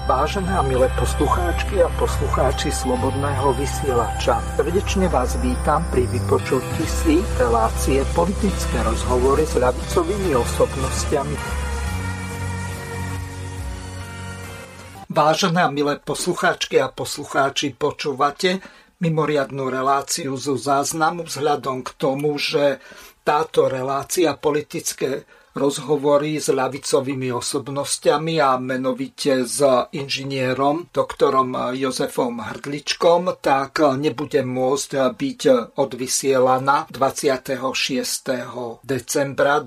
Vážené a milé poslucháčky a poslucháči Slobodného vysielača, srdečne vás vítam pri vypočutí si relácie Politické rozhovory s ľavicovými osobnostiami. Vážené a milé poslucháčky a poslucháči, počúvate mimoriadnu reláciu zo záznamu vzhľadom k tomu, že táto relácia Politické rozhovory s ľavicovými osobnostiami a menovite s inžinierom doktorom Jozefom Hrdličkom, tak nebude môcť byť odvysielaná 26. decembra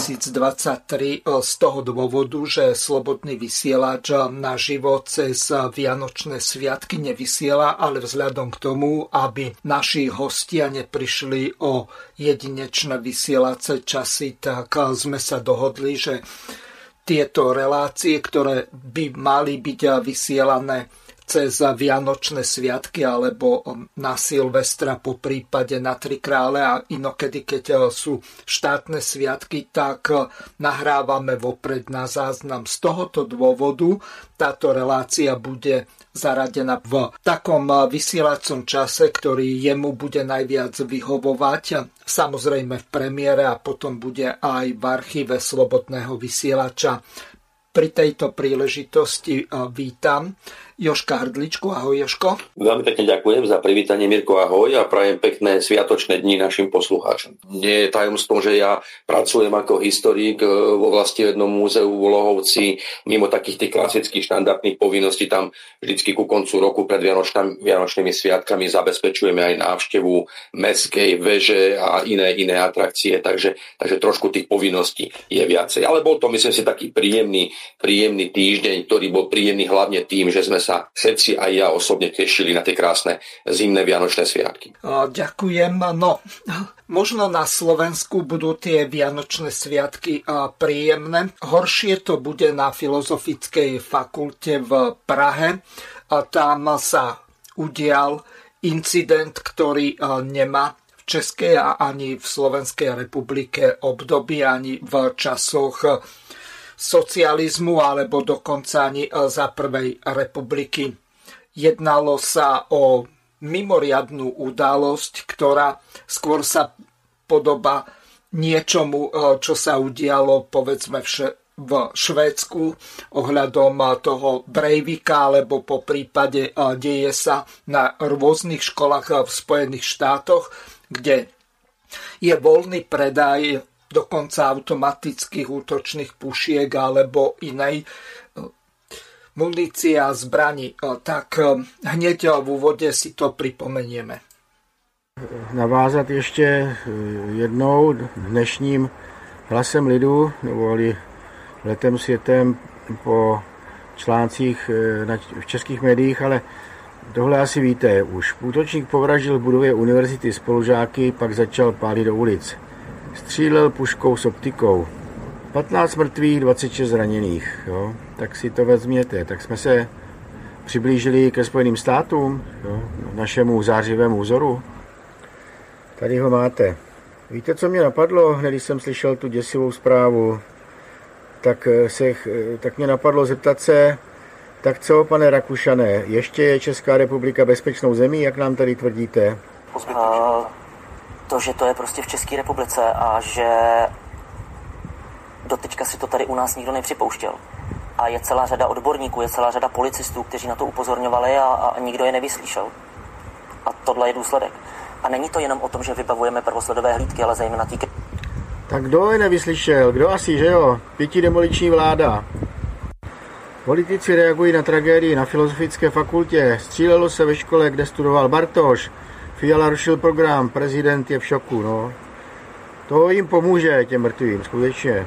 2023 z toho dôvodu, že Slobodný vysielač naživo cez Vianočné sviatky nevysiela, ale vzhľadom k tomu, aby naši hostia neprišli o jedinečné vysielace časy, tak sme sa dohodli, že tieto relácie, ktoré by mali byť vysielané cez Vianočné sviatky alebo na Silvestra, po prípade na Tri krále a inokedy, keď sú štátne sviatky, tak nahrávame vopred na záznam. Z tohoto dôvodu táto relácia bude zaradená v takom vysielacom čase, ktorý jemu bude najviac vyhovovať. Samozrejme v premiére a potom bude aj v archíve Slobodného vysielača. Pri tejto príležitosti vítam Jožka Hrdličku. Ahoj, Jožko. Veľmi pekne ďakujem za privítanie, Mirko, ahoj, a prajem pekné sviatočné dni našim poslucháčom. Nie je tajomstvom, že ja pracujem ako historik vo vlastnovednom múzeu v Lohovci. Mimo takých tých klasických štandardných povinností tam vždycky ku koncu roku pred vianočnými sviatkami zabezpečujeme aj návštevu mestskej veže a iné atrakcie, takže trošku tých povinností je viacej. Ale bol to, myslím si, taký príjemný týždeň, ktorý bol príjemný hlavne tým, že sme sa všetci aj ja osobne tešili na tie krásne zimné vianočné sviatky. Ďakujem. No, možno na Slovensku budú tie vianočné sviatky príjemné. Horšie to bude na Filozofickej fakulte v Prahe. Tam sa udial incident, ktorý nemá v Českej a ani v Slovenskej republike obdobie, ani v časoch socializmu, alebo dokonca ani za prvej republiky. Jednalo sa o mimoriadnu udalosť, ktorá skôr sa podobá niečomu, čo sa udialo, povedzme, v Švédsku ohľadom toho Breivika, alebo po prípade deje sa na rôznych školách v Spojených štátoch, kde je voľný predaj dokonca automatických útočných pušiek alebo inej munície a zbraní. Tak hneď v úvode si to připomenieme. Navázat ještě jednou dnešním hlasem lidu, neboli letem světem po článcích v českých médiích, ale tohle asi víte už. Útočník povraždil v budově univerzity spolužáky, pak začal pálit do ulic. Střílel puškou s optikou. 15 mrtvých, 26 zraněných. Jo? Tak si to vezměte. Tak jsme se přiblížili ke Spojeným státům, jo? Našemu zářivému vzoru. Tady ho máte. Víte, co mě napadlo, když jsem slyšel tu děsivou zprávu? Tak mě napadlo zeptat se, tak co, pane Rakušané, ještě je Česká republika bezpečnou zemí, jak nám tady tvrdíte? To, že to je prostě v České republice a že doteďka si to tady u nás nikdo nepřipouštěl. A je celá řada odborníků, je celá řada policistů, kteří na to upozorňovali a nikdo je nevyslyšel. A tohle je důsledek. A není to jenom o tom, že vybavujeme prvosledové hlídky, ale zejména ty... Tak kdo je nevyslyšel? Kdo asi, že jo? Pětidemoliční vláda. Politici reagují na tragédii na Filozofické fakultě. Střílelo se ve škole, kde studoval Bartoš. Fiala rušil program, prezident je v šoku, no. To jim pomůže, těm mrtvým, skutečně.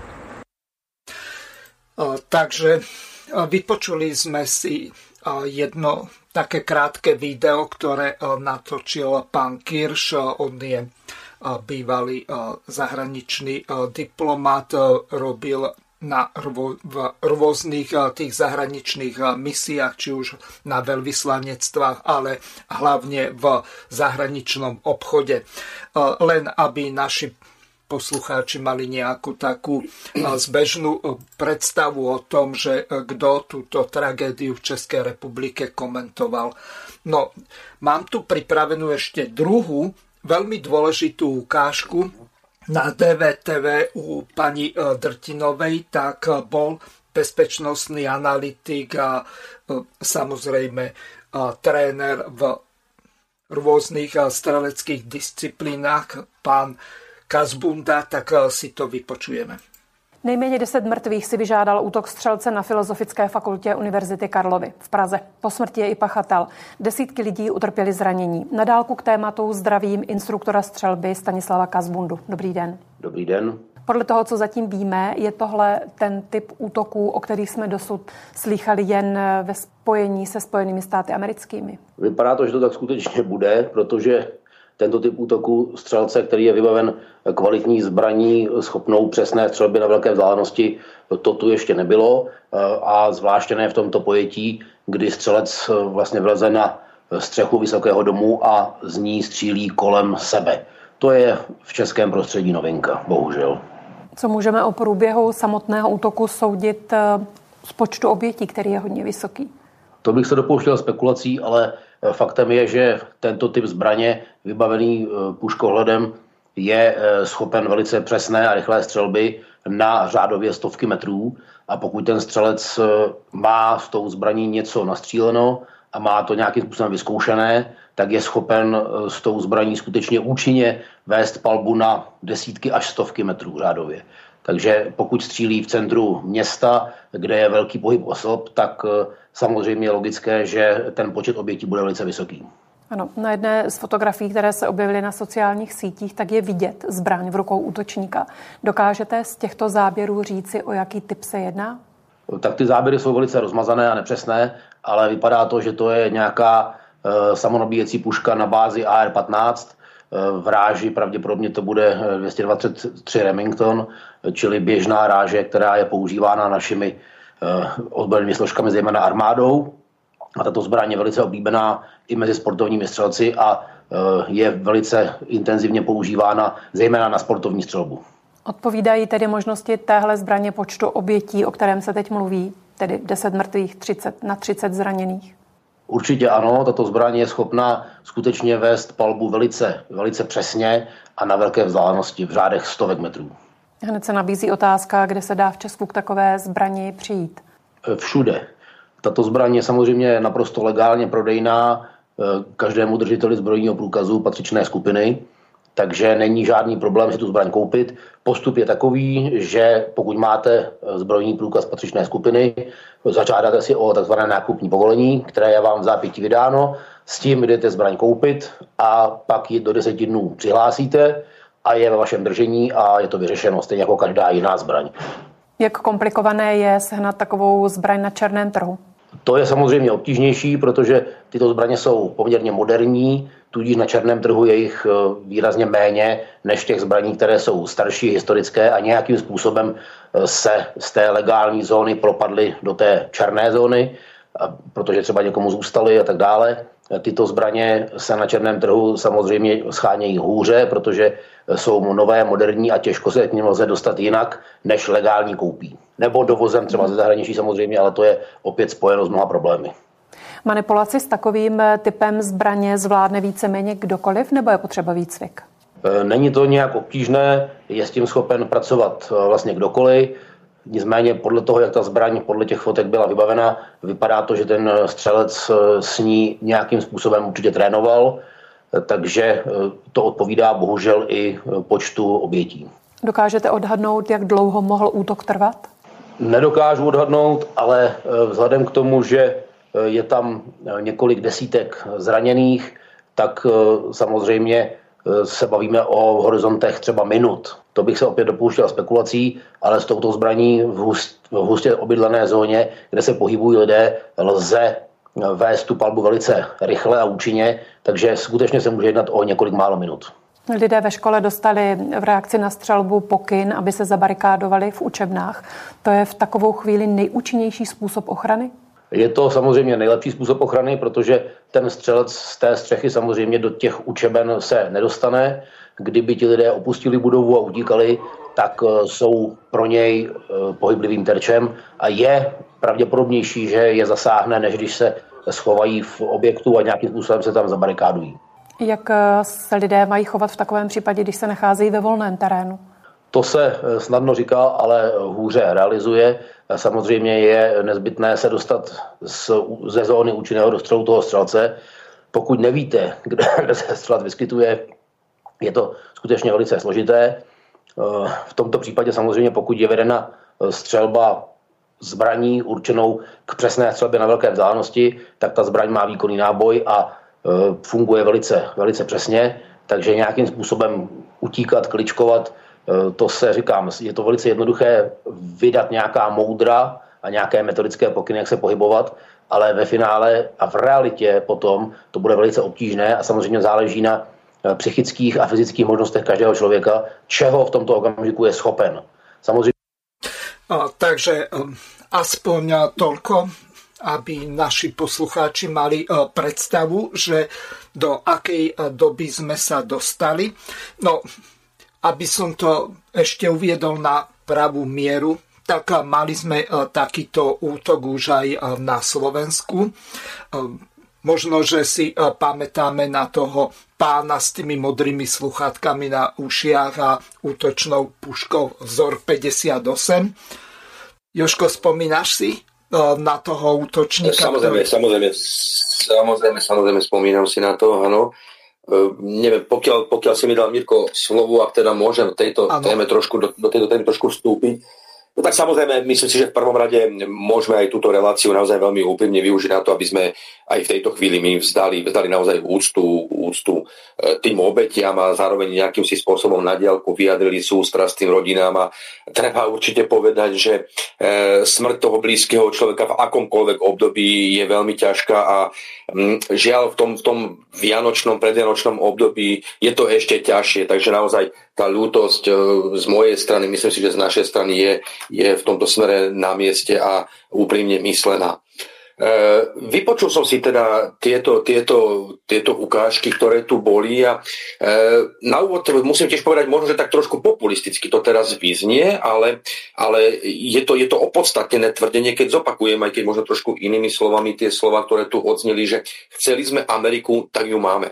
Takže vypočuli sme si jedno také krátke video, ktoré natočil pán Kirš. On je bývalý zahraničný diplomat, robil v rôznych tých zahraničných misiách, či už na veľvyslanectvách, ale hlavne v zahraničnom obchode. Len aby naši poslucháči mali nejakú takú zbežnú predstavu o tom, že kto túto tragédiu v Českej republike komentoval. No, mám tu pripravenú ešte druhú veľmi dôležitú ukážku na DVTV u pani Drtinovej, tak bol bezpečnostný analytik a samozrejme tréner v rôznych streleckých disciplínách, pán Kazbunda, tak si to vypočujeme. Nejméně 10 mrtvých si vyžádal útok střelce na Filozofické fakultě Univerzity Karlovy v Praze. Po smrti je i pachatel. Desítky lidí utrpěli zranění. Na dálku k tématu zdravím instruktora střelby Stanislava Kazbundu. Dobrý den. Dobrý den. Podle toho, co zatím víme, je tohle ten typ útoků, o kterých jsme dosud slýchali jen ve spojení se Spojenými státy americkými? Vypadá to, že to tak skutečně bude, protože tento typ útoku střelce, který je vybaven kvalitní zbraní, schopnou přesné střelby na velké vzdálenosti, to tu ještě nebylo a zvláště ne v tomto pojetí, kdy střelec vlastně vleze na střechu vysokého domu a z ní střílí kolem sebe. To je v českém prostředí novinka, bohužel. Co můžeme o průběhu samotného útoku soudit z počtu obětí, který je hodně vysoký? To bych se dopouštěl spekulací, ale faktem je, že tento typ zbraně, vybavený puškohledem, je schopen velice přesné a rychlé střelby na řádově stovky metrů. A pokud ten střelec má s tou zbraní něco nastříleno a má to nějakým způsobem vyzkoušené, tak je schopen s tou zbraní skutečně účinně vést palbu na desítky až stovky metrů řádově. Takže pokud střílí v centru města, kde je velký pohyb osob, tak samozřejmě je logické, že ten počet obětí bude velice vysoký. Ano, na jedné z fotografií, které se objevily na sociálních sítích, tak je vidět zbraň v rukou útočníka. Dokážete z těchto záběrů říci, o jaký typ se jedná? Tak ty záběry jsou velice rozmazané a nepřesné, ale vypadá to, že to je nějaká samonabíjecí puška na bázi AR-15. V ráži pravděpodobně to bude 223 Remington, čili běžná ráže, která je používána našimi ozbrojenými složkami, zejména armádou. A tato zbraň je velice oblíbená i mezi sportovními střelci a je velice intenzivně používána zejména na sportovní střelbu. Odpovídají tedy možnosti téhle zbraně počtu obětí, o kterém se teď mluví, tedy 10 mrtvých, 30 zraněných? Určitě ano, tato zbraň je schopná skutečně vést palbu velice přesně a na velké vzdálenosti v řádech stovek metrů. Hned se nabízí otázka, kde se dá v Česku k takové zbrani přijít. Všude. Tato zbraň je samozřejmě naprosto legálně prodejná každému držiteli zbrojního průkazu patřičné skupiny, takže není žádný problém si tu zbraň koupit. Postup je takový, že pokud máte zbrojní průkaz patřičné skupiny, zažádáte si o tzv. Nákupní povolení, které je vám v zápětí vydáno, s tím jdete zbraň koupit a pak ji do 10 dnů přihlásíte a je ve vašem držení a je to vyřešeno, stejně jako každá jiná zbraň. Jak komplikované je sehnat takovou zbraň na černém trhu? To je samozřejmě obtížnější, protože tyto zbraně jsou poměrně moderní, tudíž na černém trhu je jich výrazně méně než těch zbraní, které jsou starší, historické a nějakým způsobem se z té legální zóny propadly do té černé zóny, protože třeba někomu zůstaly a tak dále. Tyto zbraně se na černém trhu samozřejmě schánějí hůře, protože jsou nové, moderní a těžko se k nim lze dostat jinak než legální koupí. Nebo dovozem třeba ze zahraničí samozřejmě, ale to je opět spojeno s mnoha problémy. Manipulaci s takovým typem zbraně zvládne víceméně kdokoliv, nebo je potřeba výcvik? Není to nějak obtížné, je s tím schopen pracovat vlastně kdokoliv. Nicméně podle toho, jak ta zbraň podle těch fotek byla vybavena, vypadá to, že ten střelec s ní nějakým způsobem určitě trénoval, takže to odpovídá bohužel i počtu obětí. Dokážete odhadnout, jak dlouho mohl útok trvat? Nedokážu odhadnout, ale vzhledem k tomu, že je tam několik desítek zraněných, tak samozřejmě se bavíme o horizontech třeba minut. To bych se opět dopouštěl spekulací, ale s touto zbraní v hustě obydlené zóně, kde se pohybují lidé, lze vést tu palbu velice rychle a účinně, takže skutečně se může jednat o několik málo minut. Lidé ve škole dostali v reakci na střelbu pokyn, aby se zabarikádovali v učebnách. To je v takovou chvíli nejúčinnější způsob ochrany? Je to samozřejmě nejlepší způsob ochrany, protože ten střelec z té střechy samozřejmě do těch učeben se nedostane. kdyby ti lidé opustili budovu a utíkali, tak jsou pro něj pohyblivým terčem a je pravděpodobnější, že je zasáhne, než když se schovají v objektu a nějakým způsobem se tam zabarikádují. Jak se lidé mají chovat v takovém případě, když se nacházejí ve volném terénu? To se snadno říká, ale hůře realizuje. Samozřejmě je nezbytné se dostat ze zóny účinného dostřelu toho střelce. Pokud nevíte, kde se střelec vyskytuje, je to skutečně velice složité. V tomto případě samozřejmě, pokud je vedena střelba zbraní určenou k přesné střelbě na velké vzdálenosti, tak ta zbraň má výkonný náboj a funguje velice, velice přesně. Takže nějakým způsobem utíkat, kličkovat, to se říkám, je to velice jednoduché vydat nějaká moudra a nějaké metodické pokyny, jak se pohybovat, ale ve finále a v realitě potom to bude velice obtížné a samozřejmě záleží na psychických a fyzických možnostech každého člověka, čeho v tomto okamžiku je schopen. Samozřejmě. Takže aspoň toľko, aby naši poslucháči mali predstavu, že do akej doby sme sa dostali. No, aby som to ešte uviedol na pravú mieru, tak mali sme takýto útok už aj na Slovensku. Možno, že si pamätáme na toho pána s tými modrými sluchátkami na ušiach a útočnou puškou vzor 58. Jožko, spomínaš si na toho útočníka? Samozrejme, spomínam si na to, áno. Neviem, pokiaľ si mi dal, Mirko, slovo, ak teda môžem do tejto téme trošku vstúpiť. No tak samozrejme, myslím si, že v prvom rade môžeme aj túto reláciu naozaj veľmi úprimne využiť na to, aby sme aj v tejto chvíli my vzdali naozaj úctu tým obetiam a zároveň nejakým si spôsobom na diaľku vyjadrili sústrasť tým rodinám. A treba určite povedať, že smrť toho blízkeho človeka v akomkoľvek období je veľmi ťažká a žiaľ v tom vianočnom, predvianočnom období je to ešte ťažšie. Takže naozaj tá ľútosť z mojej strany, myslím si, že z našej strany je v tomto smere na mieste a úprimne myslená. Vypočul som si teda tieto ukážky, ktoré tu boli a na úvod musím tiež povedať, možno, že tak trošku populisticky to teraz vyznie, ale je to opodstatnené tvrdenie, keď zopakujem, aj keď možno trošku inými slovami tie slova, ktoré tu odzneli, že chceli sme Ameriku, tak ju máme.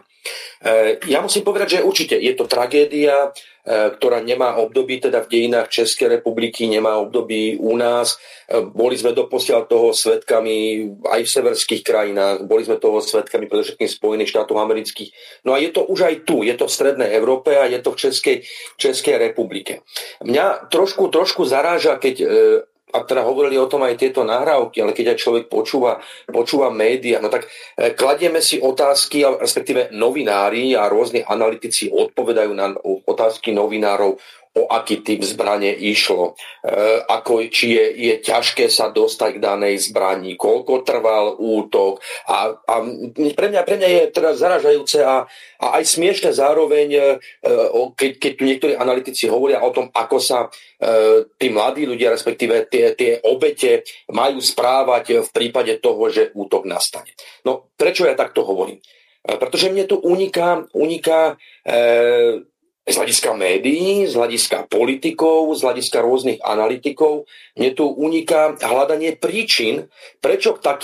Ja musím povedať, že určite je to tragédia, ktorá nemá období teda v dejinách Českej republiky, nemá období u nás. Boli sme doposiaľ toho svedkami aj v severských krajinách, boli sme toho svedkami predovšetkým Spojených štátov amerických. No a je to už aj tu, je to v Strednej Európe a je to v Českej republike. Mňa trošku zaráža, keď a teda hovorili o tom aj tieto nahrávky, ale keď aj človek počúva médiá, no tak kladieme si otázky, respektíve novinári a rôzni analytici odpovedajú na otázky novinárov, o aký typ zbrane išlo, či je ťažké sa dostať k danej zbrani, koľko trval útok a pre mňa je teda zaražajúce a aj smiešne zároveň, keď tu niektorí analytici hovoria o tom, ako sa tí mladí ľudia, respektíve tie obete majú správať v prípade toho, že útok nastane. No, prečo ja takto hovorím? Pretože mne tu uniká z hľadiska médií, z hľadiska politikov, z hľadiska rôznych analytikov, mne tu uniká hľadanie príčin, prečo k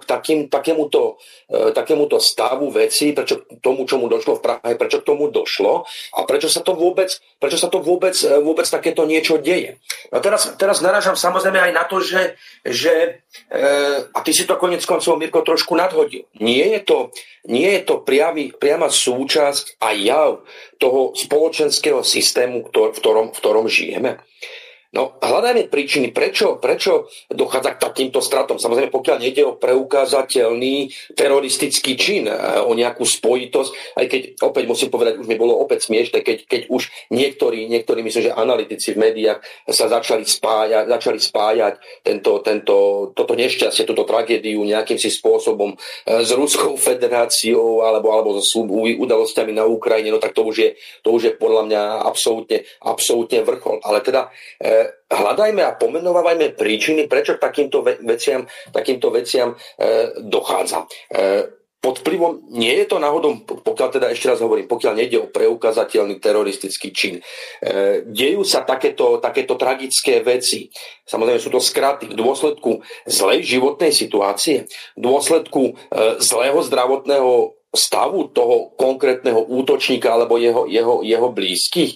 takémuto stavu veci, prečo k tomu, čomu došlo v Prahe, prečo k tomu došlo a prečo sa to vôbec takéto niečo deje. A teraz narážam samozrejme aj na to, že a ty si to konec koncov, Mirko, trošku nadhodil. Nie je to priama súčasť a jav toho spoločenského systému, v ktorom žijeme. No, hľadajme príčiny, prečo dochádza k takýmto stratom. Samozrejme, pokiaľ nejde o preukázateľný teroristický čin, o nejakú spojitosť, aj keď, opäť musím povedať, už mi bolo opäť smiešne, keď už niektorí, myslím, že analytici v médiách sa začali spájať toto nešťastie, túto tragédiu nejakým si spôsobom s Ruskou federáciou alebo s udalosťami na Ukrajine, no tak to už je podľa mňa absolútne vrchol. Ale teda hľadajme a pomenovávajme príčiny, prečo k takýmto veciam dochádza. pod vplyvom, nie je to náhodou, pokiaľ teda ešte raz hovorím, pokiaľ nejde o preukázateľný teroristický čin, dejú sa takéto tragické veci. Samozrejme sú to skraty v dôsledku zlej životnej situácie, v dôsledku zlého zdravotného stavu toho konkrétneho útočníka alebo jeho blízkych.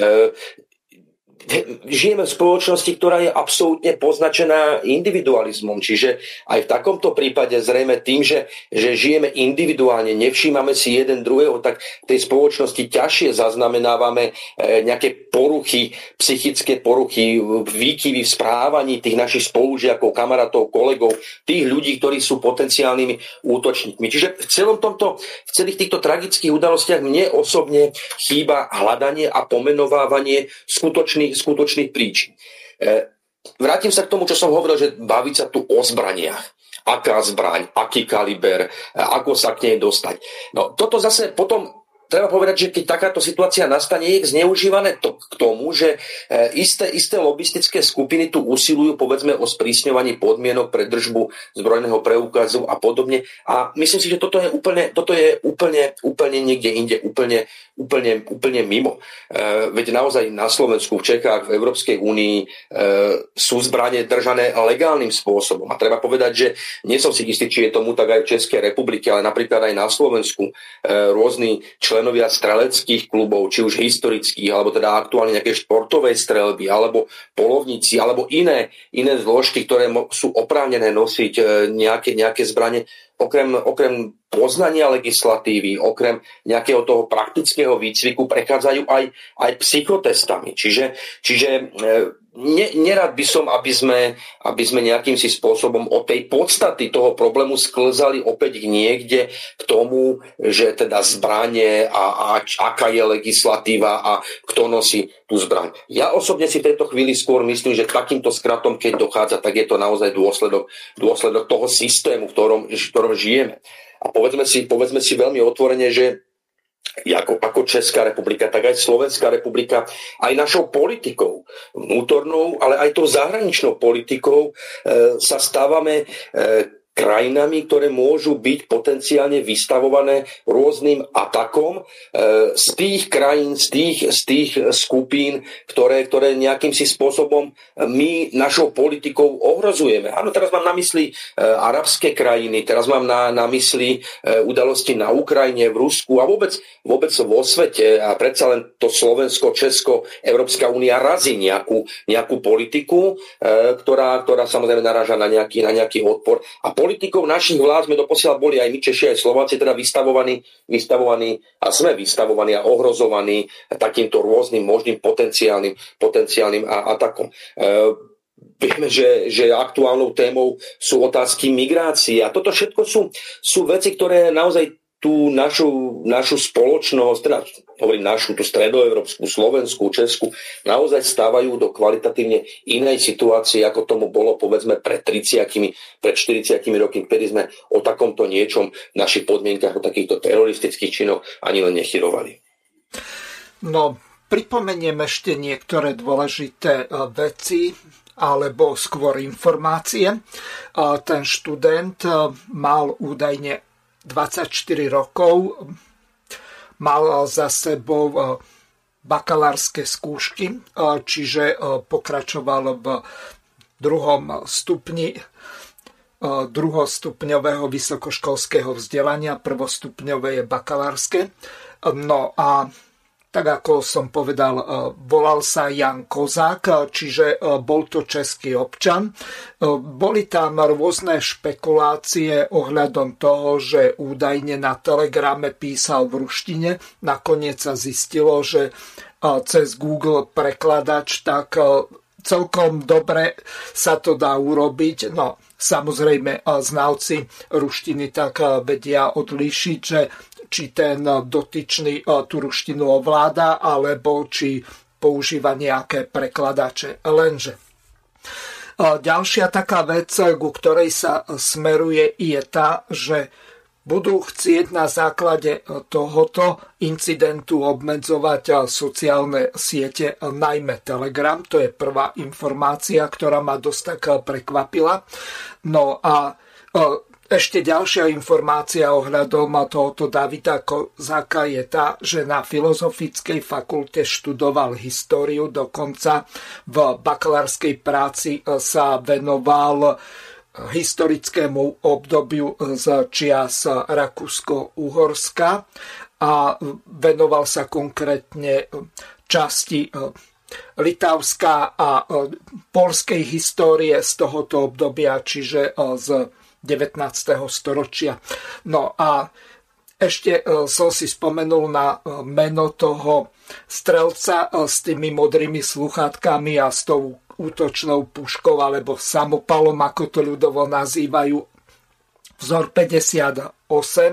Žijeme v spoločnosti, ktorá je absolútne poznačená individualizmom, čiže aj v takomto prípade zrejme tým, že žijeme individuálne, nevšímame si jeden druhého, tak v tej spoločnosti ťažšie zaznamenávame nejaké poruchy, psychické poruchy, výkyvy v správaní tých našich spolužiakov, kamarátov, kolegov, tých ľudí, ktorí sú potenciálnymi útočníkmi. Čiže v celých týchto tragických udalostiach mne osobne chýba hľadanie a pomenovávanie skutočných príčin. Vrátim sa k tomu, čo som hovoril, že baviť sa tu o zbraniach. Aká zbraň, aký kaliber, ako sa k nej dostať. No, toto zase potom treba povedať, že keď takáto situácia nastane, je zneužívané k tomu, že isté lobistické skupiny tu usilujú, povedzme, o sprísňovaní podmienok pre držbu zbrojného preukazu a podobne. A myslím si, že toto je úplne niekde inde, úplne mimo. Veď naozaj na Slovensku, v Čechách, v Európskej únii sú zbrane držané legálnym spôsobom. A treba povedať, že nie som si istý, či je tomu tak aj v Českej republike, ale napríklad aj na Slovensku rôzni členovia streleckých klubov, či už historických, alebo teda aktuálne nejaké športovej streľby, alebo polovníci, alebo iné zložky, ktoré sú oprávnené nosiť nejaké zbrane, okrem poznania legislatívy, okrem nejakého toho praktického výcviku prechádzajú aj psychotestami. Čiže nerad by som, aby sme nejakým si spôsobom od tej podstaty toho problému sklzali opäť niekde k tomu, že teda zbranie a aká je legislatíva a kto nosí tú zbraň. Ja osobne si v tejto chvíli skôr myslím, že takýmto skratom, keď dochádza, tak je to naozaj dôsledok toho systému, v ktorom žijeme. A povedzme si veľmi otvorene, že ako Česká republika, tak aj Slovenská republika, aj našou politikou vnútornou, ale aj tou zahraničnou politikou sa stávame krajinami, ktoré môžu byť potenciálne vystavované rôznym atakom z tých krajín, z tých skupín, ktoré nejakým si spôsobom my našou politikou ohrozujeme. Áno, teraz mám na mysli arabské krajiny, teraz mám na mysli udalosti na Ukrajine, v Rusku a vôbec vo svete. A predsa len to Slovensko, Česko, Európska únia razí nejakú politiku, ktorá samozrejme naráža na nejaký odpor. A politikou našich vlád sme doposiaľ boli aj my, Češi, aj Slováci, teda vystavovaní a sme vystavovaní a ohrozovaní takýmto rôznym možným potenciálnym atakom. Vieme, že aktuálnou témou sú otázky migrácie a toto všetko sú veci, ktoré naozaj tú našu spoločnosť, teda hovorím tú stredoeurópsku, slovenskú, česku, naozaj stávajú do kvalitatívne inej situácie, ako tomu bolo povedzme pred 30, pred 40 rokmi, kedy sme o takomto niečom v našich podmienkach, o takýchto teroristických činoch ani len nechyrovali. No, pripomeniem ešte niektoré dôležité veci, alebo skôr informácie. Ten študent mal údajne 24 rokov, mal za sebou bakalárske skúšky, čiže pokračoval v druhom stupni druhostupňového vysokoškolského vzdelania, prvostupňové je bakalárske. No a tak ako som povedal, volal sa Jan Kozák, čiže bol to český občan. Boli tam rôzne špekulácie ohľadom toho, že údajne na Telegrame písal v ruštine. Nakoniec sa zistilo, že cez Google prekladač tak celkom dobre sa to dá urobiť. No, samozrejme, znalci ruštiny tak vedia odlíšiť, že či ten dotyčný tú ruštinu ovláda, alebo či používa nejaké prekladače. Lenže ďalšia taká vec, ku ktorej sa smeruje, je tá, že budú chcieť na základe tohoto incidentu obmedzovať sociálne siete, najmä Telegram. To je prvá informácia, ktorá ma dosť tak prekvapila. No a Ešte ďalšia informácia ohľadom tohoto Davida Kozáka je tá, že na Filozofickej fakulte študoval históriu, dokonca v bakalárskej práci sa venoval historickému obdobiu z čias Rakúsko-Uhorska a venoval sa konkrétne časti litavská a poľskej histórie z tohoto obdobia, čiže z 19. storočia. No a ešte som si spomenul na meno toho strelca s tými modrými sluchátkami a s tou útočnou puškou alebo samopalom, ako to ľudovo nazývajú, vzor 58,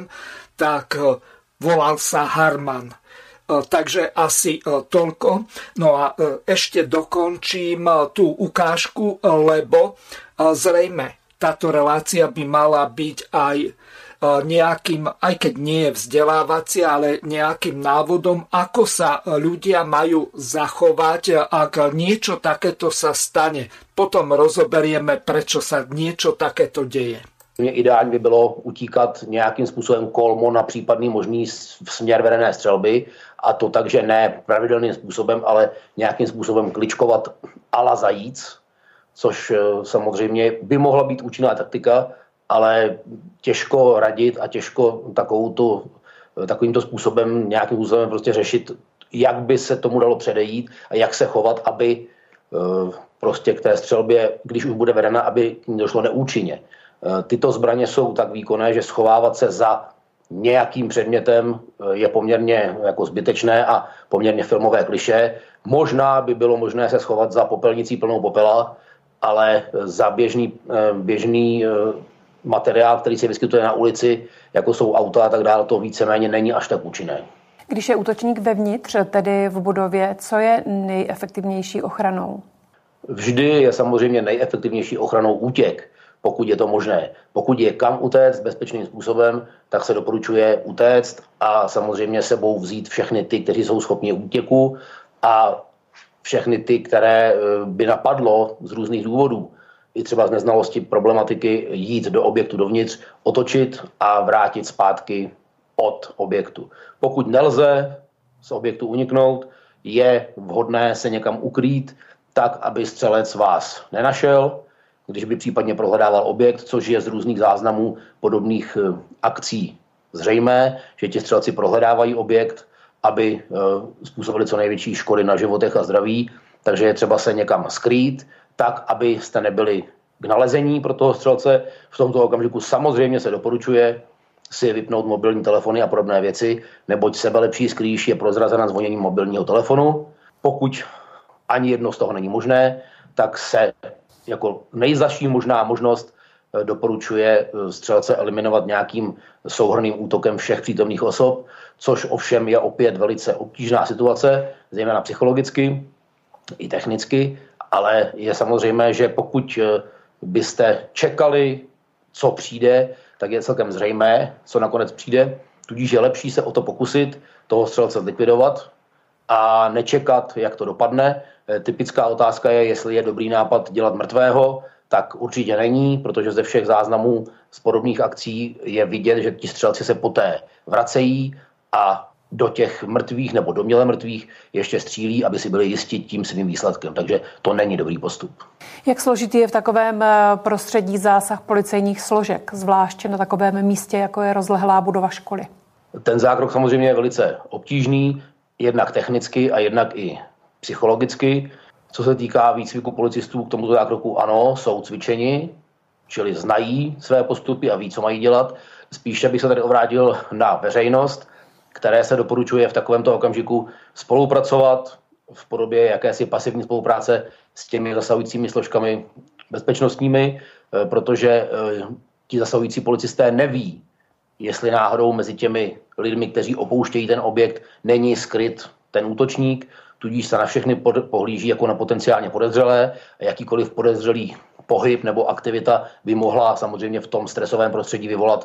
tak volal sa Harman. Takže asi toľko. No a ešte dokončím tú ukážku, lebo zrejme táto relácia by mala byť aj nejakým, aj keď nie je vzdelávacia, ale nejakým návodom, ako sa ľudia majú zachovať, ak niečo takéto sa stane. Potom rozoberieme, prečo sa niečo takéto deje. Ideálně by bylo utíkat nějakým způsobem kolmo na případný možný směr vedené střelby, a to tak, že ne pravidelným způsobem, ale nějakým způsobem kličkovat a la zajíc, což samozřejmě by mohla být účinná taktika, ale těžko radit a těžko takovýmto způsobem nějakým způsobem prostě řešit, jak by se tomu dalo předejít a jak se chovat, aby prostě k té střelbě, když už bude vedena, aby k ní došlo neúčinně. Tyto zbraně jsou tak výkonné, že schovávat se za nějakým předmětem je poměrně jako zbytečné a poměrně filmové klišé. Možná by bylo možné se schovat za popelnicí plnou popela, ale za běžný materiál, který se vyskytuje na ulici, jako jsou auta a tak dále, to víceméně není až tak účinné. Když je útočník vevnitř, tedy v budově, co je nejefektivnější ochranou? Vždy je samozřejmě nejefektivnější ochranou útěk, pokud je to možné. Pokud je kam utéct bezpečným způsobem, tak se doporučuje utéct a samozřejmě sebou vzít všechny ty, kteří jsou schopni útěku, a všechny ty, které by napadlo z různých důvodů, i třeba z neznalosti problematiky, jít do objektu dovnitř, otočit a vrátit zpátky od objektu. Pokud nelze z objektu uniknout, je vhodné se někam ukrýt tak, aby střelec vás nenašel, když by případně prohledával objekt, což je z různých záznamů podobných akcí zřejmé, že ti střelci prohledávají objekt, aby způsobili co největší škody na životech a zdraví, takže je třeba se někam skrýt, tak, abyste nebyli k nalezení pro toho střelce. V tomto okamžiku samozřejmě se doporučuje si vypnout mobilní telefony a podobné věci, neboť sebelepší skrýš je prozrazena zvoněním mobilního telefonu. Pokud ani jedno z toho není možné, tak se jako nejzazší možná možnost doporučuje střelce eliminovat nějakým souhrnným útokem všech přítomných osob, což ovšem je opět velice obtížná situace, zejména psychologicky i technicky, ale je samozřejmé, že pokud byste čekali, co přijde, tak je celkem zřejmé, co nakonec přijde, tudíž je lepší se o to pokusit, toho střelce zlikvidovat a nečekat, jak to dopadne. Typická otázka je, jestli je dobrý nápad dělat mrtvého, tak určitě není, protože ze všech záznamů z podobných akcí je vidět, že ti střelci se poté vracejí a do těch mrtvých nebo domněle mrtvých ještě střílí, aby si byli jisti tím svým výsledkem. Takže to není dobrý postup. Jak složitý je v takovém prostředí zásah policejních složek, zvláště na takovém místě, jako je rozlehlá budova školy? Ten zákrok samozřejmě je velice obtížný, jednak technicky a jednak i psychologicky. Co se týká výcviku policistů, k tomuto zákroku ano, jsou cvičeni, čili znají své postupy a ví, co mají dělat. Spíše bych se tady obrátil na veřejnost, které se doporučuje v takovémto okamžiku spolupracovat v podobě jakési pasivní spolupráce s těmi zasahujícími složkami bezpečnostními, protože ti zasahující policisté neví, jestli náhodou mezi těmi lidmi, kteří opouštějí ten objekt, není skryt ten útočník, tudíž se na všechny pohlíží jako na potenciálně podezřelé. Jakýkoliv podezřelý pohyb nebo aktivita by mohla samozřejmě v tom stresovém prostředí vyvolat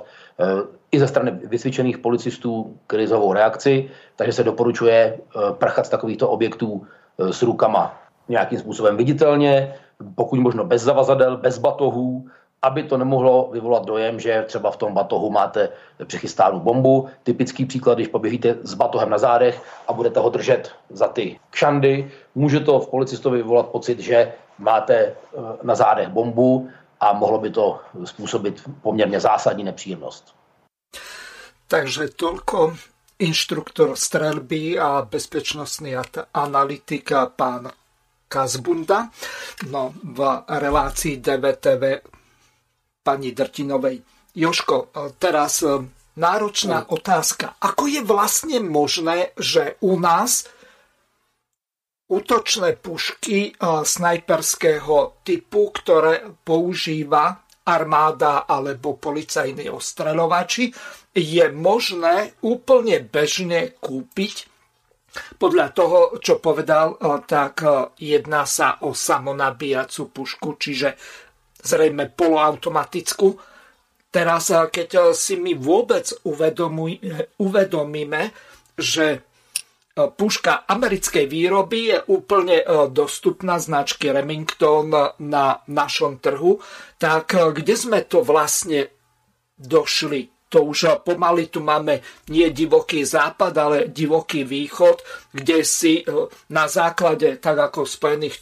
i ze strany vycvičených policistů krizovou reakci, takže se doporučuje prchat z takovýchto objektů s rukama nějakým způsobem viditelně, pokud možno bez zavazadel, bez batohů aby to nemohlo vyvolat dojem, že třeba v tom batohu máte přichystánu bombu. Typický příklad, když poběžíte s batohem na zádech a budete ho držet za ty kšandy, může to v policistovi vyvolat pocit, že máte na zádech bombu a mohlo by to způsobit poměrně zásadní nepříjemnost. Takže toľko inštruktor streľby a bezpečnostný analytik pán Kazbunda. No, v relácii DVTV pani Drtinovej. Jožko, teraz náročná otázka. Ako je vlastne možné, že u nás útočné pušky snajperského typu, ktoré používa armáda alebo policajní ostreľovači, je možné úplne bežne kúpiť? Podľa toho, čo povedal, tak jedná sa o samonabíjacú pušku, čiže zrejme poloautomatickú. Teraz, keď si my vôbec uvedomíme, že puška americkej výroby je úplne dostupná značky Remington na našom trhu, tak kde sme to vlastne došli? To už pomaly tu máme nie divoký západ, ale divoký východ, kde si na základe, tak ako Spojených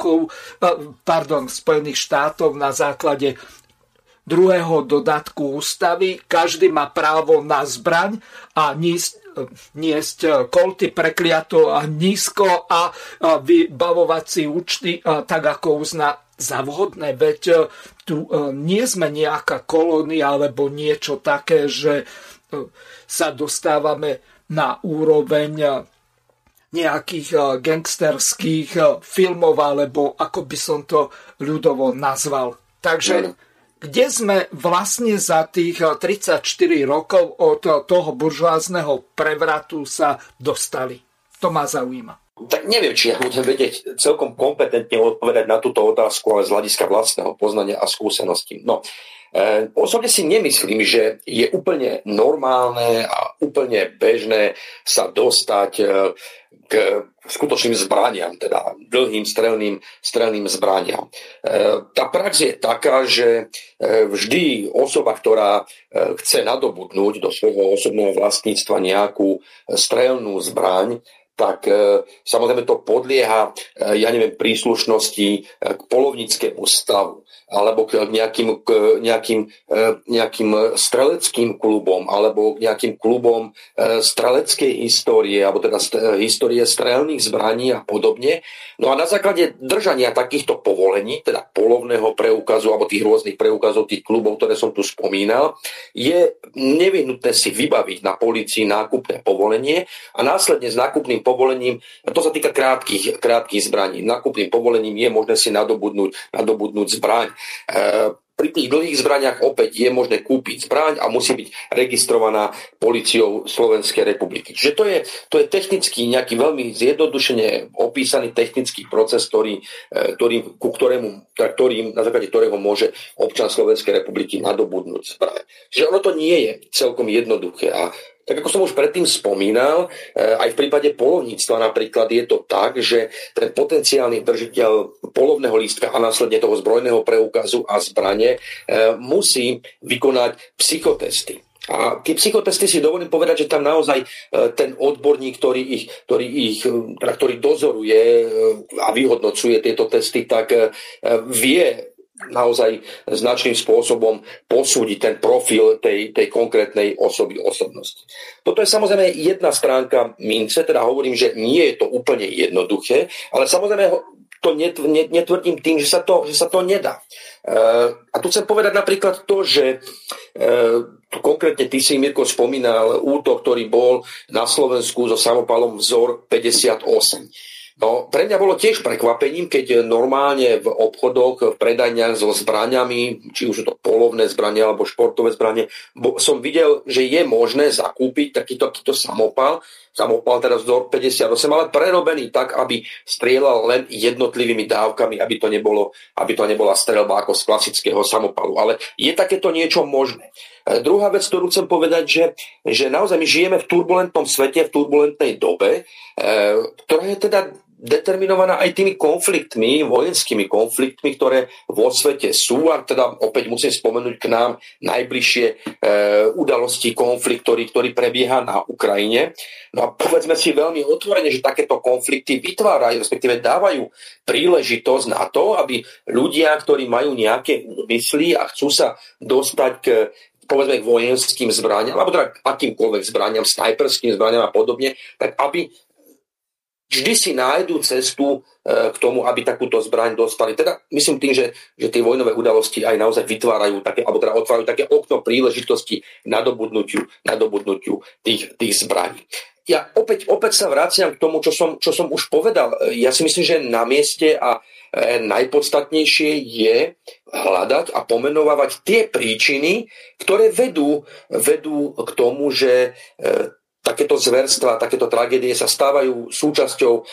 štátov, na základe druhého dodatku ústavy, každý má právo na zbraň a niesť kolty prekliato a nízko a vybavovací účty tak, ako uzná za vhodné, veď tu nie sme nejaká kolónia alebo niečo také, že sa dostávame na úroveň nejakých gangsterských filmov, alebo ako by som to ľudovo nazval. Takže kde sme vlastne za tých 34 rokov od toho buržoázneho prevratu sa dostali? To ma zaujíma. Tak neviem, či ja budem vedieť celkom kompetentne odpovedať na túto otázku, ale z hľadiska vlastného poznania a skúseností. No, osobne si nemyslím, že je úplne normálne a úplne bežné sa dostať k skutočným zbraniam, teda dlhým strelným zbraniam. Tá prax je taká, že vždy osoba, ktorá chce nadobudnúť do svojho osobného vlastníctva nejakú strelnú zbraň, tak samozrejme to podlieha, príslušnosti k polovníckemu stavu alebo k nejakým streleckým klubom alebo k nejakým klubom streleckej histórie alebo teda histórie strelných zbraní a podobne. No a na základe držania takýchto povolení, teda polovného preukazu alebo tých rôznych preukazov tých klubov, ktoré som tu spomínal, je nevyhnutné si vybaviť na polícii nákupné povolenie a následne s nákupným povolením, to sa týka krátkych zbraní, nákupným povolením je možné si nadobudnúť zbraň. Pri tých dlhých zbraniach opäť je možné kúpiť zbraň a musí byť registrovaná políciou Slovenskej republiky. Čiže to je technicky nejaký veľmi zjednodušene opísaný technický proces, na základe ktorého môže občan Slovenskej republiky nadobudnúť zbraň. Čiže ono to nie je celkom jednoduché. A tak ako som už predtým spomínal, aj v prípade polovníctva napríklad je to tak, že ten potenciálny držiteľ polovného lístka a následne toho zbrojného preukazu a zbrane musí vykonať psychotesty. A tie psychotesty si dovolím povedať, že tam naozaj ten odborník, ktorý dozoruje a vyhodnocuje tieto testy, tak vie naozaj značným spôsobom posúdiť ten profil tej konkrétnej osobnosti. Toto je samozrejme jedna stránka mince, teda hovorím, že nie je to úplne jednoduché, ale samozrejme to netvrdím tým, že sa to nedá. A tu chcem povedať napríklad to, že konkrétne ty si, Mirko, spomínal útok, ktorý bol na Slovensku so samopalom vzor 58. No, pre mňa bolo tiež prekvapením, keď normálne v obchodoch, v predajniach so zbraňami, či už to polovné zbranie alebo športové zbranie, som videl, že je možné zakúpiť takýto samopal teda vzor 58, ale prerobený tak, aby strieľal len jednotlivými dávkami, aby to nebola streľba ako z klasického samopalu. Ale je takéto niečo možné. Druhá vec, ktorú chcem povedať, že naozaj my žijeme v turbulentnom svete, v turbulentnej dobe, ktorá je teda determinovaná aj tými konfliktmi, vojenskými konfliktmi, ktoré vo svete sú. A teda opäť musím spomenúť k nám najbližšie udalosti, konflikt, ktorý prebieha na Ukrajine. No a povedzme si veľmi otvorene, že takéto konflikty vytvárajú, respektíve dávajú príležitosť na to, aby ľudia, ktorí majú nejaké úmysly a chcú sa dostať povedzme k vojenským zbraniam, alebo teda akýmkoľvek zbraniam, snajperským zbraniam a podobne, tak aby vždy si nájdú cestu k tomu, aby takúto zbraň dostali. Teda myslím tým, že tie vojnové udalosti aj naozaj vytvárajú také, alebo teda otvárajú také okno príležitosti nadobudnutiu tých zbraní. Ja opäť sa vraciam k tomu, čo som už povedal. Ja si myslím, že na mieste a najpodstatnejšie je hľadať a pomenovávať tie príčiny, ktoré vedú k tomu, že takéto zverstva, takéto tragédie sa stávajú súčasťou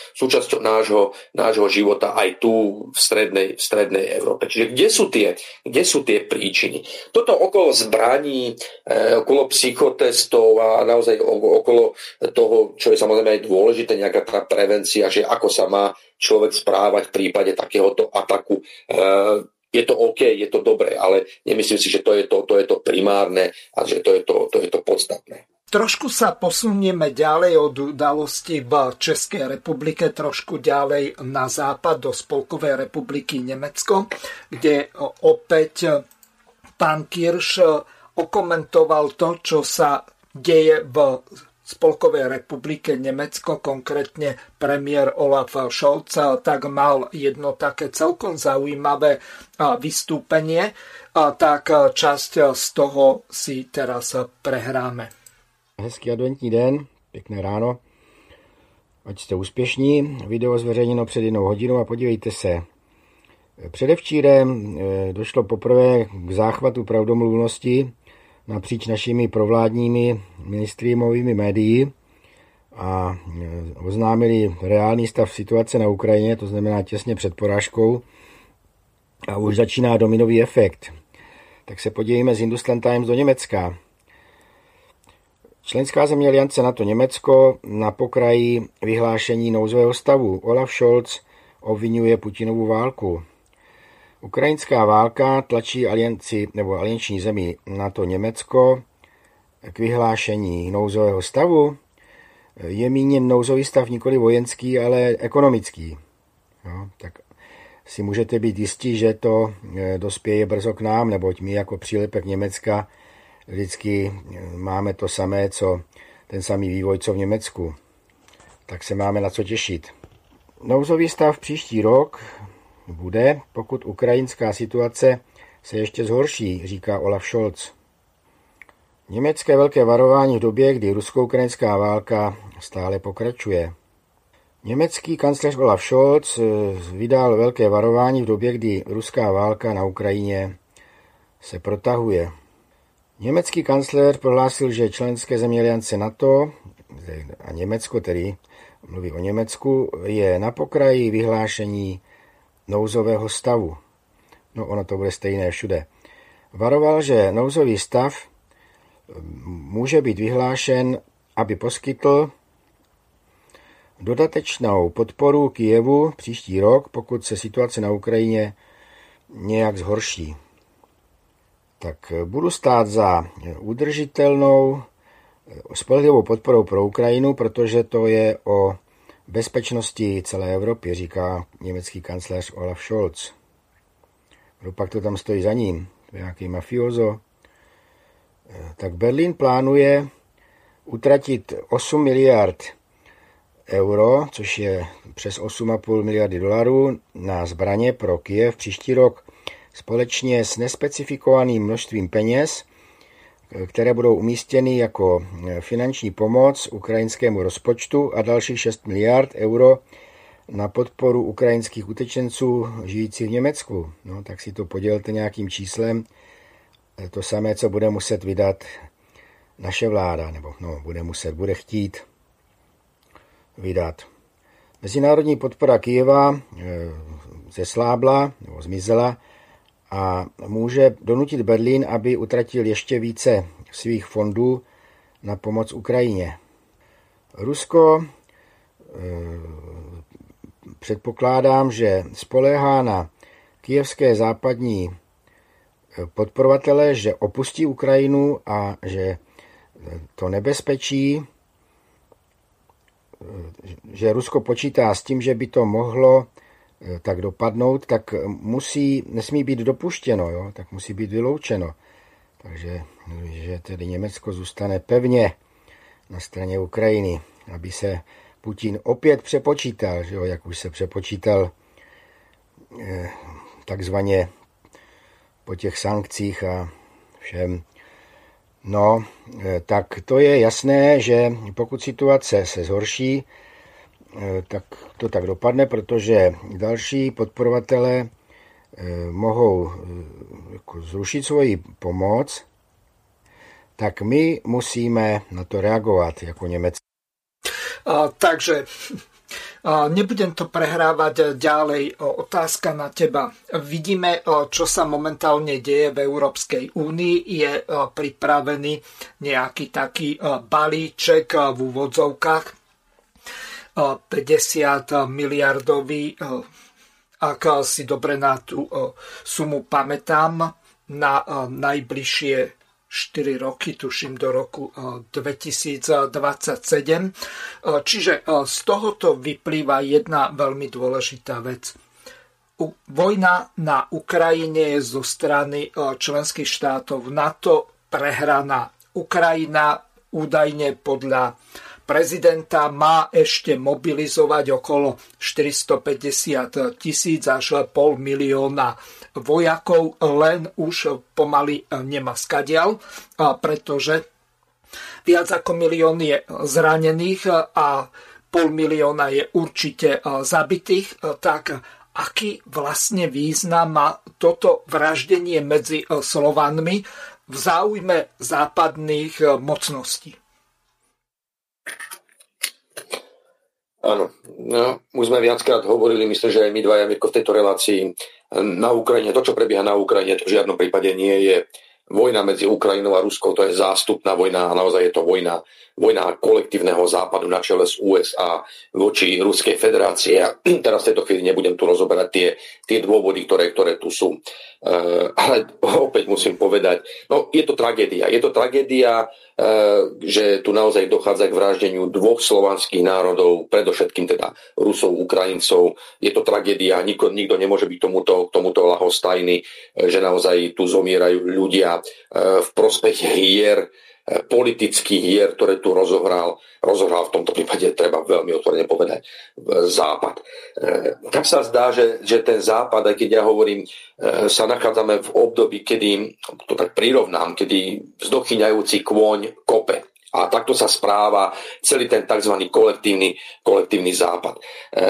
nášho života aj tu v strednej Európe. Čiže kde sú tie príčiny? Toto okolo zbraní, okolo psychotestov a naozaj okolo toho, čo je samozrejme aj dôležité, nejaká tá prevencia, že ako sa má človek správať v prípade takéhoto ataku. Je to OK, je to dobré, ale nemyslím si, že to je to primárne a že to je to podstatné. Trošku sa posunieme ďalej od udalosti v Českej republike, trošku ďalej na západ do Spolkovej republiky Nemecko, kde opäť pán Kirsch okomentoval to, čo sa deje v Spolkovej republike Nemecko, konkrétne premiér Olaf Scholz, tak mal jedno také celkom zaujímavé vystúpenie, tak časť z toho si teraz prehráme. Hezký adventní den, pěkné ráno, ať jste úspěšní. Video zveřejněno před 1 hodinou a podívejte se. Předevčírem došlo poprvé k záchvatu pravdomluvnosti napříč našimi provládními mainstreamovými médii a oznámili reálný stav situace na Ukrajině, to znamená těsně před porážkou, a už začíná dominový efekt. Tak se podívejme z Hindustan Times do Německa. Členská země Aliance NATO Německo na pokraji vyhlášení nouzového stavu. Olaf Scholz obvinuje Putinovu válku. Ukrajinská válka tlačí alianční zemi NATO Německo k vyhlášení nouzového stavu. Je míněn nouzový stav nikoli vojenský, ale ekonomický. No, tak si můžete být jistí, že to dospěje brzo k nám, neboť my jako přílepek Německa vždycky máme to samé, co ten samý vývoj, co v Německu. Tak se máme na co těšit. Nouzový stav příští rok bude, pokud ukrajinská situace se ještě zhorší, říká Olaf Scholz. Německé velké varování v době, kdy rusko-ukrajinská válka stále pokračuje. Německý kancléř Olaf Scholz vydal velké varování v době, kdy ruská válka na Ukrajině se protahuje. Německý kancléř prohlásil, že členské země Aliance NATO a Německo, tedy mluví o Německu, je na pokraji vyhlášení nouzového stavu. No, ono to bude stejné všude. Varoval, že nouzový stav může být vyhlášen, aby poskytl dodatečnou podporu Kyjevu příští rok, pokud se situace na Ukrajině nějak zhorší. Tak budu stát za udržitelnou spolehlivou podporou pro Ukrajinu, protože to je o bezpečnosti celé Evropy, říká německý kancléř Olaf Scholz. Kdo pak to tam stojí za ním? Nějaký mafiozo? Tak Berlín plánuje utratit 8 miliard euro, což je přes 8,5 miliardy dolarů na zbraně pro Kyjev příští rok, společně s nespecifikovaným množstvím peněz, které budou umístěny jako finanční pomoc ukrajinskému rozpočtu, a dalších 6 miliard euro na podporu ukrajinských utečenců žijících v Německu. No, tak si to podělte nějakým číslem. To samé, co bude muset vydat naše vláda, nebo bude chtít vydat. Mezinárodní podpora Kyjeva zeslábla nebo zmizela a může donutit Berlín, aby utratil ještě více svých fondů na pomoc Ukrajině. Rusko předpokládám, že spoléhá na kyjevské západní podporovatele, že opustí Ukrajinu a že to nebezpečí, že Rusko počítá s tím, že by to mohlo tak dopadnout, tak nesmí být dopuštěno, jo? Tak musí být vyloučeno. Takže že tedy Německo zůstane pevně na straně Ukrajiny, aby se Putin opět přepočítal, že jo? Jak už se přepočítal takzvaně po těch sankcích a všem. No, tak to je jasné, že pokud situace se zhorší, tak to tak dopadne, protože další podporovatelé mohou zrušit svoji pomoc, tak my musíme na to reagovat jako Německo. Takže nebudem to prehrávať ďalej. Otázka na teba. Vidíme, čo sa momentálne deje v Európskej únii. Je pripravený nejaký taký balíček v úvodzovkách 50 miliardový, ak si dobre na tú sumu pamätám, na najbližšie 4 roky, tuším do roku 2027. Čiže z tohoto vyplýva jedna veľmi dôležitá vec. Vojna na Ukrajine je zo strany členských štátov NATO prehraná. Ukrajina údajne podľa prezidenta má ešte mobilizovať okolo 450 000 až 500 000 vojakov, len už pomaly nemá skadiaľ, pretože viac ako 1 000 000 je zranených a 500 000 je určite zabitých. Tak aký vlastne význam má toto vraždenie medzi Slovanmi v záujme západných mocností? Áno, no, už sme viackrát hovorili, myslím, že aj my dvaja, Mirko, v tejto relácii na Ukrajine. To, čo prebieha na Ukrajine, to v žiadnom prípade nie je vojna medzi Ukrajinou a Ruskou, to je zástupná vojna a naozaj je to vojna kolektívneho západu na čele s USA voči Ruskej federácie. A teraz v tejto chvíli nebudem tu rozoberať tie dôvody, ktoré tu sú. Ale opäť musím povedať, no je to tragédia. Je to tragédia, že tu naozaj dochádza k vraždeniu dvoch slovanských národov, predovšetkým teda Rusov, Ukrajincov. Je to tragédia, nikto nemôže byť tomuto ľahostajný, že naozaj tu zomierajú ľudia v prospech hier, politických hier, ktoré tu rozohral v tomto prípade, treba veľmi otvorene povedať, Západ. Tak sa zdá, že ten Západ, aj keď ja hovorím, sa nachádzame v období, kedy, to tak prirovnám, kedy vzdochýňajúci kôň kope. A takto sa správa celý ten tzv. kolektívny Západ.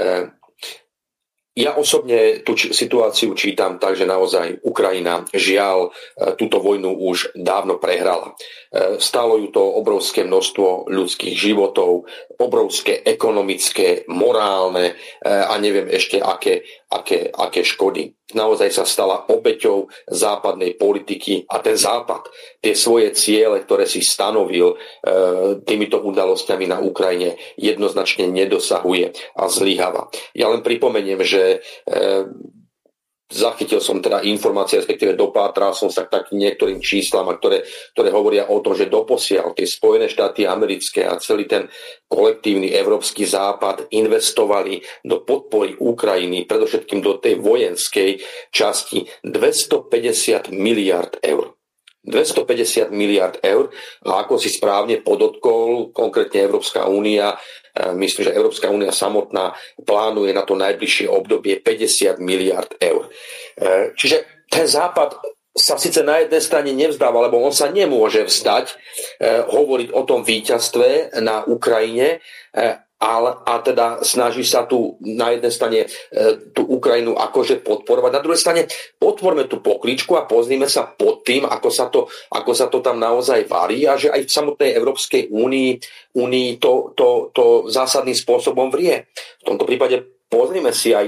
Ja osobne tú situáciu čítam tak, že naozaj Ukrajina žiaľ túto vojnu už dávno prehrala. Stálo ju to obrovské množstvo ľudských životov, obrovské ekonomické, morálne a neviem ešte aké škody. Naozaj sa stala obeťou západnej politiky a ten Západ tie svoje ciele, ktoré si stanovil týmito udalosťami na Ukrajine, jednoznačne nedosahuje a zlyháva. Ja len pripomeniem, že zachytil som teda informácie, respektíve dopátral som sa k takým niektorým číslam, ktoré hovoria o tom, že doposiaľ tie Spojené štáty americké a celý ten kolektívny európsky západ investovali do podpory Ukrajiny, predovšetkým do tej vojenskej časti 250 miliard eur. 250 miliard eur a ako si správne podotkol, konkrétne Európska únia, myslím, že Európska únia samotná plánuje na to najbližšie obdobie 50 miliard eur. Čiže ten Západ sa síce na jednej strane nevzdáva, lebo on sa nemôže vzdať hovoriť o tom víťazstve na Ukrajine, a teda snaží sa tu na jednej strane tú Ukrajinu akože podporovať. Na druhej strane potvorme tú pokličku a pozrime sa pod tým, ako sa to tam naozaj varí a že aj v samotnej Európskej únii to zásadným spôsobom vrie. V tomto prípade pozrime si aj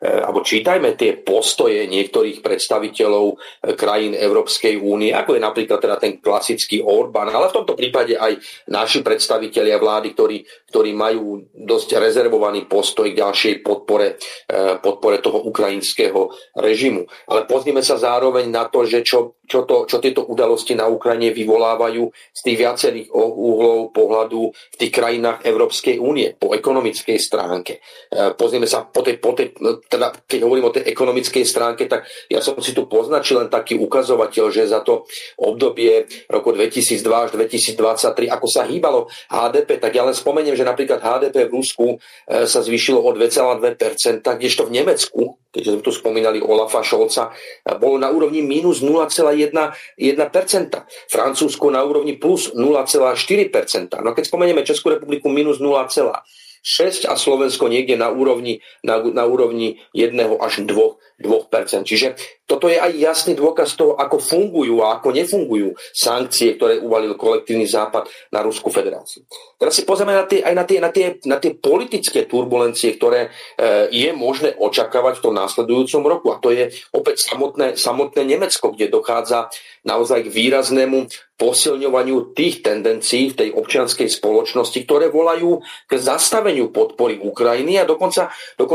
alebo čítajme tie postoje niektorých predstaviteľov krajín Európskej únie, ako je napríklad teda ten klasický Orbán, ale v tomto prípade aj naši predstavitelia vlády, ktorí majú dosť rezervovaný postoj k ďalšej podpore toho ukrajinského režimu. Ale pozrime sa zároveň na to, že čo tieto udalosti na Ukrajine vyvolávajú z tých viacerých uhlov pohľadu v tých krajinách Európskej únie po ekonomickej stránke. Pozrieme sa teda keď hovorím o tej ekonomickej stránke, tak ja som si tu poznačil len taký ukazovateľ, že za to obdobie roku 2002 až 2023, ako sa hýbalo HDP, tak ja len spomeniem, že napríklad HDP v Rusku sa zvýšilo o 2,2%, kdežto v Nemecku, keďže sme tu spomínali Olafa Scholza, bolo na úrovni minus 0,1%. Francúzsko na úrovni plus 0,4%. No keď spomenieme Českú republiku minus 0,6% a Slovensko niekde na úrovni 1 až 2%. Čiže toto je aj jasný dôkaz toho, ako fungujú a ako nefungujú sankcie, ktoré uvalil kolektívny Západ na Ruskú federáciu. Teraz si pozrieme na tie politické turbulencie, ktoré je možné očakávať v tom následujúcom roku. A to je opäť samotné Nemecko, kde dochádza naozaj k výraznému posilňovaniu tých tendencií v tej občianskej spoločnosti, ktoré volajú k zastaveniu podpory Ukrajiny a dokonca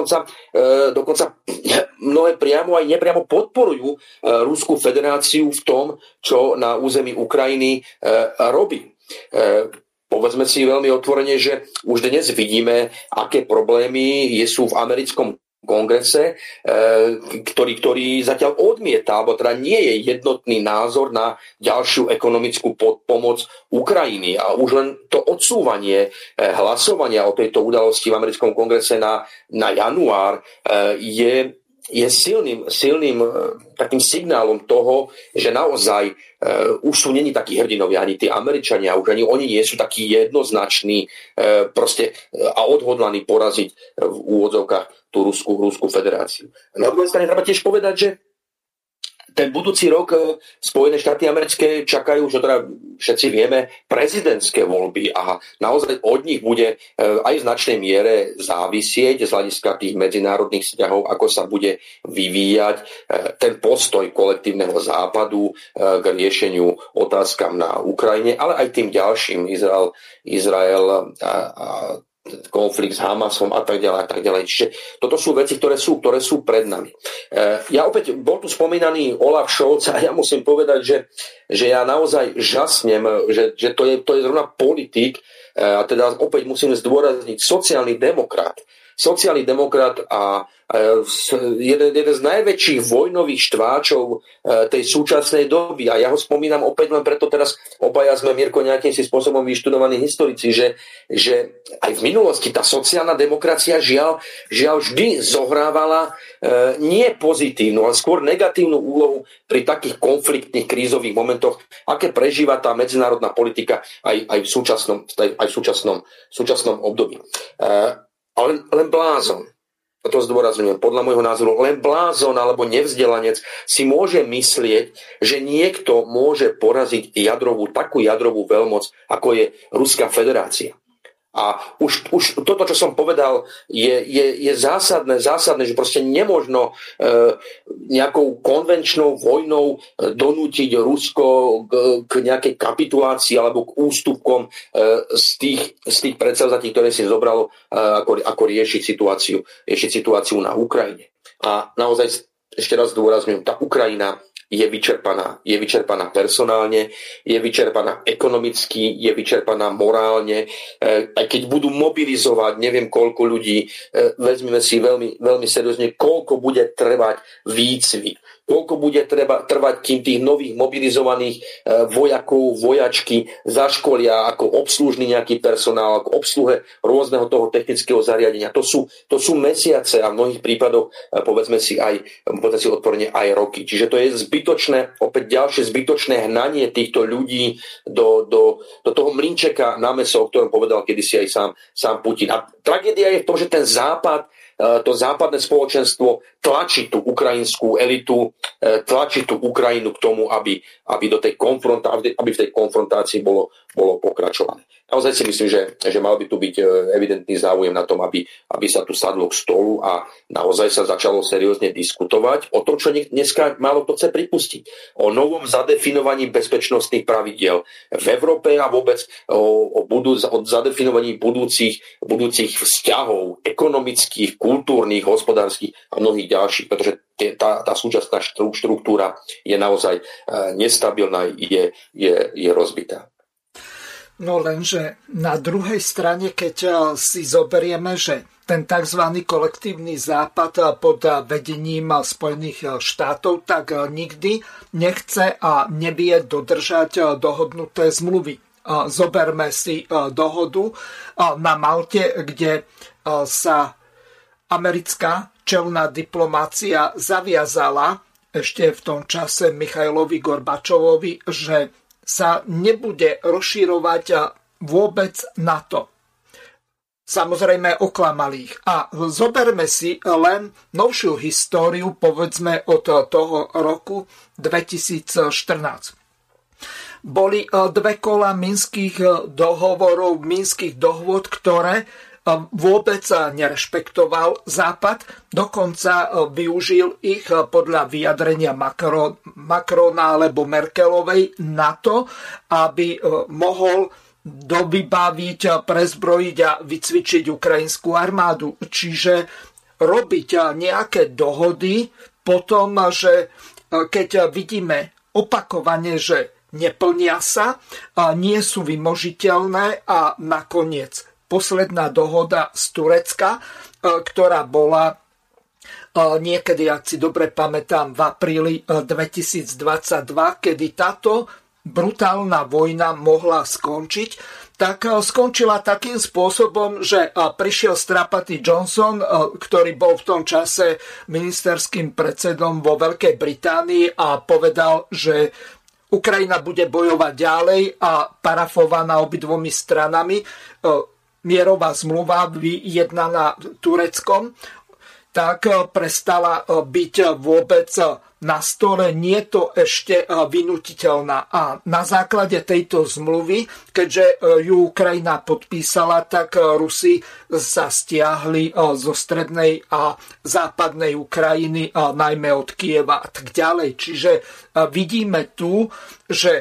mnohé priamo aj nepriamo podporujú Ruskú federáciu v tom, čo na území Ukrajiny robí. Povedzme si veľmi otvorene, že už dnes vidíme, aké problémy sú v americkom kongrese, ktorý zatiaľ odmieta, alebo teda nie je jednotný názor na ďalšiu ekonomickú pomoc Ukrajiny. A už len to odsúvanie hlasovania o tejto udalosti v americkom kongrese na január je silným takým signálom toho, že naozaj už sú není takí hrdinovia, ani tí Američania, už ani oni nie sú takí jednoznační a odhodlaní poraziť v úvodzovkách tú Ruskú federáciu. Na druhej strane treba tiež povedať, že ten budúci rok Spojené štáty americké čakajú, že teda všetci vieme, prezidentské voľby a naozaj od nich bude aj v značnej miere závisieť z hľadiska tých medzinárodných vzťahov, ako sa bude vyvíjať ten postoj kolektívneho západu k riešeniu otázkam na Ukrajine, ale aj tým ďalším Izrael a konflikt s Hamasom a tak ďalej. Čiže toto sú veci, ktoré sú pred nami. Ja opäť, bol tu spomínaný Olaf Scholz a ja musím povedať, že ja naozaj žasnem, že to je zrovna politik, a teda opäť musím zdôrazniť sociálny demokrat a jeden z najväčších vojnových štváčov tej súčasnej doby. A ja ho spomínam opäť len preto, teraz obaja sme, Mirko, nejakým si spôsobom vyštudovaní historici, že aj v minulosti tá sociálna demokracia žiaľ vždy zohrávala nie pozitívnu, ale skôr negatívnu úlohu pri takých konfliktných krízových momentoch, aké prežíva tá medzinárodná politika aj v súčasnom období. Ale len blázon, to zdôrazňujem, podľa môjho názoru, len blázon alebo nevzdelanec si môže myslieť, že niekto môže poraziť takú jadrovú veľmoc, ako je Ruská federácia. A už toto, čo som povedal, je zásadné, že proste nemožno nejakou konvenčnou vojnou donútiť Rusko k nejakej kapitulácii alebo k ústupkom z tých predsavzatí, ktoré si zobralo, ako riešiť situáciu na Ukrajine. A naozaj ešte raz zdôrazňujem, tá Ukrajina je vyčerpaná personálne, je vyčerpaná ekonomicky, je vyčerpaná morálne. Aj keď budú mobilizovať neviem koľko ľudí, vezmeme si veľmi, veľmi seriózne, koľko bude trvať výcvik, koľko bude trvať, kým tých nových mobilizovaných vojakov, vojačky zaškolia ako obslužný nejaký personál, ako obsluhe rôzneho toho technického zariadenia. To sú mesiace a v mnohých prípadoch povedzme si odporne aj roky. Čiže to je opäť ďalšie zbytočné hnanie týchto ľudí do toho mlynčeka na mäso, o ktorom povedal kedysi aj sám Putin. A tragédia je v tom, že ten Západ, to západné spoločenstvo tlačí tú ukrajinskú elitu, tlačí tú Ukrajinu k tomu, aby v tej konfrontácii bolo pokračované. naozaj si myslím, že mal by tu byť evidentný záujem na tom, aby sa tu sadlo k stolu a naozaj sa začalo seriózne diskutovať o tom, čo dneska málo kto chce pripustiť. O novom zadefinovaní bezpečnostných pravidiel v Európe a vôbec o zadefinovaní budúcich vzťahov ekonomických, kultúrnych, hospodárskych a mnohých ďalších, pretože tá súčasná štruktúra je naozaj nestabilná, je rozbitá. No lenže na druhej strane, keď si zoberieme, že ten tzv. Kolektívny západ pod vedením Spojených štátov tak nikdy nechce a nevie dodržať dohodnuté zmluvy. Zoberme si dohodu na Malte, kde sa americká čelná diplomácia zaviazala ešte v tom čase Michailovi Gorbačovovi, že sa nebude rozširovať vôbec NATO. Samozrejme oklamali ich. A zoberme si len novšiu históriu, povedzme od toho roku 2014. Boli dve kola minských dohovorov, minských dohôd, ktoré vôbec nerešpektoval Západ, dokonca využil ich podľa vyjadrenia Macrona alebo Merkelovej na to, aby mohol dovybaviť, prezbrojiť a vycvičiť ukrajinskú armádu. Čiže robiť nejaké dohody potom, že keď vidíme opakovane, že neplnia sa, nie sú vymožiteľné a nakoniec posledná dohoda z Turecka, ktorá bola niekedy, ak si dobre pamätám, v apríli 2022, kedy táto brutálna vojna mohla skončiť, tak skončila takým spôsobom, že prišiel strapatý Johnson, ktorý bol v tom čase ministerským predsedom vo Veľkej Británii a povedal, že Ukrajina bude bojovať ďalej a parafovaná obidvomi stranami mierová zmluva vyjednaná Tureckom, tak prestala byť vôbec na stole. Nie je to ešte vynutiteľná. A na základe tejto zmluvy, keďže ju Ukrajina podpísala, tak Rusi sa stiahli zo strednej a západnej Ukrajiny, najmä od Kieva a tak ďalej. Čiže vidíme tu, že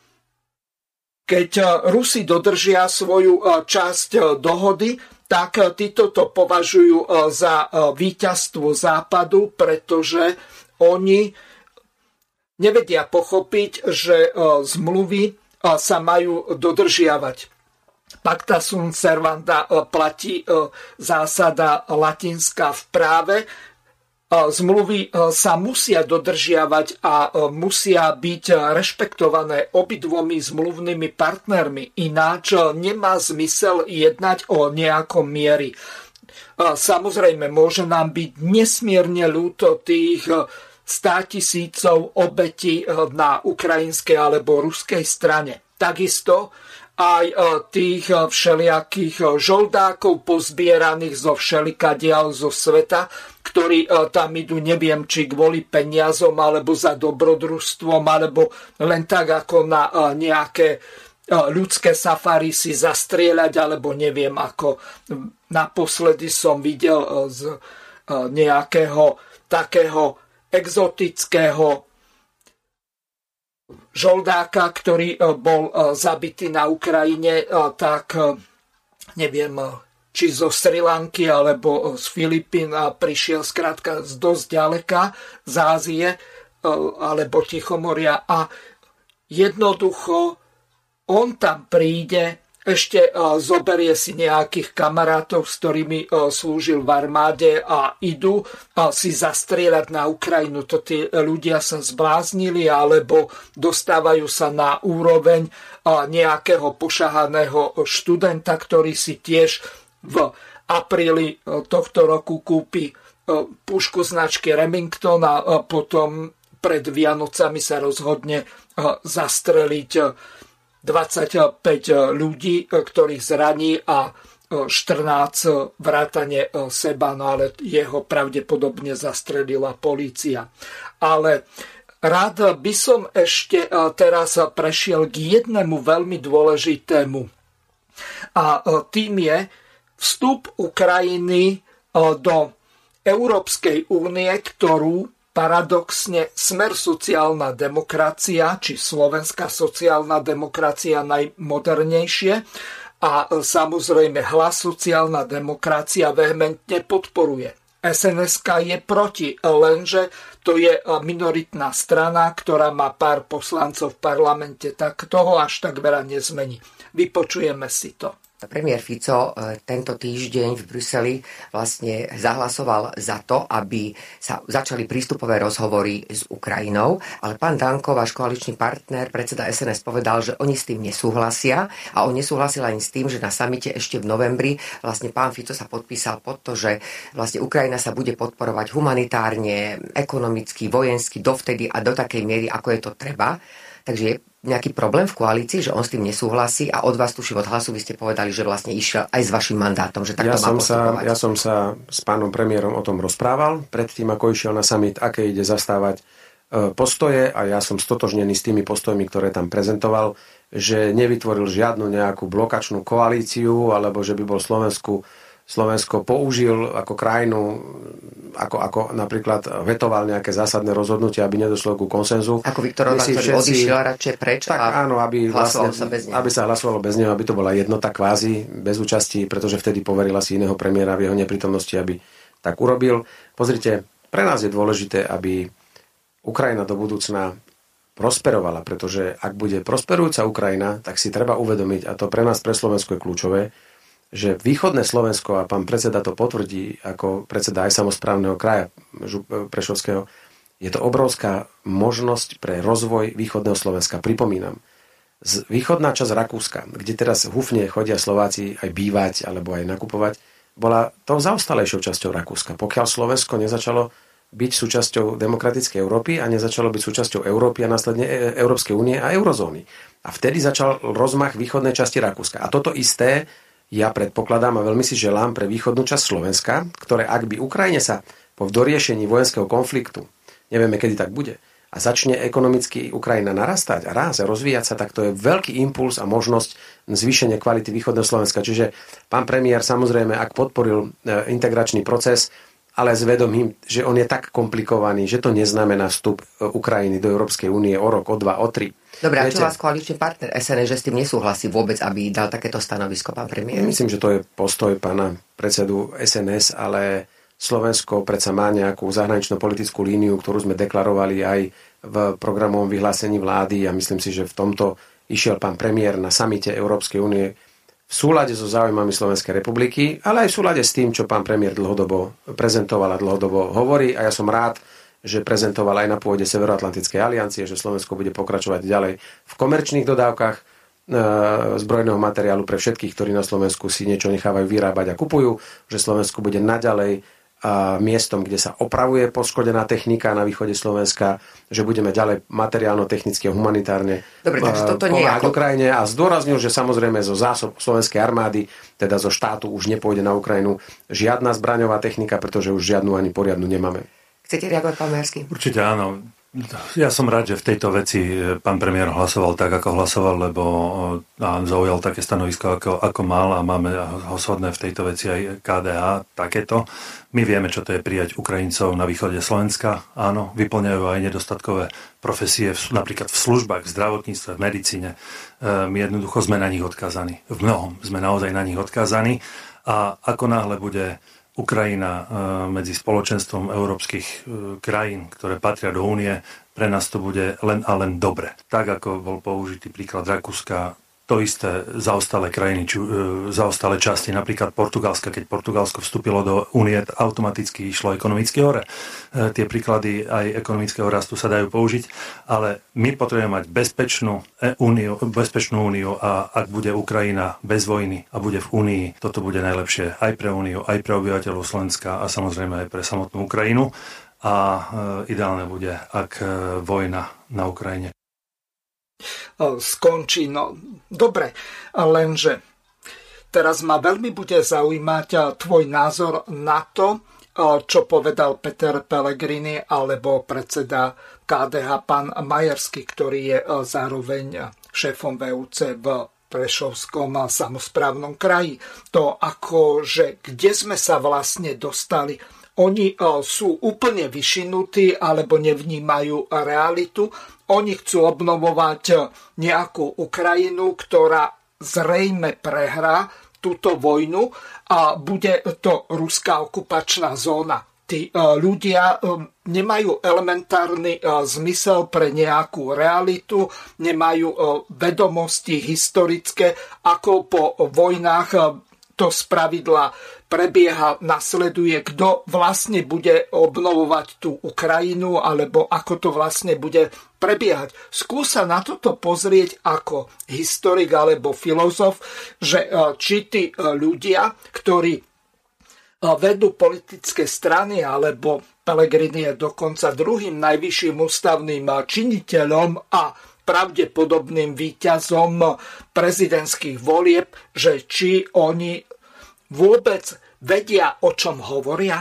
keď Rusi dodržia svoju časť dohody, tak títo to považujú za víťazstvo Západu, pretože oni nevedia pochopiť, že zmluvy sa majú dodržiavať. Pacta sunt servanda platí zásada latinská v práve. Zmluvy sa musia dodržiavať a musia byť rešpektované obidvomi zmluvnými partnermi. Ináč nemá zmysel jednať o nejakom miery. Samozrejme, môže nám byť nesmierne ľúto tých 100 000 obetí na ukrajinskej alebo ruskej strane. Takisto aj tých všelijakých žoldákov pozbieraných zo všelikadiaľ zo sveta, ktorí tam idú, neviem, či kvôli peniazom, alebo za dobrodružstvom, alebo len tak ako na nejaké ľudské safari si zastrieľať, alebo neviem, ako naposledy som videl z nejakého takého exotického žoldáka, ktorý bol zabitý na Ukrajine, tak neviem, či zo Sri Lanky alebo z Filipín prišiel skrátka z dosť ďaleka z Ázie alebo Tichomoria a jednoducho on tam príde, ešte zoberie si nejakých kamarátov, s ktorými slúžil v armáde a idú si zastrieľať na Ukrajinu. To tí ľudia sa zbláznili alebo dostávajú sa na úroveň nejakého pošahaného študenta, ktorý si tiež v apríli tohto roku kúpi pušku značky Remington a potom pred Vianocami sa rozhodne zastreliť 25 ľudí, ktorých zraní a 14 vrátane seba, no ale jeho pravdepodobne zastrelila polícia. Ale rád by som ešte teraz prešiel k jednému veľmi dôležitému A tým je vstup Ukrajiny do Európskej únie, ktorú paradoxne Smer sociálna demokracia, či Slovenská sociálna demokracia najmodernejšie, a samozrejme Hlas sociálna demokracia vehementne podporuje. SNS je proti, lenže to je minoritná strana, ktorá má pár poslancov v parlamente, tak toho až tak veľa nezmení. Vypočujeme si to. Premiér Fico tento týždeň v Bruseli vlastne zahlasoval za to, aby sa začali prístupové rozhovory s Ukrajinou, ale pán Danko, váš koaličný partner, predseda SNS, povedal, že oni s tým nesúhlasia a on nesúhlasil ani s tým, že na samite ešte v novembri vlastne pán Fico sa podpísal pod to, že vlastne Ukrajina sa bude podporovať humanitárne, ekonomicky, vojensky dovtedy a do takej miery, ako je to treba. Takže je nejaký problém v koalícii, že on s tým nesúhlasí a od vás, tuším, od Hlasu, vy ste povedali, že vlastne išiel aj s vašim mandátom, že takto má postupovať. Ja som sa s pánom premiérom o tom rozprával predtým, ako išiel na summit, aké ide zastávať postoje, a ja som stotožnený s tými postojmi, ktoré tam prezentoval, že nevytvoril žiadnu nejakú blokačnú koalíciu, alebo že by bol Slovensko použil ako krajinu, ako napríklad vetoval nejaké zásadné rozhodnutia, aby nedošlo ku konsenzu. Ako Viktor Orbán, ktorý odišiel radšej preč tak, a áno, aby sa hlasovalo bez neho, aby to bola jednota kvázi, bez účasti, pretože vtedy poverila si iného premiéra v jeho neprítomnosti, aby tak urobil. Pozrite, pre nás je dôležité, aby Ukrajina do budúcna prosperovala, pretože ak bude prosperujúca Ukrajina, tak si treba uvedomiť, a to pre nás, pre Slovensko je kľúčové, že východné Slovensko, a pán predseda to potvrdí ako predseda aj samosprávneho kraja Prešovského, je to obrovská možnosť pre rozvoj východného Slovenska. Pripomínam, východná časť Rakúska, kde teraz húfne chodia Slováci aj bývať alebo aj nakupovať, bola tou zaostalejšou časťou Rakúska. Pokiaľ Slovensko nezačalo byť súčasťou demokratickej Európy a nezačalo byť súčasťou Európy a následne Európskej únie a eurozóny. A vtedy začal rozmach východnej časti Rakúska. A toto isté ja predpokladám a veľmi si želám pre východnú časť Slovenska, ktoré ak by Ukrajine sa po doriešení vojenského konfliktu, nevieme kedy tak bude, a začne ekonomicky Ukrajina narastať a rásť a rozvíjať sa, tak to je veľký impuls a možnosť zvýšenia kvality východného Slovenska. Čiže pán premiér samozrejme, ak podporil integračný proces, ale s vedomím, že on je tak komplikovaný, že to neznamená vstup Ukrajiny do Európskej únie o rok, o 2, o 3. Dobre, a čo vás koaličný partner SNS, že s tým nesúhlasí vôbec, aby dal takéto stanovisko, pán premiér? Myslím, že to je postoj pána predsedu SNS, ale Slovensko predsa má nejakú zahraničnú politickú líniu, ktorú sme deklarovali aj v programovom vyhlásení vlády, a myslím si, že v tomto išiel pán premiér na samite Európskej únie v súlade so záujmami Slovenskej republiky, ale aj v súlade s tým, čo pán premiér dlhodobo prezentoval a dlhodobo hovorí. A ja som rád, že prezentoval aj na pôde Severoatlantickej aliancie, že Slovensko bude pokračovať ďalej v komerčných dodávkach zbrojného materiálu pre všetkých, ktorí na Slovensku si niečo nechávajú vyrábať a kupujú, že Slovensko bude naďalej miestom, kde sa opravuje poškodená technika na východe Slovenska, že budeme ďalej materiálno-technicky a humanitárne pomáhať Ukrajine, a zdôraznil, že samozrejme zo zásob slovenskej armády, teda zo štátu, už nepôjde na Ukrajinu žiadna zbraňová technika, pretože už žiadnu ani poriadnu nemáme. Chcete reagovať, pán Majerský? Určite áno. Ja som rád, že v tejto veci pán premiér hlasoval tak, ako hlasoval, lebo zaujal také stanovisko, ako mal, a máme ho shodné v tejto veci aj KDH takéto. My vieme, čo to je prijať Ukrajincov na východe Slovenska. Áno, vyplňajú aj nedostatkové profesie, napríklad v službách, v zdravotníctve, v medicíne. My jednoducho sme na nich odkázaní. V mnohom sme naozaj na nich odkázaní. A ako náhle bude Ukrajina medzi spoločenstvom európskych krajín, ktoré patria do únie, pre nás to bude len a len dobre. Tak, ako bol použitý príklad Rakúska, to isté zaostalé krajiny, zaostalé časti, napríklad Portugalska. Keď Portugalsko vstúpilo do únie, automaticky išlo ekonomicky hore. Tie príklady aj ekonomického rastu sa dajú použiť, ale my potrebujeme mať bezpečnú úniu, a ak bude Ukrajina bez vojny a bude v únii, toto bude najlepšie aj pre úniu, aj pre obyvateľov Slovenska a samozrejme aj pre samotnú Ukrajinu. A ideálne bude, ak vojna na Ukrajine skončí. No, dobre, lenže teraz ma veľmi bude zaujímať tvoj názor na to, čo povedal Peter Pellegrini alebo predseda KDH pán Majerský, ktorý je zároveň šéfom VUC v Prešovskom samosprávnom kraji. To akože kde sme sa vlastne dostali. Oni sú úplne vyšinutí alebo nevnímajú realitu. Oni chcú obnovovať nejakú Ukrajinu, ktorá zrejme prehrá túto vojnu a bude to ruská okupačná zóna. Tí ľudia nemajú elementárny zmysel pre nejakú realitu, nemajú vedomosti historické, ako po vojnách to spravidla prebieha, nasleduje, kto vlastne bude obnovovať tú Ukrajinu, alebo ako to vlastne bude prebiehať. Skúsa na toto pozrieť ako historik alebo filozof, že či tí ľudia, ktorí vedú politické strany, alebo Pellegrini je dokonca druhým najvyšším ústavným činiteľom a pravdepodobným víťazom prezidentských volieb, že či oni vôbec vedia, o čom hovoria?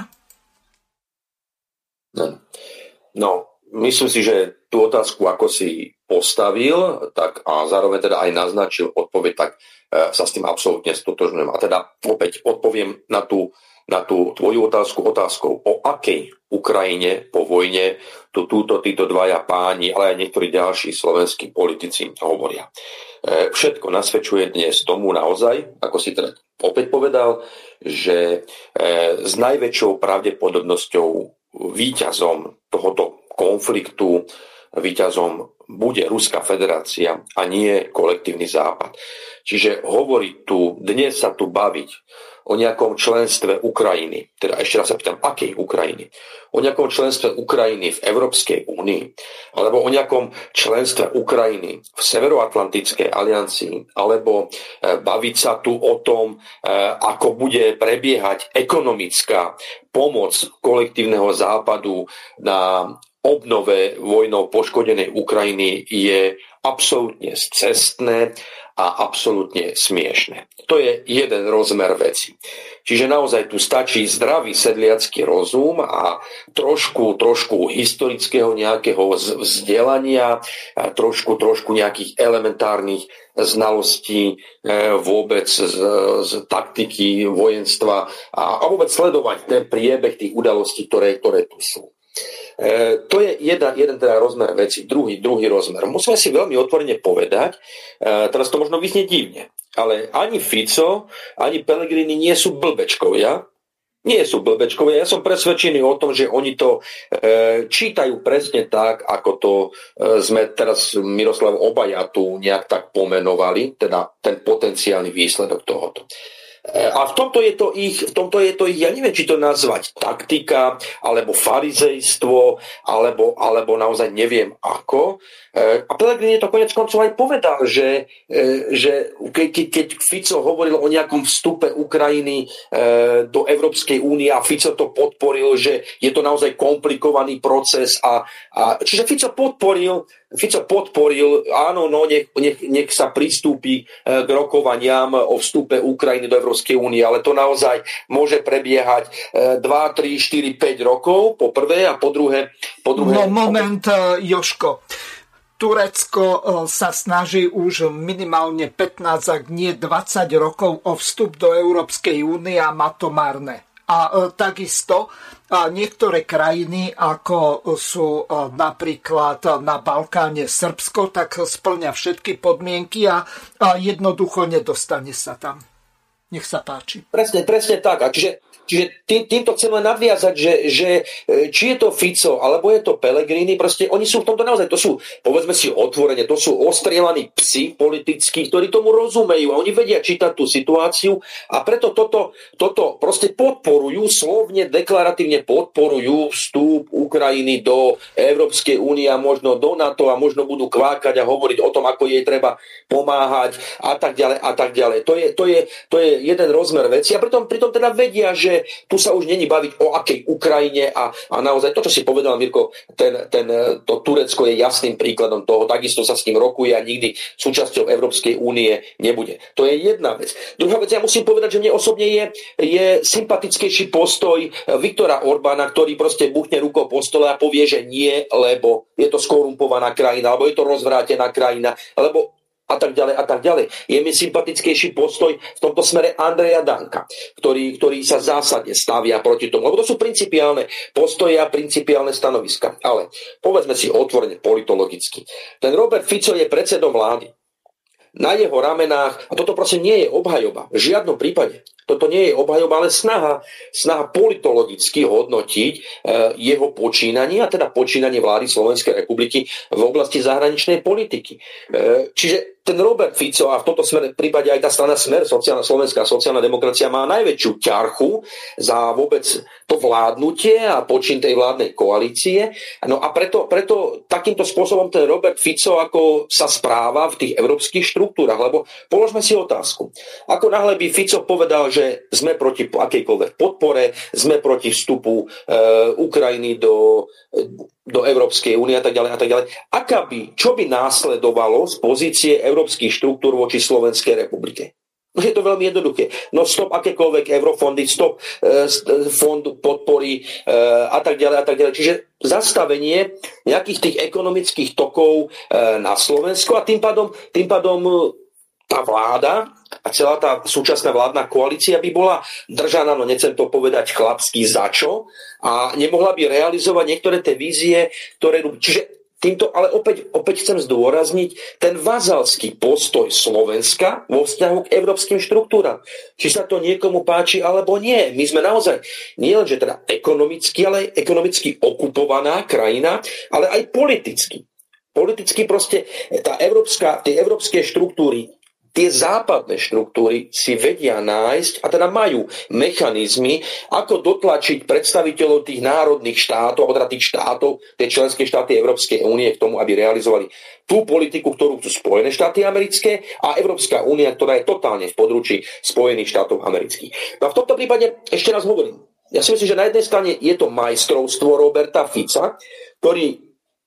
No, myslím si, že tú otázku, ako si postavil, tak a zároveň teda aj naznačil odpoveď, tak sa s tým absolútne stotožňujem. A teda opäť odpoviem na tú tvoju otázkou, o akej Ukrajine po vojne títo dvaja páni, ale aj niektorí ďalší slovenskí politici hovoria. Všetko nasvedčuje dnes tomu naozaj, ako si teda opäť povedal, že s najväčšou pravdepodobnosťou víťazom tohoto konfliktu, víťazom bude Ruská federácia a nie kolektívny západ. Čiže dnes sa tu baviť o nejakom členstve Ukrajiny, teda ešte raz sa pýtam, akej Ukrajiny? O nejakom členstve Ukrajiny v Európskej únii, alebo o nejakom členstve Ukrajiny v Severoatlantickej aliancii, alebo baviť sa tu o tom, ako bude prebiehať ekonomická pomoc kolektívneho západu na obnove vojnou poškodenej Ukrajiny, je absolútne scestné a absolútne smiešné. To je jeden rozmer veci. Čiže naozaj tu stačí zdravý sedliacky rozum a trošku historického nejakého vzdelania, trošku nejakých elementárnych znalostí vôbec z taktiky vojenstva a vôbec sledovať ten priebeh tých udalostí, ktoré tu sú. To je jeden teda rozmer veci. Druhý rozmer. Musíme si veľmi otvorene povedať, teraz to možno vyznie divne, ale ani Fico, ani Pellegrini nie sú blbečkovia. Nie sú blbečkovia. Ja som presvedčený o tom, že oni to čítajú presne tak, ako to sme teraz Miroslav obaja tu nejak tak pomenovali, teda ten potenciálny výsledok tohoto. A v tomto je to ich, ja neviem, či to nazvať taktika, alebo farizejstvo, alebo naozaj neviem ako. A Pellegrini to konec koncov aj povedal, že keď Fico hovoril o nejakom vstupe Ukrajiny do Európskej únie a Fico to podporil, že je to naozaj komplikovaný proces. Čiže Fico podporil, áno, no nech sa pristúpi k rokovaniam o vstupe Ukrajiny do Európskej únie, ale to naozaj môže prebiehať 2, 3, 4, 5 rokov, po prvé, a po druhé... No moment, Jožko. Turecko sa snaží už minimálne 15, ak nie 20 rokov o vstup do Európskej únie a má to marné. A takisto niektoré krajiny, ako sú napríklad na Balkáne Srbsko, tak splňa všetky podmienky a jednoducho nedostane sa tam. Nech sa páči. Presne tak. A čiže týmto chceme nadviazať, že či je to Fico, alebo je to Pellegrini, proste oni sú v tomto naozaj, to sú, povedzme si otvorene, to sú ostrielaní psi politickí, ktorí tomu rozumejú a oni vedia čítať tú situáciu a preto toto proste podporujú, slovne, deklaratívne podporujú vstup Ukrajiny do Európskej únie a možno do NATO a možno budú kvákať a hovoriť o tom, ako jej treba pomáhať a tak ďalej. To je jeden rozmer veci a pritom teda vedia, že tu sa už není baviť o akej Ukrajine a naozaj to, čo si povedal, Mirko, to Turecko je jasným príkladom toho, takisto sa s ním rokuje a nikdy súčasťou Európskej únie nebude. To je jedna vec. Druhá vec, ja musím povedať, že mne osobne je sympatickejší postoj Viktora Orbána, ktorý proste buchne rukou po stole a povie, že nie, lebo je to skorumpovaná krajina, alebo je to rozvrátená krajina, lebo a tak ďalej. Je mi sympatickejší postoj v tomto smere Andreja Danka, ktorý sa zásadne stavia proti tomu, lebo to sú principiálne postoje a principiálne stanoviska. Ale povedzme si otvorene politologicky. Ten Robert Fico je predsedom vlády. Na jeho ramenách, a toto prosím nie je obhajoba, v žiadnom prípade. Toto nie je obhajoba, ale snaha politologicky hodnotiť jeho počínanie, a teda počínanie vlády Slovenskej republiky v oblasti zahraničnej politiky. Čiže ten Robert Fico, a v tomto smere, v prípade aj tá strana Smer, Slovenská sociálna demokracia, má najväčšiu ťarchu za vôbec to vládnutie a počin tej vládnej koalície. No a preto takýmto spôsobom ten Robert Fico ako sa správa v tých európskych štruktúrach. Lebo položme si otázku. Ako náhle by Fico povedal, že sme proti akejkoľvek podpore, sme proti vstupu Ukrajiny do Európskej únie a tak ďalej. Čo by následovalo z pozície európskych štruktúr voči Slovenskej republike? No je to veľmi jednoduché. No stop akékoľvek eurofondy, stop fond podpory a tak ďalej. Čiže zastavenie nejakých tých ekonomických tokov na Slovensku a tým pádom tá vláda a celá tá súčasná vládna koalícia by bola držaná, no nechcem to povedať chlapsky začo, a nemohla by realizovať niektoré tie vízie, ktoré... Čiže týmto, ale opäť chcem zdôrazniť ten vazalský postoj Slovenska vo vzťahu k európskym štruktúram. Či sa to niekomu páči, alebo nie. My sme naozaj nielenže teda ekonomicky, ale aj ekonomicky okupovaná krajina, ale aj politicky. Politicky proste tie európske štruktúry, tie západné štruktúry si vedia nájsť a teda majú mechanizmy, ako dotlačiť predstaviteľov tých národných štátov, alebo teda tých štátov, tie členské štáty Európskej únie k tomu, aby realizovali tú politiku, ktorú chcú Spojené štáty americké a Európska únia, ktorá je totálne v područí Spojených štátov amerických. No a v tomto prípade ešte raz hovorím, ja si myslím, že na jednej strane je to majstrovstvo Roberta Fica, ktorý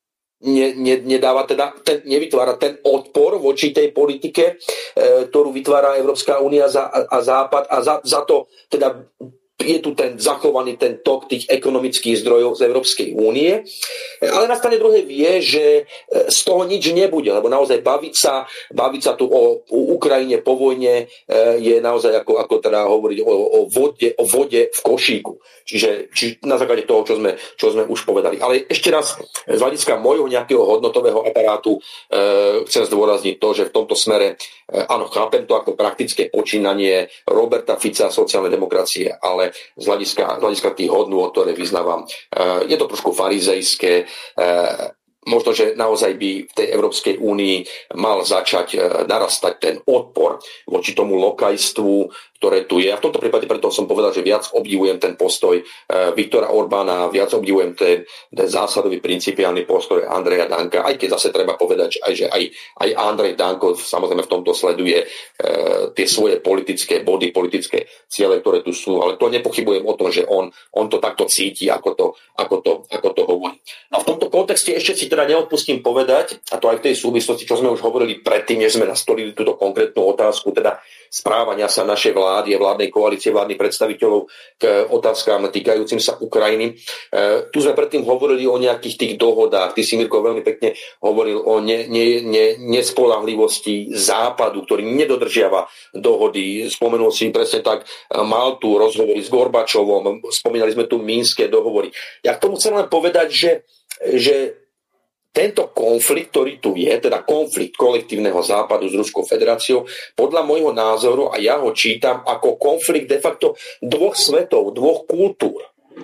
nevytvára ten odpor voči tej politike, ktorú vytvára Európska únia a Západ, a za to teda je tu ten zachovaný ten tok tých ekonomických zdrojov z Európskej únie. Ale na strane druhej vie, že z toho nič nebude, lebo naozaj baviť sa tu o Ukrajine po vojne je naozaj ako teda hovoriť o vode v košíku. Čiže na základe toho, čo sme už povedali. Ale ešte raz, z hľadiska môjho nejakého hodnotového aparátu chcem zdôrazniť to, že v tomto smere áno, chápem to ako praktické počínanie Roberta Fica, sociálnej demokracie, ale z hľadiska tých hodnôt, ktoré vyznávam, je to trošku farizejské. Možno, že naozaj by v tej Európskej únii mal začať narastať ten odpor voči tomu lokajstvu, ktoré tu je. A v tomto prípade preto som povedal, že viac obdivujem ten postoj Viktora Orbána, viac obdivujem ten zásadový principiálny postoj Andreja Danka, aj keď zase treba povedať, že aj Andrej Danko samozrejme v tomto sleduje tie svoje politické body, politické ciele, ktoré tu sú, ale to nepochybujem o tom, že on to takto cíti, ako to hovorí. No v tomto kontexte ešte si teda neodpustím povedať, a to aj v tej súvislosti, čo sme už hovorili predtým, než sme nastolili túto konkrétnu otázku, teda správania sa našej vlády a vládnej koalície, vládnych predstaviteľov k otázkám týkajúcim sa Ukrajiny. Tu sme predtým hovorili o nejakých tých dohodách. Ty si, Mirko, veľmi pekne hovoril o nespoľahlivosti Západu, ktorý nedodržiava dohody. Spomenul si presne tak Maltu, rozhovory s Gorbačovom, spomínali sme tu Mínske dohovory. Ja k tomu chcem len povedať, že tento konflikt, ktorý tu je, teda konflikt kolektívneho Západu s Ruskou federáciou, podľa môjho názoru, a ja ho čítam ako konflikt de facto dvoch svetov, dvoch kultúr.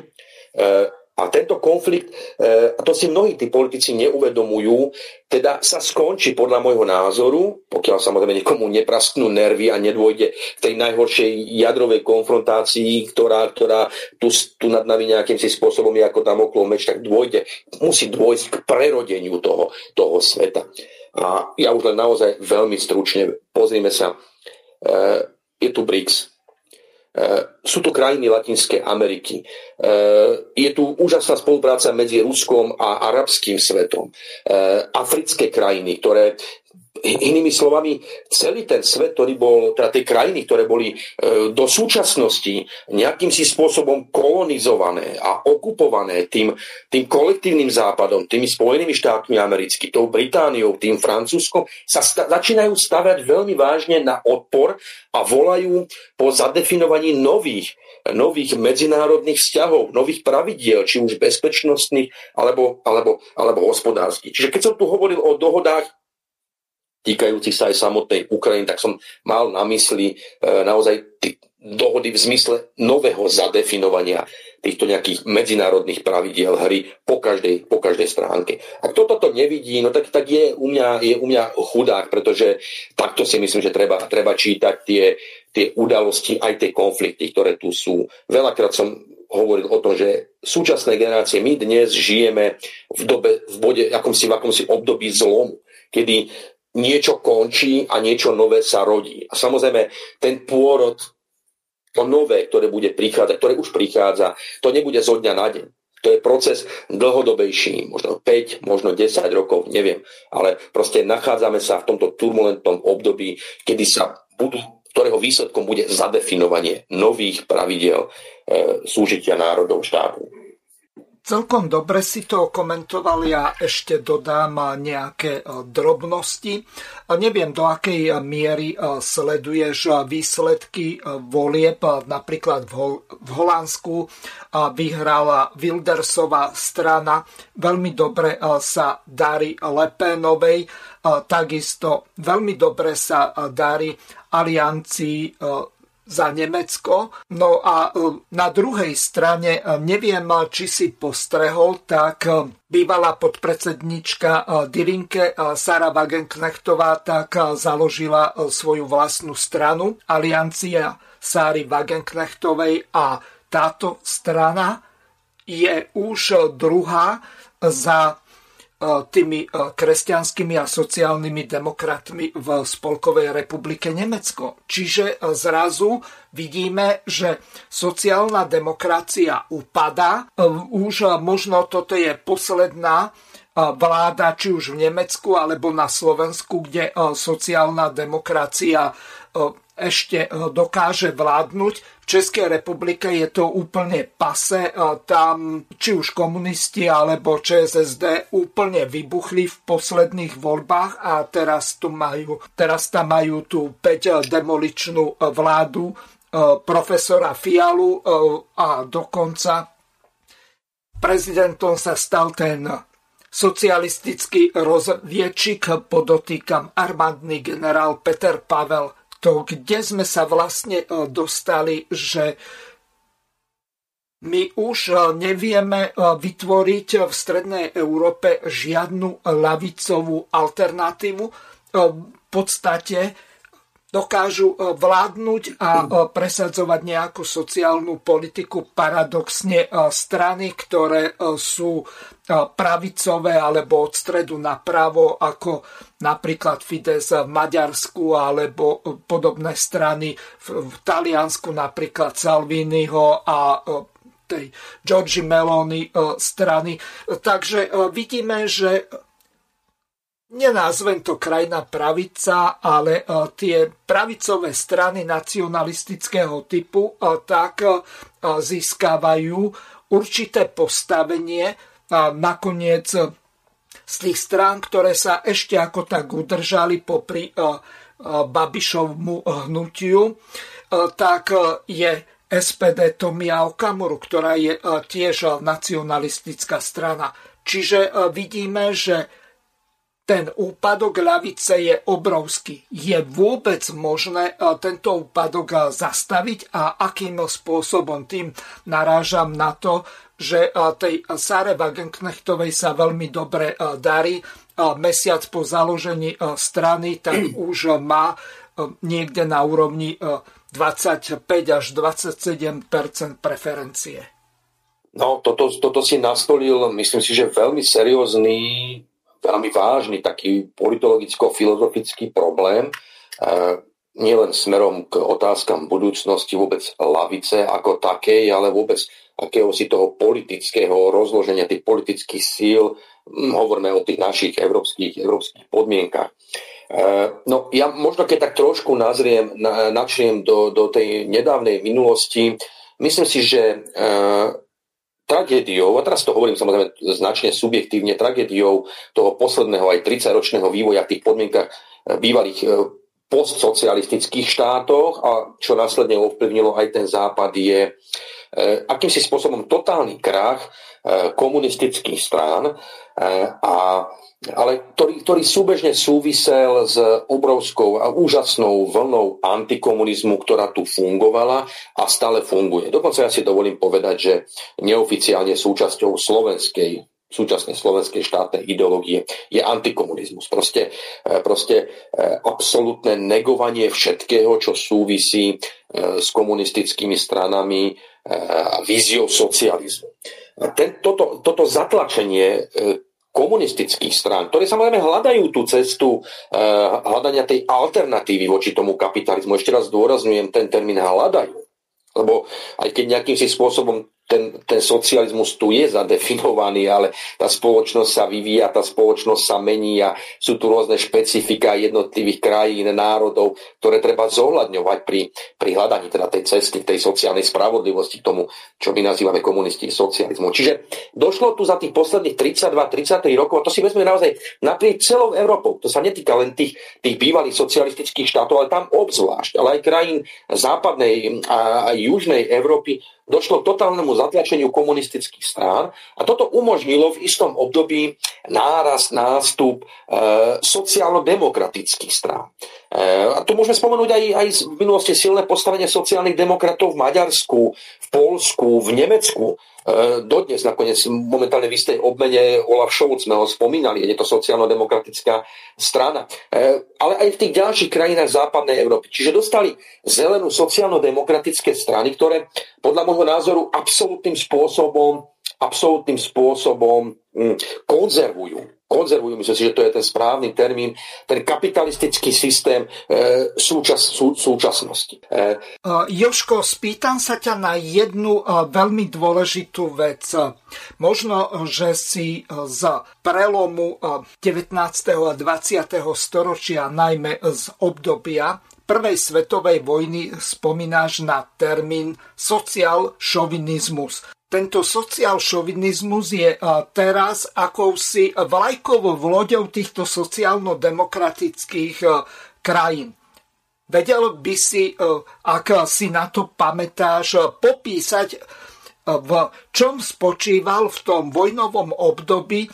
A tento konflikt, a to si mnohí tí politici neuvedomujú, teda sa skončí podľa môjho názoru, pokiaľ samozrejme niekomu neprasknú nervy a nedôjde v tej najhoršej jadrovej konfrontácii, ktorá tu nad nami nejakým si spôsobom je ako Damoklov meč, tak musí dôjsť k prerodeniu toho sveta. A ja už len naozaj veľmi stručne, pozrime sa, je tu BRICS. Sú tu krajiny Latinskej Ameriky. Je tu úžasná spolupráca medzi Ruskom a arabským svetom. Africké krajiny, ktoré Inými slovami, celý ten svet, ktorý bol, teda tie krajiny, ktoré boli do súčasnosti nejakým si spôsobom kolonizované a okupované tým kolektívnym západom, tými Spojenými štátmi americkými, tou Britániou, tým Francúzskom, sa začínajú stavať veľmi vážne na odpor a volajú po zadefinovaní nových medzinárodných vzťahov, nových pravidiel, či už bezpečnostných alebo hospodárskych. Čiže keď som tu hovoril o dohodách týkajúcich sa aj samotnej Ukrajiny, tak som mal na mysli naozaj dohody v zmysle nového zadefinovania týchto nejakých medzinárodných pravidiel hry po každej stránke. Ak toto nevidí, no tak je u mňa chudák, pretože takto si myslím, že treba čítať tie udalosti, aj tie konflikty, ktoré tu sú. Veľakrát som hovoril o tom, že súčasné generácie, my dnes žijeme v akomsi období zlomu, kedy niečo končí a niečo nové sa rodí. A samozrejme, ten pôrod, to nové, ktoré bude prichádzať, ktoré už prichádza, to nebude zo dňa na deň. To je proces dlhodobejší, možno 5, možno 10 rokov, neviem. Ale proste nachádzame sa v tomto turbulentnom období, ktorého výsledkom bude zadefinovanie nových pravidiel súžitia národov štátu. Celkom dobre si to komentoval, ja ešte dodám nejaké drobnosti. Neviem, do akej miery sleduješ výsledky volieb. Napríklad v Holandsku vyhrala Wildersova strana. Veľmi dobre sa darí Le Penovej. Takisto veľmi dobre sa darí Aliancii za Nemecko. No a na druhej strane, neviem, či si postrehol, tak bývalá podpredsednička Die Linke Sara Wagenknechtová tak založila svoju vlastnú stranu Aliancia Sary Wagenknechtovej a táto strana je už druhá za tými kresťanskými a sociálnymi demokratmi v Spolkovej republike Nemecko. Čiže zrazu vidíme, že sociálna demokracia upadá. Už možno toto je posledná vláda, či už v Nemecku alebo na Slovensku, kde sociálna demokracia ešte dokáže vládnuť. V Českej republike je to úplne pase. Tam či už komunisti alebo ČSSD úplne vybuchli v posledných voľbách a teraz tam majú tú 5 demoličnú vládu profesora Fialu a dokonca prezidentom sa stal ten socialistický rozviečik, podotýkam armádny generál Peter Pavel. To, kde sme sa vlastne dostali, že my už nevieme vytvoriť v Strednej Európe žiadnu ľavicovú alternatívu. V podstate dokážu vládnuť a presadzovať nejakú sociálnu politiku. Paradoxne strany, ktoré sú pravicové alebo od stredu napravo, ako napríklad Fides v Maďarsku alebo podobné strany v Taliansku, napríklad Salviniho a tej Giorgi Meloni strany. Takže vidíme, že nenázvem to krajná pravica, ale tie pravicové strany nacionalistického typu tak získavajú určité postavenie. Nakoniec z tých strán, ktoré sa ešte ako tak udržali popri Babišovmu hnutiu, tak je SPD Tomia Okamuru, ktorá je tiež nacionalistická strana. Čiže vidíme, že ten úpadok ľavice je obrovský. Je vôbec možné tento úpadok zastaviť a akým spôsobom? Tým narážam na to, že tej Sáre Wagenknechtovej sa veľmi dobre darí. Mesiac po založení strany tak už má niekde na úrovni 25 až 27% preferencie. No, toto si nastolil, myslím si, že veľmi seriózny, veľmi vážny taký politologicko-filozofický problém, nielen smerom k otázkam budúcnosti vôbec ľavice ako takej, ale vôbec akéhosi toho politického rozloženia, tých politických síl, hovoríme o tých našich európskych podmienkach. No ja možno keď tak trošku načriem do tej nedávnej minulosti, myslím si, že tragédiou, a teraz to hovorím samozrejme značne subjektívne, tragédiou toho posledného aj 30-ročného vývoja v tých podmienkach bývalých postsocialistických štátoch a čo následne ovplyvnilo aj ten západ je akýmsi spôsobom totálny krach komunistických strán, ale ktorý súbežne súvisel s obrovskou a úžasnou vlnou antikomunizmu, ktorá tu fungovala a stále funguje. Dokonca ja si dovolím povedať, že neoficiálne súčasťou súčasnej slovenskej štátnej ideológie je antikomunizmus. Proste absolútne negovanie všetkého, čo súvisí s komunistickými stranami a víziou socializmu. Toto zatlačenie komunistických strán, ktoré samozrejme hľadajú tú cestu hľadania tej alternatívy voči tomu kapitalizmu. Ešte raz zdôrazňujem ten termín hľadajú. Lebo aj keď nejakým si spôsobom ten socializmus tu je zadefinovaný, ale tá spoločnosť sa vyvíja, tá spoločnosť sa mení a sú tu rôzne špecifika jednotlivých krajín, národov, ktoré treba zohľadňovať pri hľadaní teda tej cesty, tej sociálnej spravodlivosti k tomu, čo my nazývame komunisti socializmu. Čiže došlo tu za tých posledných 32-33 rokov, a to si vezme naozaj naprieč celou Európou. To sa netýka len tých bývalých socialistických štátov, ale tam obzvlášť, ale aj krajín západnej a južnej Európy došlo k totálnemu zatlačeniu komunistických strán a toto umožnilo v istom období nástup sociálno-demokratických strán. A tu môžeme spomenúť aj v minulosti silné postavenie sociálnych demokratov v Maďarsku, v Poľsku, v Nemecku. Dodnes nakoniec momentálne v istej obmene Olaf Scholz sme ho spomínali, je to sociálno-demokratická strana. Ale aj v tých ďalších krajinách západnej Európy. Čiže dostali zelenú sociálno-demokratické strany, ktoré podľa môjho názoru absolútnym spôsobom konzervujú, myslím si, že to je ten správny termín, ten kapitalistický systém súčasnosti. Jožko, spýtam sa ťa na jednu veľmi dôležitú vec. Možno, že si z prelomu 19. a 20. storočia, najmä z obdobia Prvej svetovej vojny, spomínaš na termín sociálšovinizmus. Tento sociálšovinizmus je teraz akousi vlajkovou loďou týchto sociálno-demokratických krajín. Vedel by si, ak si na to pamätáš, popísať, v čom spočíval v tom vojnovom období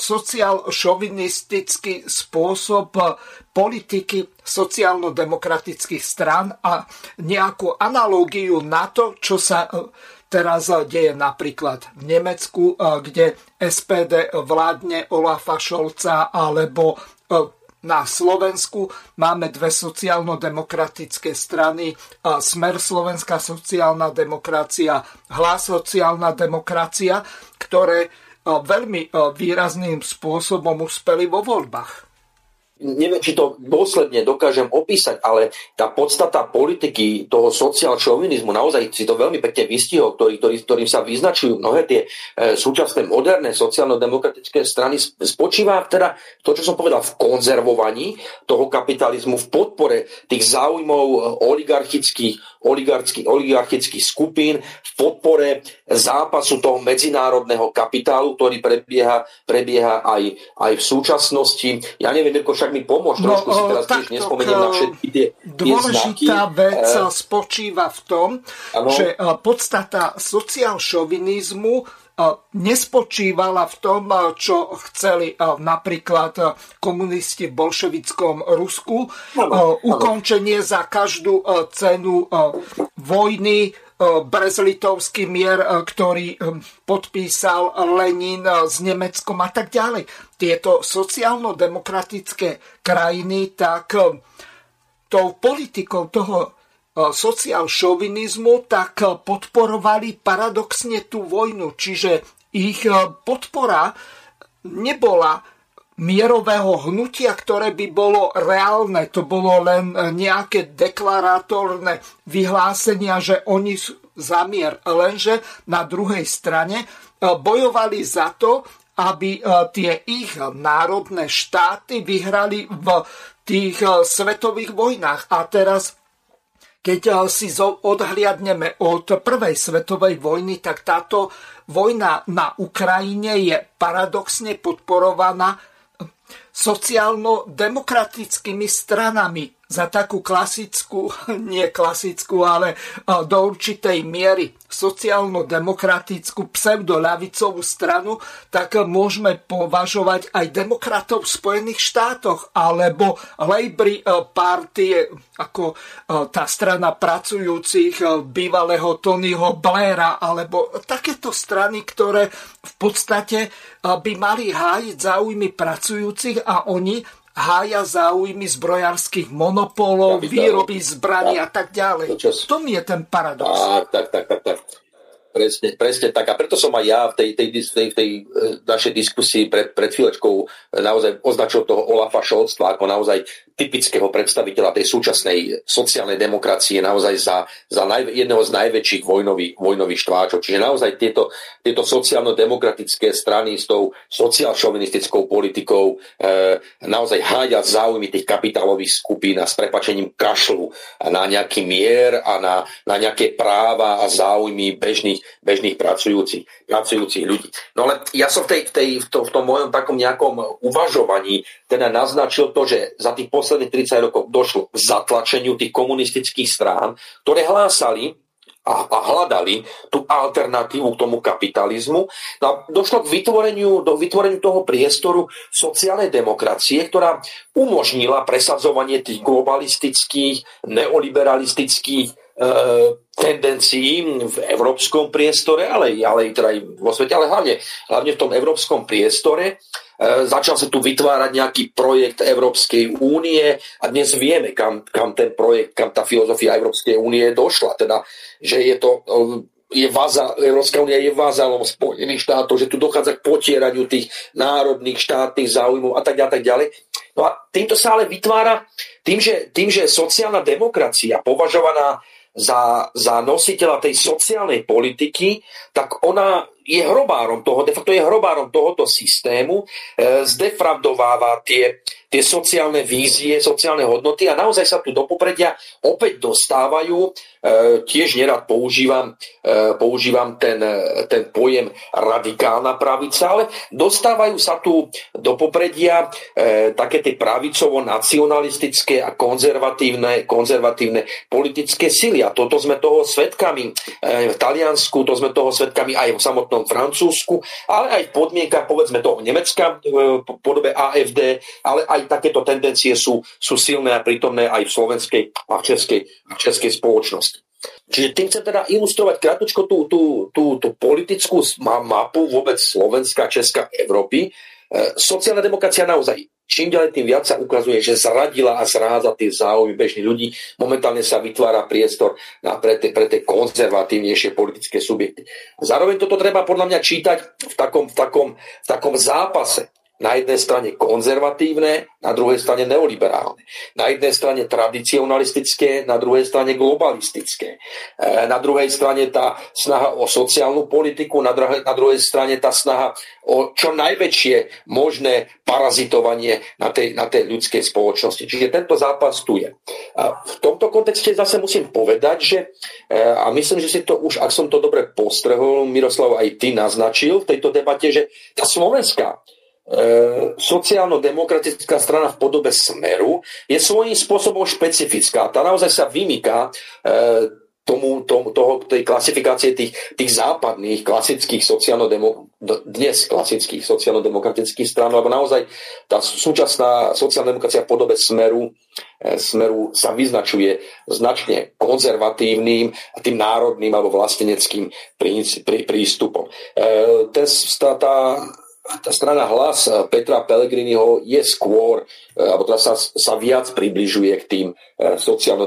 sociálšovinistický spôsob politiky sociálno-demokratických strán a nejakú analógiu na to, čo sa teraz deje napríklad v Nemecku, kde SPD vládne Olafa Scholza, alebo na Slovensku máme dve sociálno-demokratické strany, Smer Slovenská sociálna demokracia, Hlas sociálna demokracia, ktoré veľmi výrazným spôsobom uspeli vo voľbách. Neviem, či to dôsledne dokážem opísať, ale tá podstata politiky toho sociálšovinizmu, naozaj si to veľmi pekne vystihol, ktorým sa vyznačujú mnohé tie súčasné moderné sociálno-demokratické strany, spočíva teda to, čo som povedal, v konzervovaní toho kapitalizmu, v podpore tých záujmov oligarchických skupín, v podpore zápasu toho medzinárodného kapitálu, ktorý prebieha aj v súčasnosti. Ja neviem, ako však mi pomôž, trošku si teraz tiež nespomeniem na všetky tie dôležitá vec spočíva v tom, že podstata sociálšovinizmu nespočívala v tom, čo chceli napríklad komunisti v bolševickom Rusku, ukončenie za každú cenu vojny, Brest-Litovský mier, ktorý podpísal Lenin s Nemeckom a tak ďalej. Tieto sociálno-demokratické krajiny tak tou politikou toho sociálšovinizmu tak podporovali paradoxne tú vojnu. Čiže ich podpora nebola mierového hnutia, ktoré by bolo reálne. To bolo len nejaké deklaratórne vyhlásenia, že oni sú za mier. Lenže na druhej strane bojovali za to, aby tie ich národné štáty vyhrali v tých svetových vojnách. A teraz, keď si odhliadneme od prvej svetovej vojny, tak táto vojna na Ukrajine je paradoxne podporovaná sociálno-demokratickými stranami za takú klasickú, nie klasickú, ale do určitej miery sociálno-demokratickú pseudoľavicovú stranu, tak môžeme považovať aj demokratov v Spojených štátoch alebo Labour Party ako tá strana pracujúcich bývalého Tonyho Blaira alebo takéto strany, ktoré v podstate by mali hájiť záujmy pracujúcich a oni hája záujmy zbrojárskych monopolov, výroby zbraní a tak ďalej. To mi je ten paradox. Tak. Presne tak. A preto som aj ja v tej našej diskusii pred chvíľočkou naozaj označil toho Olafa Scholza ako naozaj typického predstaviteľa tej súčasnej sociálnej demokracie, naozaj za jedného z najväčších vojnových štváčov. Čiže naozaj tieto sociálno-demokratické strany s tou sociálšovinistickou politikou naozaj hádia záujmy tých kapitálových skupín a s prepáčením kašľu na nejaký mier a na nejaké práva a záujmy bežných pracujúcich ľudí. No ale ja som v tom mojom takom nejakom uvažovaní teda naznačil to, že za tých posledných 30 rokov došlo k zatlačeniu tých komunistických strán, ktoré hlásali a hľadali tú alternatívu k tomu kapitalizmu. No, došlo k vytvoreniu toho priestoru sociálnej demokracie, ktorá umožnila presadzovanie tých globalistických, neoliberalistických tendencií v európskom priestore, ale teda aj vo svete, ale hlavne v tom európskom priestore. Začal sa tu vytvárať nejaký projekt Európskej únie a dnes vieme, kam ten projekt, kam tá filozofia Európskej únie došla. Teda, že Európska únia je vazalom Spojených štátov, že tu dochádza k potieraniu tých národných štátnych záujmov a tak ďalej. No a týmto sa ale vytvára, tým, že sociálna demokracia považovaná za nositeľa tej sociálnej politiky, tak ona je hrobárom tohoto systému, zdefraudováva tie sociálne vízie, sociálne hodnoty a naozaj sa tu do popredia opäť dostávajú, tiež nerad používam ten pojem radikálna pravica, ale dostávajú sa tu do popredia také tie pravicovo-nacionalistické a konzervatívne politické sily. A toto sme toho svedkami v Taliansku, to sme toho svedkami aj v samotnom Francúzsku, ale aj v podmienkach, povedzme, toho Nemecka v podobe AfD, ale aj takéto tendencie sú silné a prítomné aj v slovenskej a v českej spoločnosti. Čiže tým chcem teda ilustrovať krátko tú politickú mapu vôbec Slovenska, Česka, Európy. Sociálna demokracia naozaj čím ďalej tým viac sa ukazuje, že zradila a zrádza tie záujmy bežných ľudí. Momentálne sa vytvára priestor pre tie konzervatívnejšie politické subjekty. Zároveň toto treba podľa mňa čítať v takom zápase. Na jednej strane konzervatívne, na druhej strane neoliberálne. Na jednej strane tradicionalistické, na druhej strane globalistické. Na druhej strane tá snaha o sociálnu politiku, na druhej strane tá snaha o čo najväčšie možné parazitovanie na tej ľudskej spoločnosti. Čiže tento zápas tu je. A v tomto kontexte zase musím povedať, že a myslím, že si to už, ak som to dobre postrehol, Miroslav, aj ty naznačil v tejto debate, že tá slovenská sociálno-demokratická strana v podobe Smeru je svojím spôsobom špecifická. Tá naozaj sa vymýka tej klasifikácie tých západných klasických sociálno-demokratických strán, lebo naozaj tá súčasná sociálna demokracia v podobe Smeru sa vyznačuje značne konzervatívnym a tým národným alebo vlasteneckým prístupom. Tá strana Hlas Petra Pellegriniho je skôr, alebo teda sa viac približuje k tým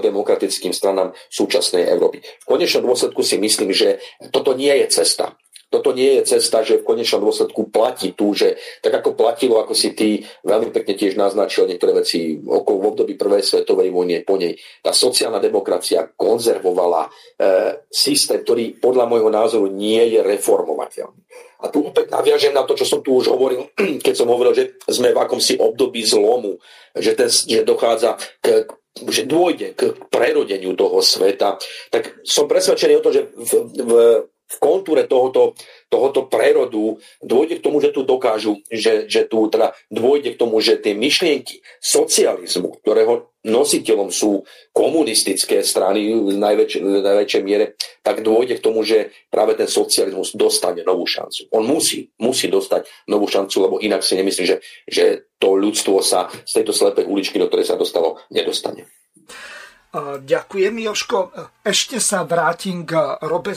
sociálno-demokratickým stranám súčasnej Európy. V konečnom dôsledku si myslím, že toto nie je cesta toto nie je cesta, že v konečnom dôsledku platí tu, že tak ako platilo, ako si ty veľmi pekne tiež naznačil niektoré veci v období prvej svetovej vojny, po nej tá sociálna demokracia konzervovala systém, ktorý podľa môjho názoru nie je reformovateľný. A tu opäť naviažem na to, čo som tu už hovoril, keď som hovoril, že sme v akomsi období zlomu, že dochádza že dôjde k prerodeniu toho sveta, tak som presvedčený o tom, že v kontúre tohoto prerodu dôjde k tomu, že tu dokážu, že tu teda dôjde k tomu, že tie myšlienky socializmu, ktorého nositeľom sú komunistické strany v najväčšej miere, tak dôjde k tomu, že práve ten socializmus dostane novú šancu. On musí dostať novú šancu, lebo inak si nemyslím, že to ľudstvo sa z tejto slepej uličky, do ktorej sa dostalo, nedostane. Ďakujem, Jožko. Ešte sa vrátim k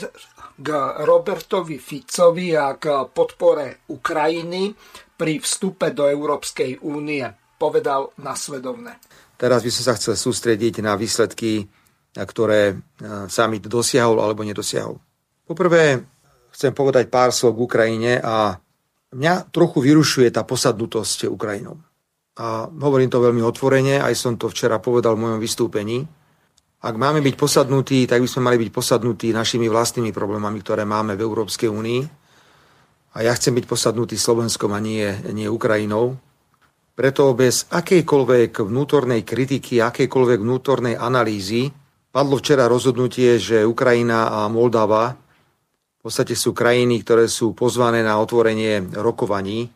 Robertovi Ficovi a k podpore Ukrajiny pri vstupe do Európskej únie. Povedal nasledovne. Teraz by som sa chcel sústrediť na výsledky, ktoré summit dosiahol alebo nedosiahol. Poprvé chcem povedať pár slov k Ukrajine a mňa trochu vyrušuje tá posadnutosť Ukrajinou. A hovorím to veľmi otvorene, aj som to včera povedal v mojom vystúpení. Ak máme byť posadnutí, tak by sme mali byť posadnutí našimi vlastnými problémami, ktoré máme v Európskej únii. A ja chcem byť posadnutý Slovenskom a nie Ukrajinou. Preto bez akejkoľvek vnútornej kritiky, akejkoľvek vnútornej analýzy padlo včera rozhodnutie, že Ukrajina a Moldava v podstate sú krajiny, ktoré sú pozvané na otvorenie rokovaní,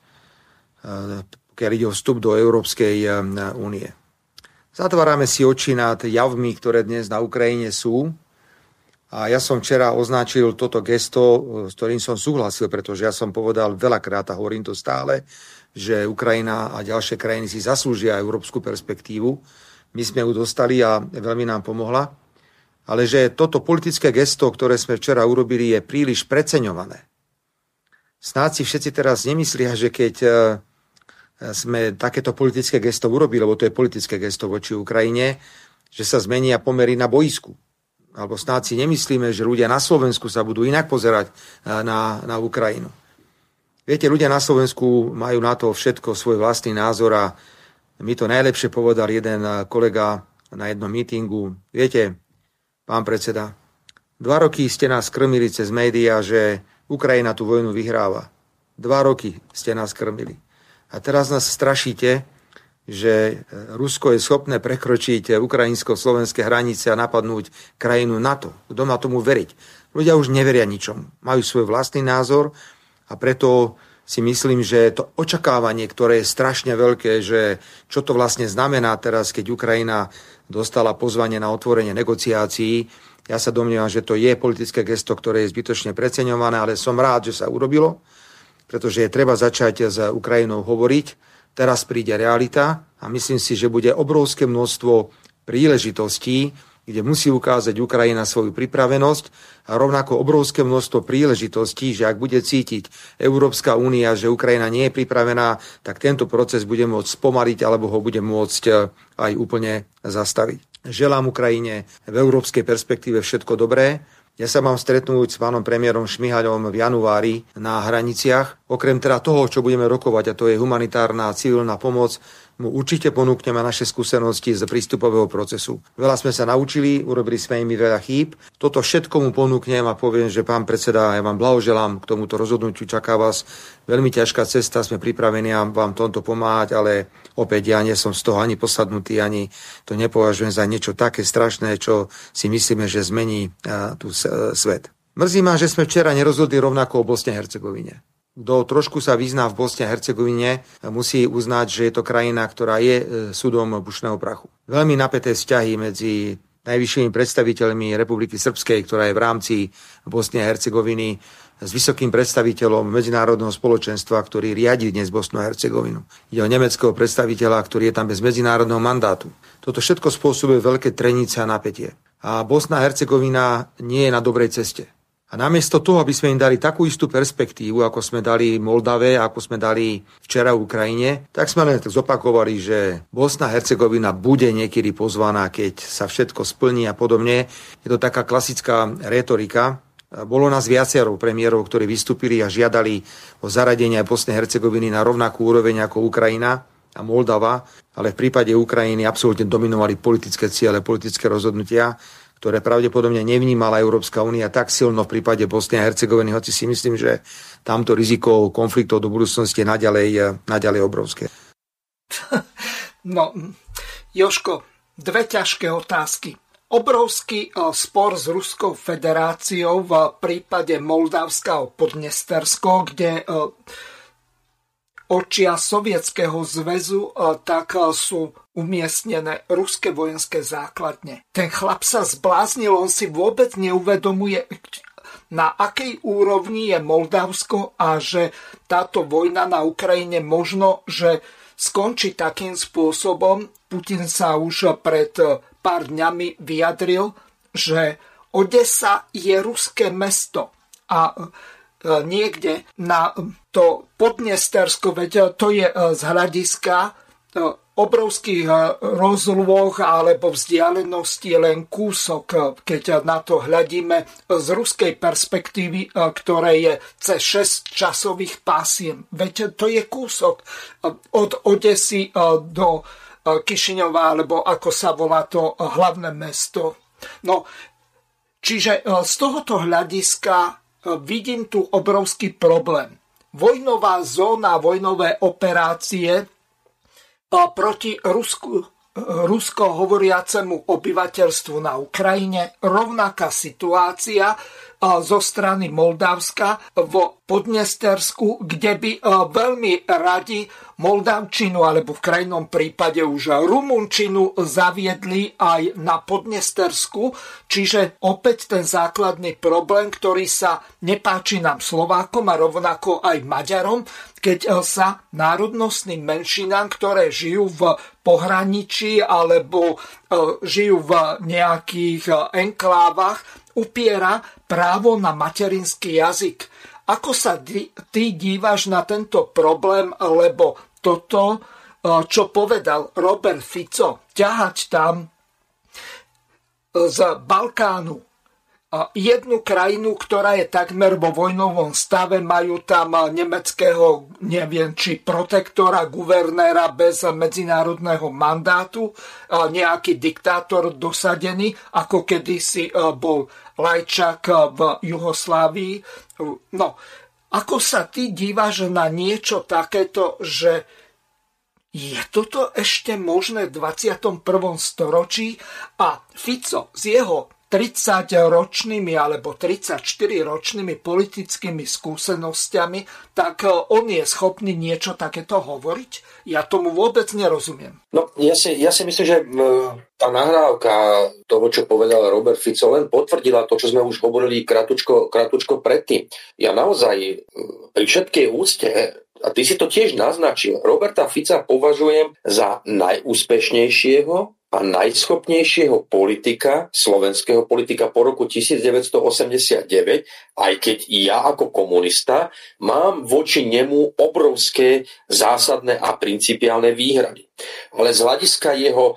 keď ide o vstup do Európskej únie. Zatvárame si oči nad javmi, ktoré dnes na Ukrajine sú. A ja som včera označil toto gesto, s ktorým som súhlasil, pretože ja som povedal veľakrát a hovorím to stále, že Ukrajina a ďalšie krajiny si zaslúžia európsku perspektívu. My sme ju dostali a veľmi nám pomohla. Ale že toto politické gesto, ktoré sme včera urobili, je príliš preceňované. Snáď si všetci teraz nemyslia, že keď sme takéto politické gesto urobili, lebo to je politické gesto voči Ukrajine, že sa zmenia pomery na boisku. Alebo snáď si nemyslíme, že ľudia na Slovensku sa budú inak pozerať na Ukrajinu. Viete, ľudia na Slovensku majú na to všetko svoj vlastný názor a mi to najlepšie povedal jeden kolega na jednom mítingu. Viete, pán predseda, 2 roky ste nás krmili cez médiá, že Ukrajina tú vojnu vyhráva. 2 roky ste nás krmili. A teraz nás strašíte, že Rusko je schopné prekročiť ukrajinsko-slovenské hranice a napadnúť krajinu NATO. Kto má tomu veriť? Ľudia už neveria ničomu. Majú svoj vlastný názor a preto si myslím, že to očakávanie, ktoré je strašne veľké, že čo to vlastne znamená teraz, keď Ukrajina dostala pozvanie na otvorenie negociácií, ja sa domnievam, že to je politické gesto, ktoré je zbytočne preceňované, ale som rád, že sa urobilo, pretože je treba začať s Ukrajinou hovoriť. Teraz príde realita a myslím si, že bude obrovské množstvo príležitostí, kde musí ukázať Ukrajina svoju pripravenosť a rovnako obrovské množstvo príležitostí, že ak bude cítiť Európska únia, že Ukrajina nie je pripravená, tak tento proces bude môcť spomaliť alebo ho bude môcť aj úplne zastaviť. Želám Ukrajine v európskej perspektíve všetko dobré. Ja sa mám stretnúť s pánom premiérom Šmihaľom v januári na hraniciach. Okrem teda toho, čo budeme rokovať, a to je humanitárna a civilná pomoc, mu určite ponúkneme naše skúsenosti z prístupového procesu. Veľa sme sa naučili, urobili sme im veľa chýb. Toto všetko mu ponúknem a poviem, že pán predseda, ja vám blahoželám k tomuto rozhodnutiu. Čaká vás veľmi ťažká cesta, sme pripravení vám tomto pomáhať, ale opäť ja nie som z toho ani posadnutý, ani to nepovažujem za niečo také strašné, čo si myslíme, že zmení tu svet. Mrzí ma, že sme včera nerozhodli rovnako o Bosne a Hercegovine. Kto trošku sa vyzná v Bosne a Hercegovine, musí uznať, že je to krajina, ktorá je súdom bušného prachu. Veľmi napäté vzťahy medzi najvyššími predstaviteľmi Republiky Srbskej, ktorá je v rámci Bosny a Hercegoviny, s vysokým predstaviteľom medzinárodného spoločenstva, ktorý riadi dnes Bosnu a Hercegovinu. Ide o nemeckého predstaviteľa, ktorý je tam bez medzinárodného mandátu. Toto všetko spôsobuje veľké trenice a napätie. A Bosna a Hercegovina nie je na dobrej ceste. A namiesto toho, aby sme im dali takú istú perspektívu, ako sme dali Moldave, ako sme dali včera Ukrajine, tak sme len zopakovali, že Bosna a Hercegovina bude niekedy pozvaná, keď sa všetko splní a podobne. Je to taká klasická retorika. Bolo nás viacero premiérov, ktorí vystúpili a žiadali o zaradenie aj Bosnej Hercegoviny na rovnakú úroveň ako Ukrajina a Moldava, ale v prípade Ukrajiny absolútne dominovali politické ciele, politické rozhodnutia, ktoré pravdepodobne nevnímala Európska únia tak silno v prípade Bosny a Hercegoviny, hoci si myslím, že tamto riziko konfliktov do budúcnosti je naďalej obrovské. No, Jožko, dve ťažké otázky. Obrovský spor s Ruskou federáciou v prípade Moldavska o Podnestersko, kde očia Sovietskeho zväzu, tak sú umiestnené ruské vojenské základne. Ten chlap sa zbláznil, on si vôbec neuvedomuje, na akej úrovni je Moldavsko a že táto vojna na Ukrajine možno, že skončí takým spôsobom. Putin sa už pred pár dňami vyjadril, že Odesa je ruské mesto a niekde na to Podnestersko, veď to je z hľadiska obrovských rozloh alebo vzdialenosti len kúsok, keď na to hľadíme z ruskej perspektívy, ktoré je cez 6 časových pásiem. Veď to je kúsok od Odesy do Kišiňova, alebo ako sa volá to hlavné mesto. No, čiže z tohoto hľadiska vidím tu obrovský problém. Vojnová zóna, vojnové operácie proti rusko hovoriacemu obyvateľstvu na Ukrajine. Rovnaká situácia zo strany Moldavska vo Podnestersku, kde by veľmi radi moldavčinu, alebo v krajnom prípade už rumunčinu zaviedli aj na Podnestersku. Čiže opäť ten základný problém, ktorý sa nepáči nám Slovákom a rovnako aj Maďarom, keď sa národnostným menšinám, ktoré žijú v pohraničí alebo žijú v nejakých enklávach, upiera právo na materinský jazyk. Ako sa ty dívaš na tento problém, lebo toto, čo povedal Robert Fico, ťahať tam z Balkánu jednu krajinu, ktorá je takmer vo vojnovom stave, majú tam nemeckého, neviem, či protektora, guvernéra bez medzinárodného mandátu, nejaký diktátor dosadený, ako kedysi bol Lajčák v Juhoslávii. No, ako sa ty dívaš na niečo takéto, že je toto ešte možné v 21. storočí a Fico s jeho 30-ročnými alebo 34-ročnými politickými skúsenosťami, tak on je schopný niečo takéto hovoriť? Ja tomu vôbec nerozumiem. No, ja si myslím, že tá nahrávka toho, čo povedal Robert Fico, len potvrdila to, čo sme už hovorili kratučko predtým. Ja naozaj pri všetkej úcte, a ty si to tiež naznačil, Roberta Fica považujem za najúspešnejšieho a najschopnejšieho politika, slovenského politika po roku 1989, aj keď ja ako komunista mám voči nemu obrovské zásadné a principiálne výhrady. Ale z hľadiska jeho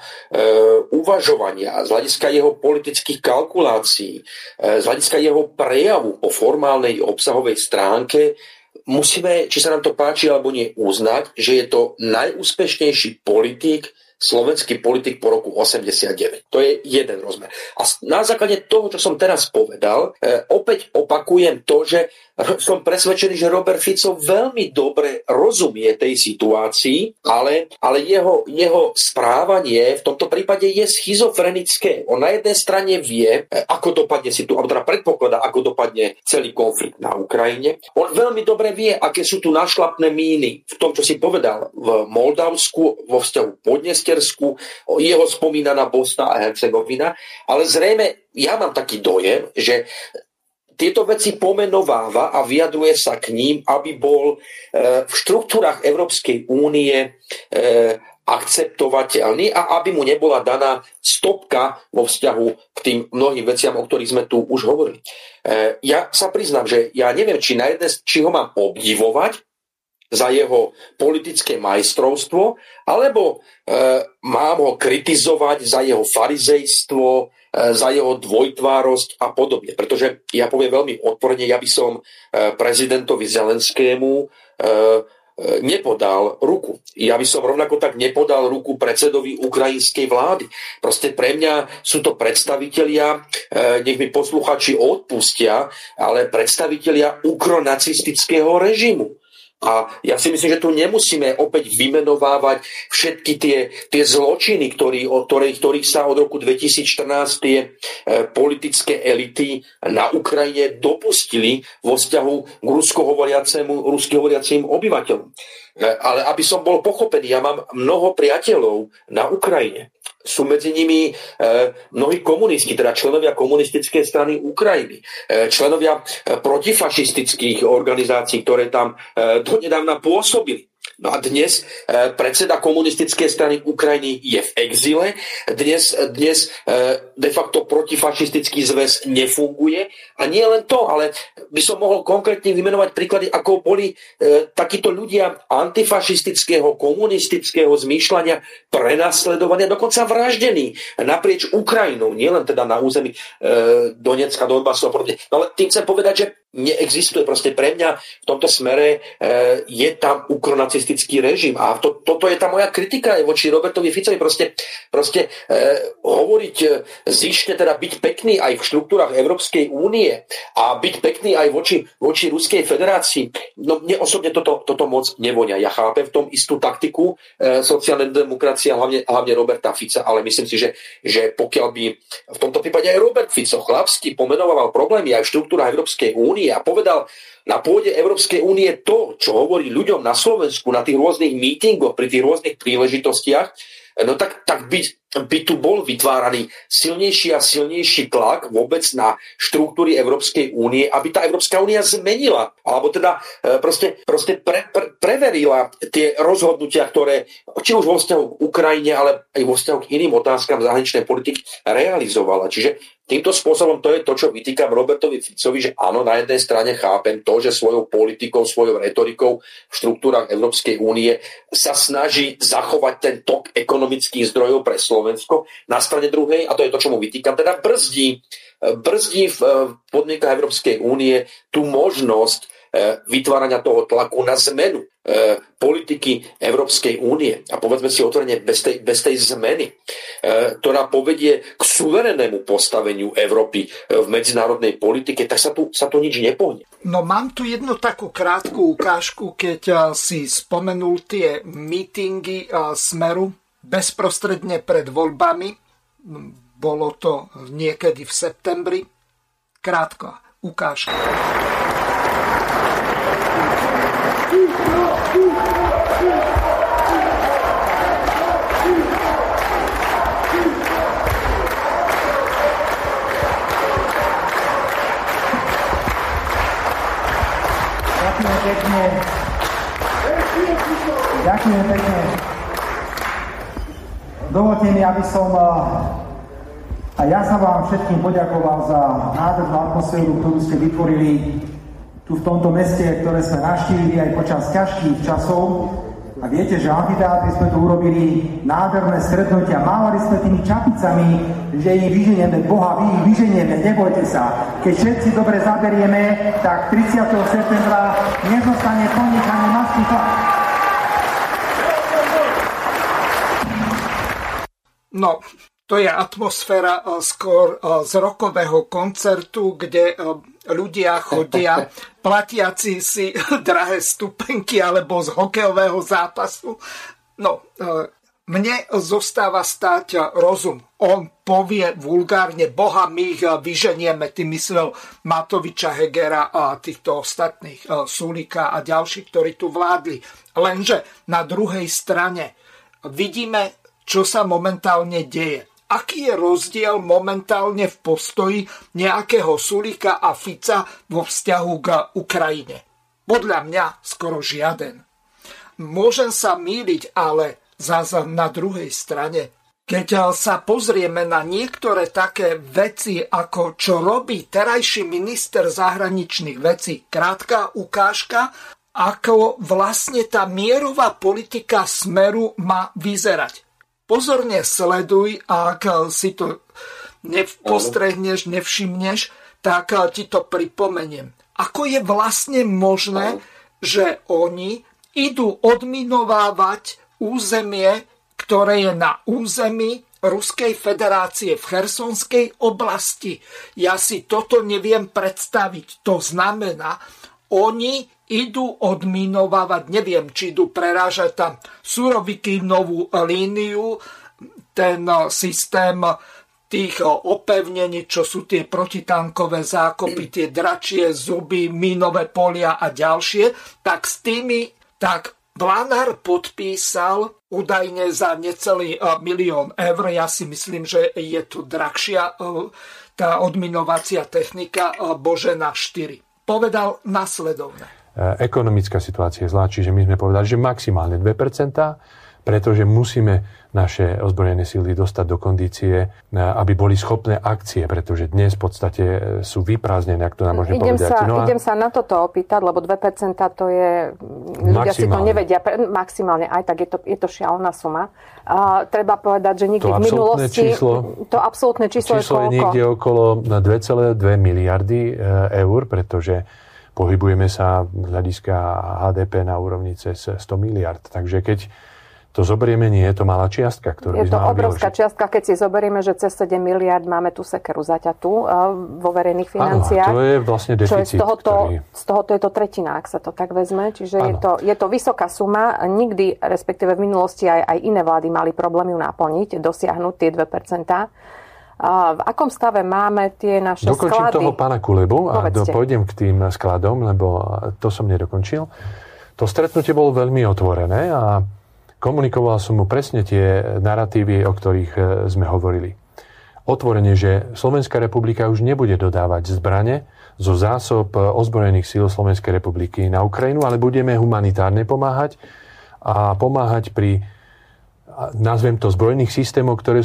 uvažovania, z hľadiska jeho politických kalkulácií, z hľadiska jeho prejavu po formálnej obsahovej stránke musíme, či sa nám to páči alebo nie, uznať, že je to najúspešnejší politik, slovenský politik po roku 89. To je jeden rozmer. A na základe toho, čo som teraz povedal, opäť opakujem to, že som presvedčený, že Robert Fico veľmi dobre rozumie tej situácii, ale jeho správanie v tomto prípade je schizofrenické. On na jednej strane vie, ako dopadne situácia, teda predpokladá, ako dopadne celý konflikt na Ukrajine. On veľmi dobre vie, aké sú tu našlapné míny v tom, čo si povedal v Moldavsku, vo vzťahu Podnestersku, jeho spomínaná Bosna a Hercegovina, ale zrejme ja mám taký dojem, že tieto veci pomenováva a vyjadruje sa k ním, aby bol v štruktúrach Európskej únie akceptovateľný a aby mu nebola daná stopka vo vzťahu k tým mnohým veciam, o ktorých sme tu už hovorili. Ja sa priznám, že ja neviem, či ho mám obdivovať za jeho politické majstrovstvo, alebo mám ho kritizovať za jeho farizejstvo, za jeho dvojtvárosť a podobne. Pretože ja poviem veľmi otvorene, ja by som prezidentovi Zelenskému nepodal ruku. Ja by som rovnako tak nepodal ruku predsedovi ukrajinskej vlády. Proste pre mňa sú to predstavitelia, nech mi posluchači odpustia, ale predstavitelia ukronacistického režimu. A ja si myslím, že tu nemusíme opäť vymenovávať všetky tie zločiny, ktorých sa od roku 2014 tie politické elity na Ukrajine dopustili vo vzťahu k ruskohovoriacim obyvateľom. Ale aby som bol pochopený, ja mám mnoho priateľov na Ukrajine. Sú medzi nimi mnohí komunisti, teda členovia komunistickej strany Ukrajiny, členovia protifašistických organizácií, ktoré tam donedávna pôsobili. No a dnes predseda komunistickej strany Ukrajiny je v exile. Dnes de facto protifašistický zväz nefunguje. A nie len to, ale by som mohol konkrétne vymenovať príklady, ako boli takíto ľudia antifašistického, komunistického zmýšľania prenasledovaní a dokonca vraždení naprieč Ukrajinou. Nie len teda na území Donecka, Donbasu a podobne. No ale tým chcem povedať, že neexistuje. Proste pre mňa v tomto smere je tam ukronacistický režim. A toto je tá moja kritika voči Robertovi Ficovi. Proste hovoriť zištne, teda byť pekný aj v štruktúrach Európskej únie a byť pekný aj voči Ruskej federácii. No mne osobne toto moc nevonia. Ja chápem v tom istú taktiku sociálnej demokracie, hlavne Roberta Fica, ale myslím si, že pokiaľ by v tomto prípade aj Robert Fico chlapsky pomenoval problémy aj v štruktúrach Európskej únie a povedal na pôde Európskej únie to, čo hovorí ľuďom na Slovensku, na tých rôznych mítingoch, pri tých rôznych príležitostiach, no tak by tu bol vytváraný silnejší a silnejší tlak vôbec na štruktúry Európskej únie, aby tá Európska únia zmenila, alebo teda proste preverila tie rozhodnutia, ktoré či už vo vzťahu k Ukrajine, ale aj vo vzťahu k iným otázkam zahraničnej politiky realizovala. Čiže týmto spôsobom to je to, čo vytýkam Robertovi Ficovi, že áno, na jednej strane chápem to, že svojou politikou, svojou retorikou v štruktúrach Európskej únie sa snaží zachovať ten tok ekonomických zdrojov pre Slovensko. Na strane druhej, a to je to, čo mu vytýkam, teda brzdí v podmienkach Európskej únie tú možnosť vytvárania toho tlaku na zmenu politiky Európskej únie. A povedzme si otvorene, bez tej zmeny, ktorá povedie k suverénnemu postaveniu Európy v medzinárodnej politike, tak sa tu nič nepohne. No mám tu jednu takú krátku ukážku, keď si spomenul tie mítingy Smeru bezprostredne pred voľbami. Bolo to niekedy v septembri. Krátka ukážka. Ďakujem pekne. Dovolte mi, aby som a ja sa vám všetkým poďakoval za nádhernú atmosféru, ktorú ste vytvorili tu v tomto meste, ktoré sme navštívili aj počas ťažkých časov. A viete, že amfiteátri sme tu urobili nádherné stretnutia. Mávali sme tými čapicami, že ich vyženieme. Boha, vy ich vyženieme, nebojte sa. Keď všetci dobre zaberieme, tak 30. septembra nezostane ponechaný masný fakt. No, to je atmosféra skôr z rokového koncertu, kde ľudia chodia platiaci si drahé stupenky alebo z hokejového zápasu. No, mne zostáva stáť rozum. On povie vulgárne, Boha, my ich vyženieme, tým myslel Matoviča, Hegera a týchto ostatných, Sulíka a ďalších, ktorí tu vládli. Lenže na druhej strane vidíme, čo sa momentálne deje. Aký je rozdiel momentálne v postoji nejakého Sulíka a Fica vo vzťahu k Ukrajine? Podľa mňa skoro žiaden. Môžem sa mýliť, ale zase na druhej strane, keď sa pozrieme na niektoré také veci, ako čo robí terajší minister zahraničných vecí, krátka ukážka, ako vlastne tá mierová politika Smeru má vyzerať. Pozorne sleduj, ak si to nepostrehneš, nevšimneš, tak ti to pripomeniem. Ako je vlastne možné, že oni idú odminovávať územie, ktoré je na území Ruskej federácie v Chersonskej oblasti? Ja si toto neviem predstaviť. To znamená, oni idú odminovávať, neviem, či idú prerážať tam Surovikinovú líniu, ten systém tých opevnení, čo sú tie protitankové zákopy, tie dračie zuby, mínové polia a ďalšie, tak s tými, tak Blanár podpísal údajne za necelý 1 000 000 eur. Ja si myslím, že je tu drahšia tá odminovacia technika Božena 4. Povedal nasledovne. Ekonomická situácia je zlá, čiže my sme povedali, že maximálne 2%, pretože musíme naše ozbrojené síly dostať do kondície, aby boli schopné akcie, pretože dnes v podstate sú vyprázdnené, ak to nám môžeme povedať. Idem sa na toto opýtať, lebo 2% to je... Ľudia si to nevedia. Maximálne, aj tak je to šialená suma. Treba povedať, že nikdy v minulosti... To absolútne číslo je koľko? Je niekde okolo 2,2 miliardy eur, pretože pohybujeme sa z hľadiska HDP na úrovni cez 100 miliard. Takže keď to zoberieme, nie je to malá čiastka, ktorú by sme mali vyložiť. Je to obrovská čiastka, keď si zoberieme, že cez 7 miliard máme tú sekeru zaťatú vo verejných financiách. Áno, to je vlastne deficit. Z tohoto je to tretina, ak sa to tak vezme. Čiže je to vysoká suma. Nikdy, respektíve v minulosti aj iné vlády mali problém ju naplniť, dosiahnuť tie 2%. V akom stave máme tie naše sklady? Dokončím toho pána Kulebu a pôjdem k tým skladom, lebo to som nedokončil. To stretnutie bolo veľmi otvorené a komunikoval som mu presne tie naratívy, o ktorých sme hovorili. Otvorene, že Slovenská republika už nebude dodávať zbrane zo zásob ozbrojených síl Slovenskej republiky na Ukrajinu, ale budeme humanitárne pomáhať a pomáhať pri, nazvem to, zbrojných systémov, ktoré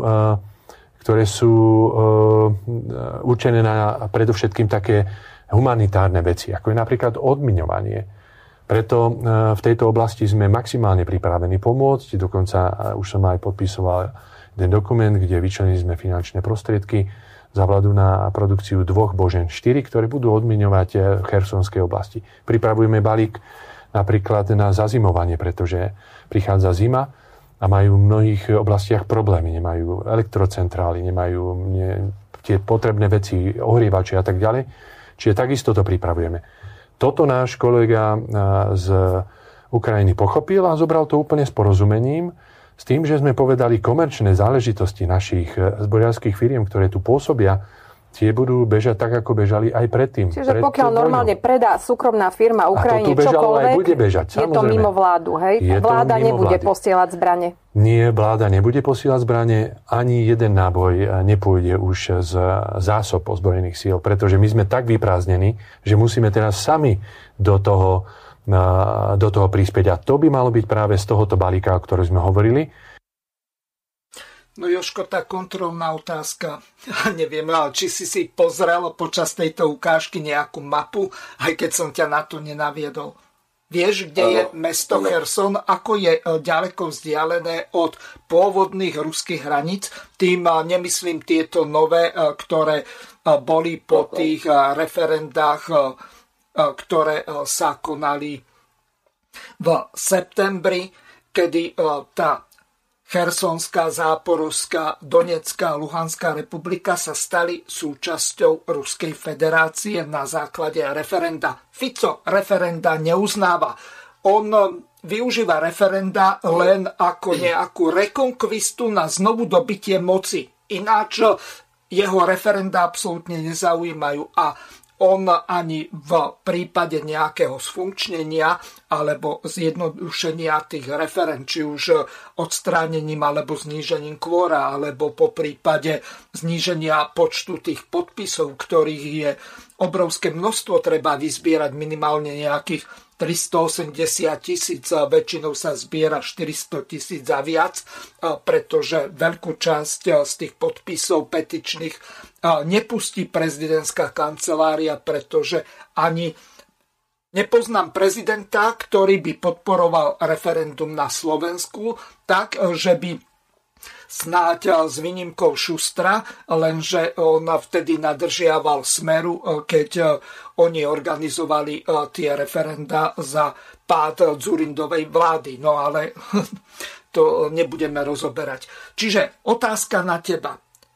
sú určené na predovšetkým také humanitárne veci, ako je napríklad odmiňovanie. Preto v tejto oblasti sme maximálne pripravení pomôcť. Dokonca už som aj podpisoval ten dokument, kde vyčlenili sme finančné prostriedky za vládu na produkciu 2 Božen 4, ktoré budú odmiňovať v Chersonskej oblasti. Pripravujeme balík napríklad na zazimovanie, pretože prichádza zima a majú v mnohých oblastiach problémy. Nemajú elektrocentrály, nemajú tie potrebné veci, ohrievače a tak ďalej. Čiže takisto to pripravujeme. Toto náš kolega z Ukrajiny pochopil a zobral to úplne s porozumením, s tým, že sme povedali, komerčné záležitosti našich zbrojársky firiem, ktoré tu pôsobia, tie budú bežať tak, ako bežali aj predtým. Čiže pokiaľ normálne predá súkromná firma Ukrajine čokoľvek, bude bežať, je to mimo vládu, hej? Vláda nebude posielať zbrane. Nie, vláda nebude posielať zbrane, ani jeden náboj nepôjde už z zásob ozbrojených síl, pretože my sme tak vyprázdnení, že musíme teraz sami do toho prispieť. A to by malo byť práve z tohoto balíka, o ktorom sme hovorili. No Jožko, tá kontrolná otázka, neviem, či si pozrel počas tejto ukážky nejakú mapu, aj keď som ťa na to nenaviedol. Vieš, kde je mesto Cherson, ako je ďaleko vzdialené od pôvodných ruských hraníc? Tým nemyslím tieto nové, ktoré boli po tých referendách, ktoré sa konali v septembri, kedy tá Chersonská, Záporovská, Donetská, Luhanská republika sa stali súčasťou Ruskej federácie na základe referenda. Fico referenda neuznáva. On využíva referenda len ako nejakú rekonkvistu na znovu dobitie moci. Ináč jeho referenda absolútne nezaujímajú a on ani v prípade nejakého sfunkčnenia alebo zjednodušenia tých referend, či už odstránením alebo znížením kvóra, alebo po prípade zníženia počtu tých podpisov, ktorých je obrovské množstvo, treba vyzbierať minimálne nejakých 380 000, väčšinou sa zbiera 400 000 a viac, pretože veľkú časť z tých podpisov petičných nepustí prezidentská kancelária, pretože ani nepoznám prezidenta, ktorý by podporoval referendum na Slovensku tak, že by snáď s výnimkou Šustra, lenže on vtedy nadržiaval Smeru, keď oni organizovali tie referenda za pád Dzurindovej vlády. No ale to nebudeme rozoberať. Čiže otázka na teba.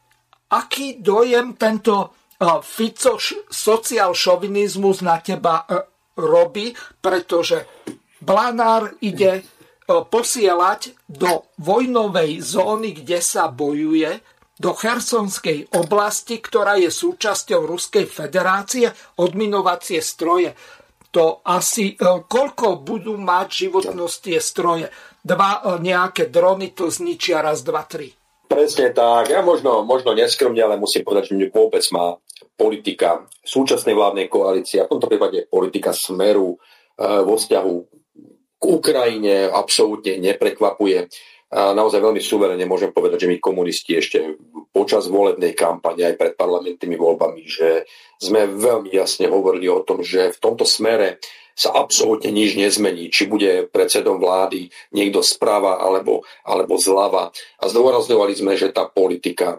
Aký dojem tento Fico sociál šovinizmus na teba robí, pretože Blanár ide posielať do vojnovej zóny, kde sa bojuje, do Chersonskej oblasti, ktorá je súčasťou Ruskej federácie, odminovacie stroje. To asi koľko budú mať životnosť tie stroje? 2 nejaké drony to zničia raz, 2, 3. Presne tak. Ja možno neskromne, ale musím povedať, že vôbec má politika súčasnej vládnej koalície, a v tomto prípade politika Smeru vo vzťahu k Ukrajine absolútne neprekvapuje. A naozaj veľmi suverene môžem povedať, že my komunisti ešte počas volebnej kampane aj pred parlamentnými voľbami, že sme veľmi jasne hovorili o tom, že v tomto smere sa absolútne nič nezmení, či bude predsedom vlády niekto zprava alebo zľava. A zdôrazňovali sme, že tá politika,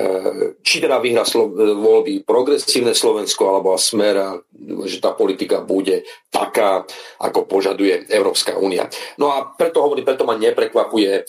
či teda vyhrá voľby Progresívne Slovensko alebo Smer, že tá politika bude taká, ako požaduje Európska únia. No a preto ma neprekvapuje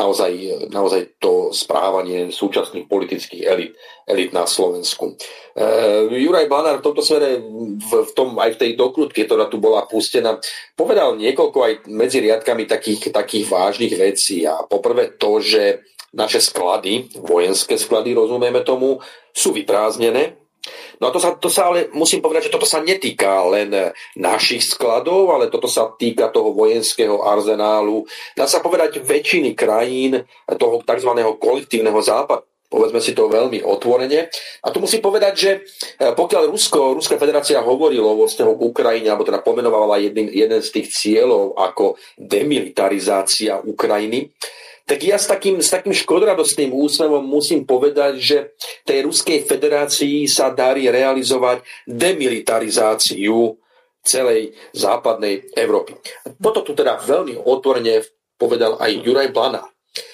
naozaj to správanie súčasných politických elit na Slovensku. Juraj Blanár v tomto smere, aj v tej dokrutke, ktorá tu bola pustená, povedal niekoľko aj medzi riadkami takých vážnych vecí. A poprvé to, že naše sklady, vojenské sklady, rozumieme tomu, sú vyprázdnené. No a to sa ale musím povedať, že toto sa netýka len našich skladov, ale toto sa týka toho vojenského arzenálu. Dá sa povedať väčšiny krajín toho tzv. Kolektívneho západu. Povedzme si to veľmi otvorene. A tu musím povedať, že pokiaľ Ruská federácia hovorilo vo vzťahu k Ukrajine, alebo teda pomenovala jeden z tých cieľov ako demilitarizácia Ukrajiny, tak ja s takým škodradostným úsmevom musím povedať, že tej Ruskej federácii sa darí realizovať demilitarizáciu celej západnej Európy. Toto tu teda veľmi otvorene povedal aj Juraj Blanár.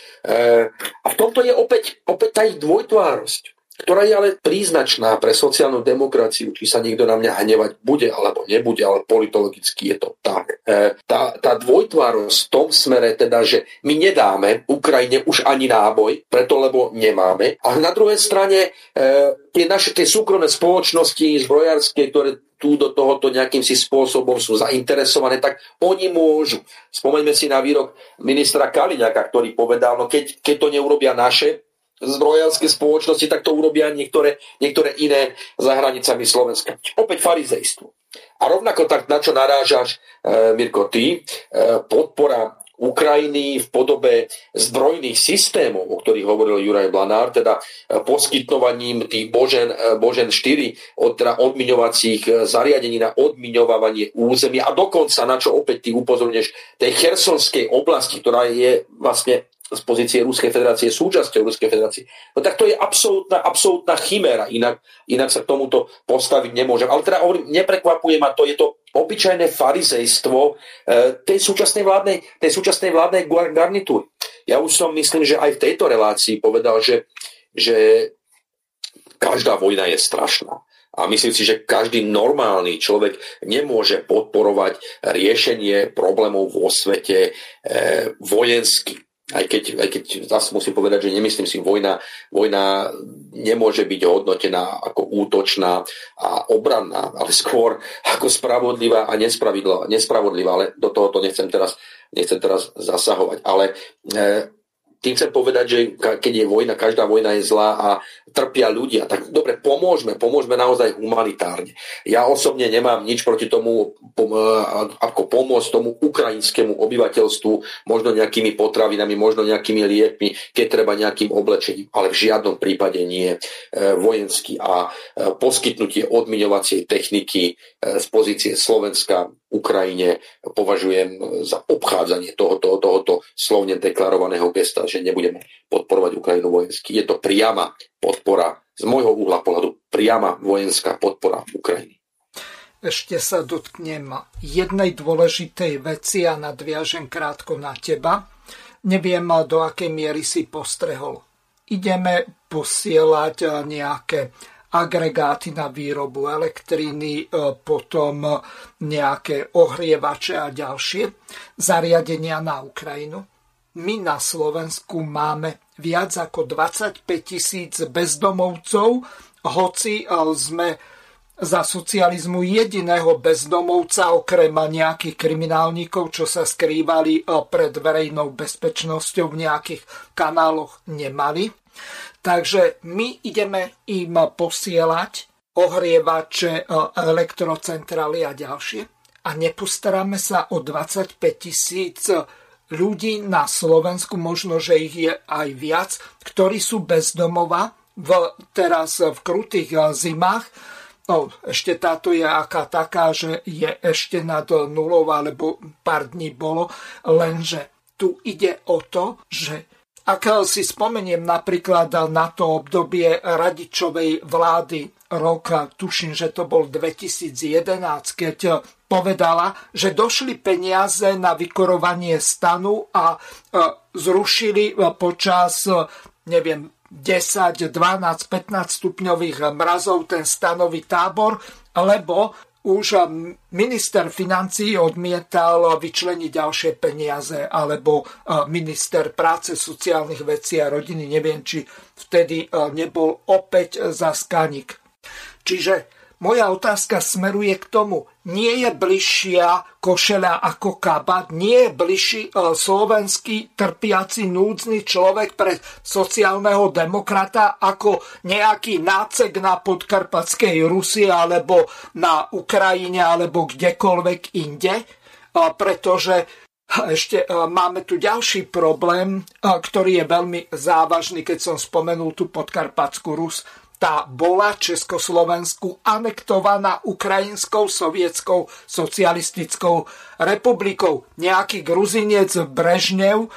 A v tomto je opäť tá ich dvojtvárosť, ktorá je ale príznačná pre sociálnu demokraciu, či sa niekto na mňa hnevať bude alebo nebude, ale politologicky je to tak. Tá dvojtvárosť v tom smere teda, že my nedáme Ukrajine už ani náboj, preto lebo nemáme. A na druhej strane tie súkromné spoločnosti zbrojárske, ktoré tu do tohoto nejakým si spôsobom sú zainteresované, tak oni môžu. Spomeňme si na výrok ministra Kaliňaka, ktorý povedal, no keď to neurobia naše zbrojárske spoločnosti, tak to urobia niektoré iné za hranicami Slovenska. Opäť farizejstvo. A rovnako tak, na čo narážaš, Mirko, ty, podpora Ukrajiny v podobe zbrojných systémov, o ktorých hovoril Juraj Blanár, teda poskytnovaním tých Božen 4 teda odmiňovacích zariadení na odmiňovanie územia a dokonca, na čo opäť ty upozorňuješ, tej Chersonskej oblasti, ktorá je vlastne z pozície Ruskej federácie súčasťou Ruskej federácie. No tak to je absolútna chiméra, inak sa k tomuto postaviť nemôžem. Ale teda hovorím, neprekvapuje ma to, je to obyčajné farizejstvo tej súčasnej vládnej garnitúry. Ja už som myslím, že aj v tejto relácii povedal, že každá vojna je strašná. A myslím si, že každý normálny človek nemôže podporovať riešenie problémov vo svete vojensky. Aj keď zase musím povedať, že nemyslím si, vojna nemôže byť hodnotená ako útočná a obranná, ale skôr ako spravodlivá a nespravodlivá, ale do tohoto nechcem teraz zasahovať. Ale tým chcem povedať, že keď je vojna, každá vojna je zlá a trpia ľudia, tak dobre, pomôžme naozaj humanitárne. Ja osobne nemám nič proti tomu, ako pomôcť tomu ukrajinskému obyvateľstvu, možno nejakými potravinami, možno nejakými liekmi, keď treba nejakým oblečením, ale v žiadnom prípade nie vojenský a poskytnutie odmiňovacej techniky z pozície Slovenska Ukrajine považujem za obchádzanie tohoto slovne deklarovaného gesta, že nebudeme podporovať Ukrajinu vojensky. Je to priama podpora, z môjho uhla pohľadu, priama vojenská podpora Ukrajiny. Ešte sa dotknem jednej dôležitej veci a nadviažem krátko na teba. neviem, do akej miery si postrehol. Ideme posielať nejaké agregáty na výrobu elektriny, potom nejaké ohrievače a ďalšie zariadenia na Ukrajinu. My na Slovensku máme viac ako 25 000 bezdomovcov, hoci sme za socializmu jediného bezdomovca, okrem nejakých kriminálnikov, čo sa skrývali pred verejnou bezpečnosťou v nejakých kanáloch, nemali. Takže my ideme im posielať ohrievače, elektrocentrály a ďalšie a nepostaráme sa o 25 000 ľudí na Slovensku, možno, že ich je aj viac, ktorí sú bez domova teraz v krutých zimách. No, ešte táto je aká taká, že je ešte nad nulou, alebo pár dní bolo, lenže tu ide o to, že ak si spomeniem napríklad na to obdobie Radičovej vlády, rok, tuším, že to bol 2011, keď povedala, že došli peniaze na vykurovanie stanu a zrušili počas, neviem, 10, 12, 15 stupňových mrazov ten stanový tábor, lebo už minister financií odmietal vyčleniť ďalšie peniaze, alebo minister práce, sociálnych vecí a rodiny, neviem, či vtedy nebol opäť za Skaník. Čiže moja otázka smeruje k tomu, nie je bližšia košeľa ako kabát, nie je bližší slovenský trpiaci núdzny človek pre sociálneho demokrata ako nejaký nácek na podkarpatskej Rusi alebo na Ukrajine alebo kdekoľvek inde, pretože ešte máme tu ďalší problém, ktorý je veľmi závažný, keď som spomenul tú podkarpatskú Rus. Tá bola Československu anektovaná Ukrajinskou sovietskou socialistickou republikou. Nejaký Gruzinec Brežnev,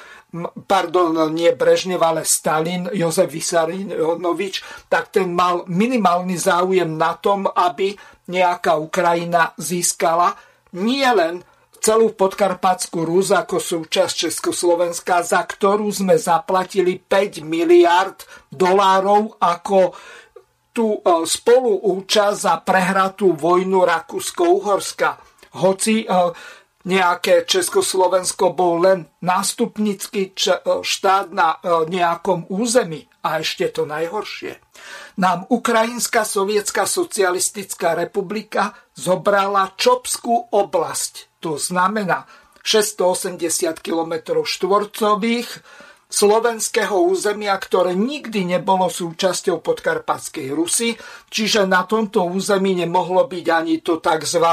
nie Brežnev, ale Stalin, Jozef Vysarionovič, tak ten mal minimálny záujem na tom, aby nejaká Ukrajina získala nie len celú podkarpatskú Rus ako súčasť Československa, za ktorú sme zaplatili 5 miliard dolárov ako tú spoluúčasť za prehratú vojnu Rakúsko-Uhorska. Hoci nejaké Československo bol len nástupnícky štát na nejakom území. A ešte to najhoršie. Nám Ukrajinská sovietská socialistická republika zobrala Čopskú oblasť. To znamená 680 km štvorcových slovenského územia, ktoré nikdy nebolo súčasťou podkarpatskej Rusy, čiže na tomto území nemohlo byť ani to tzv.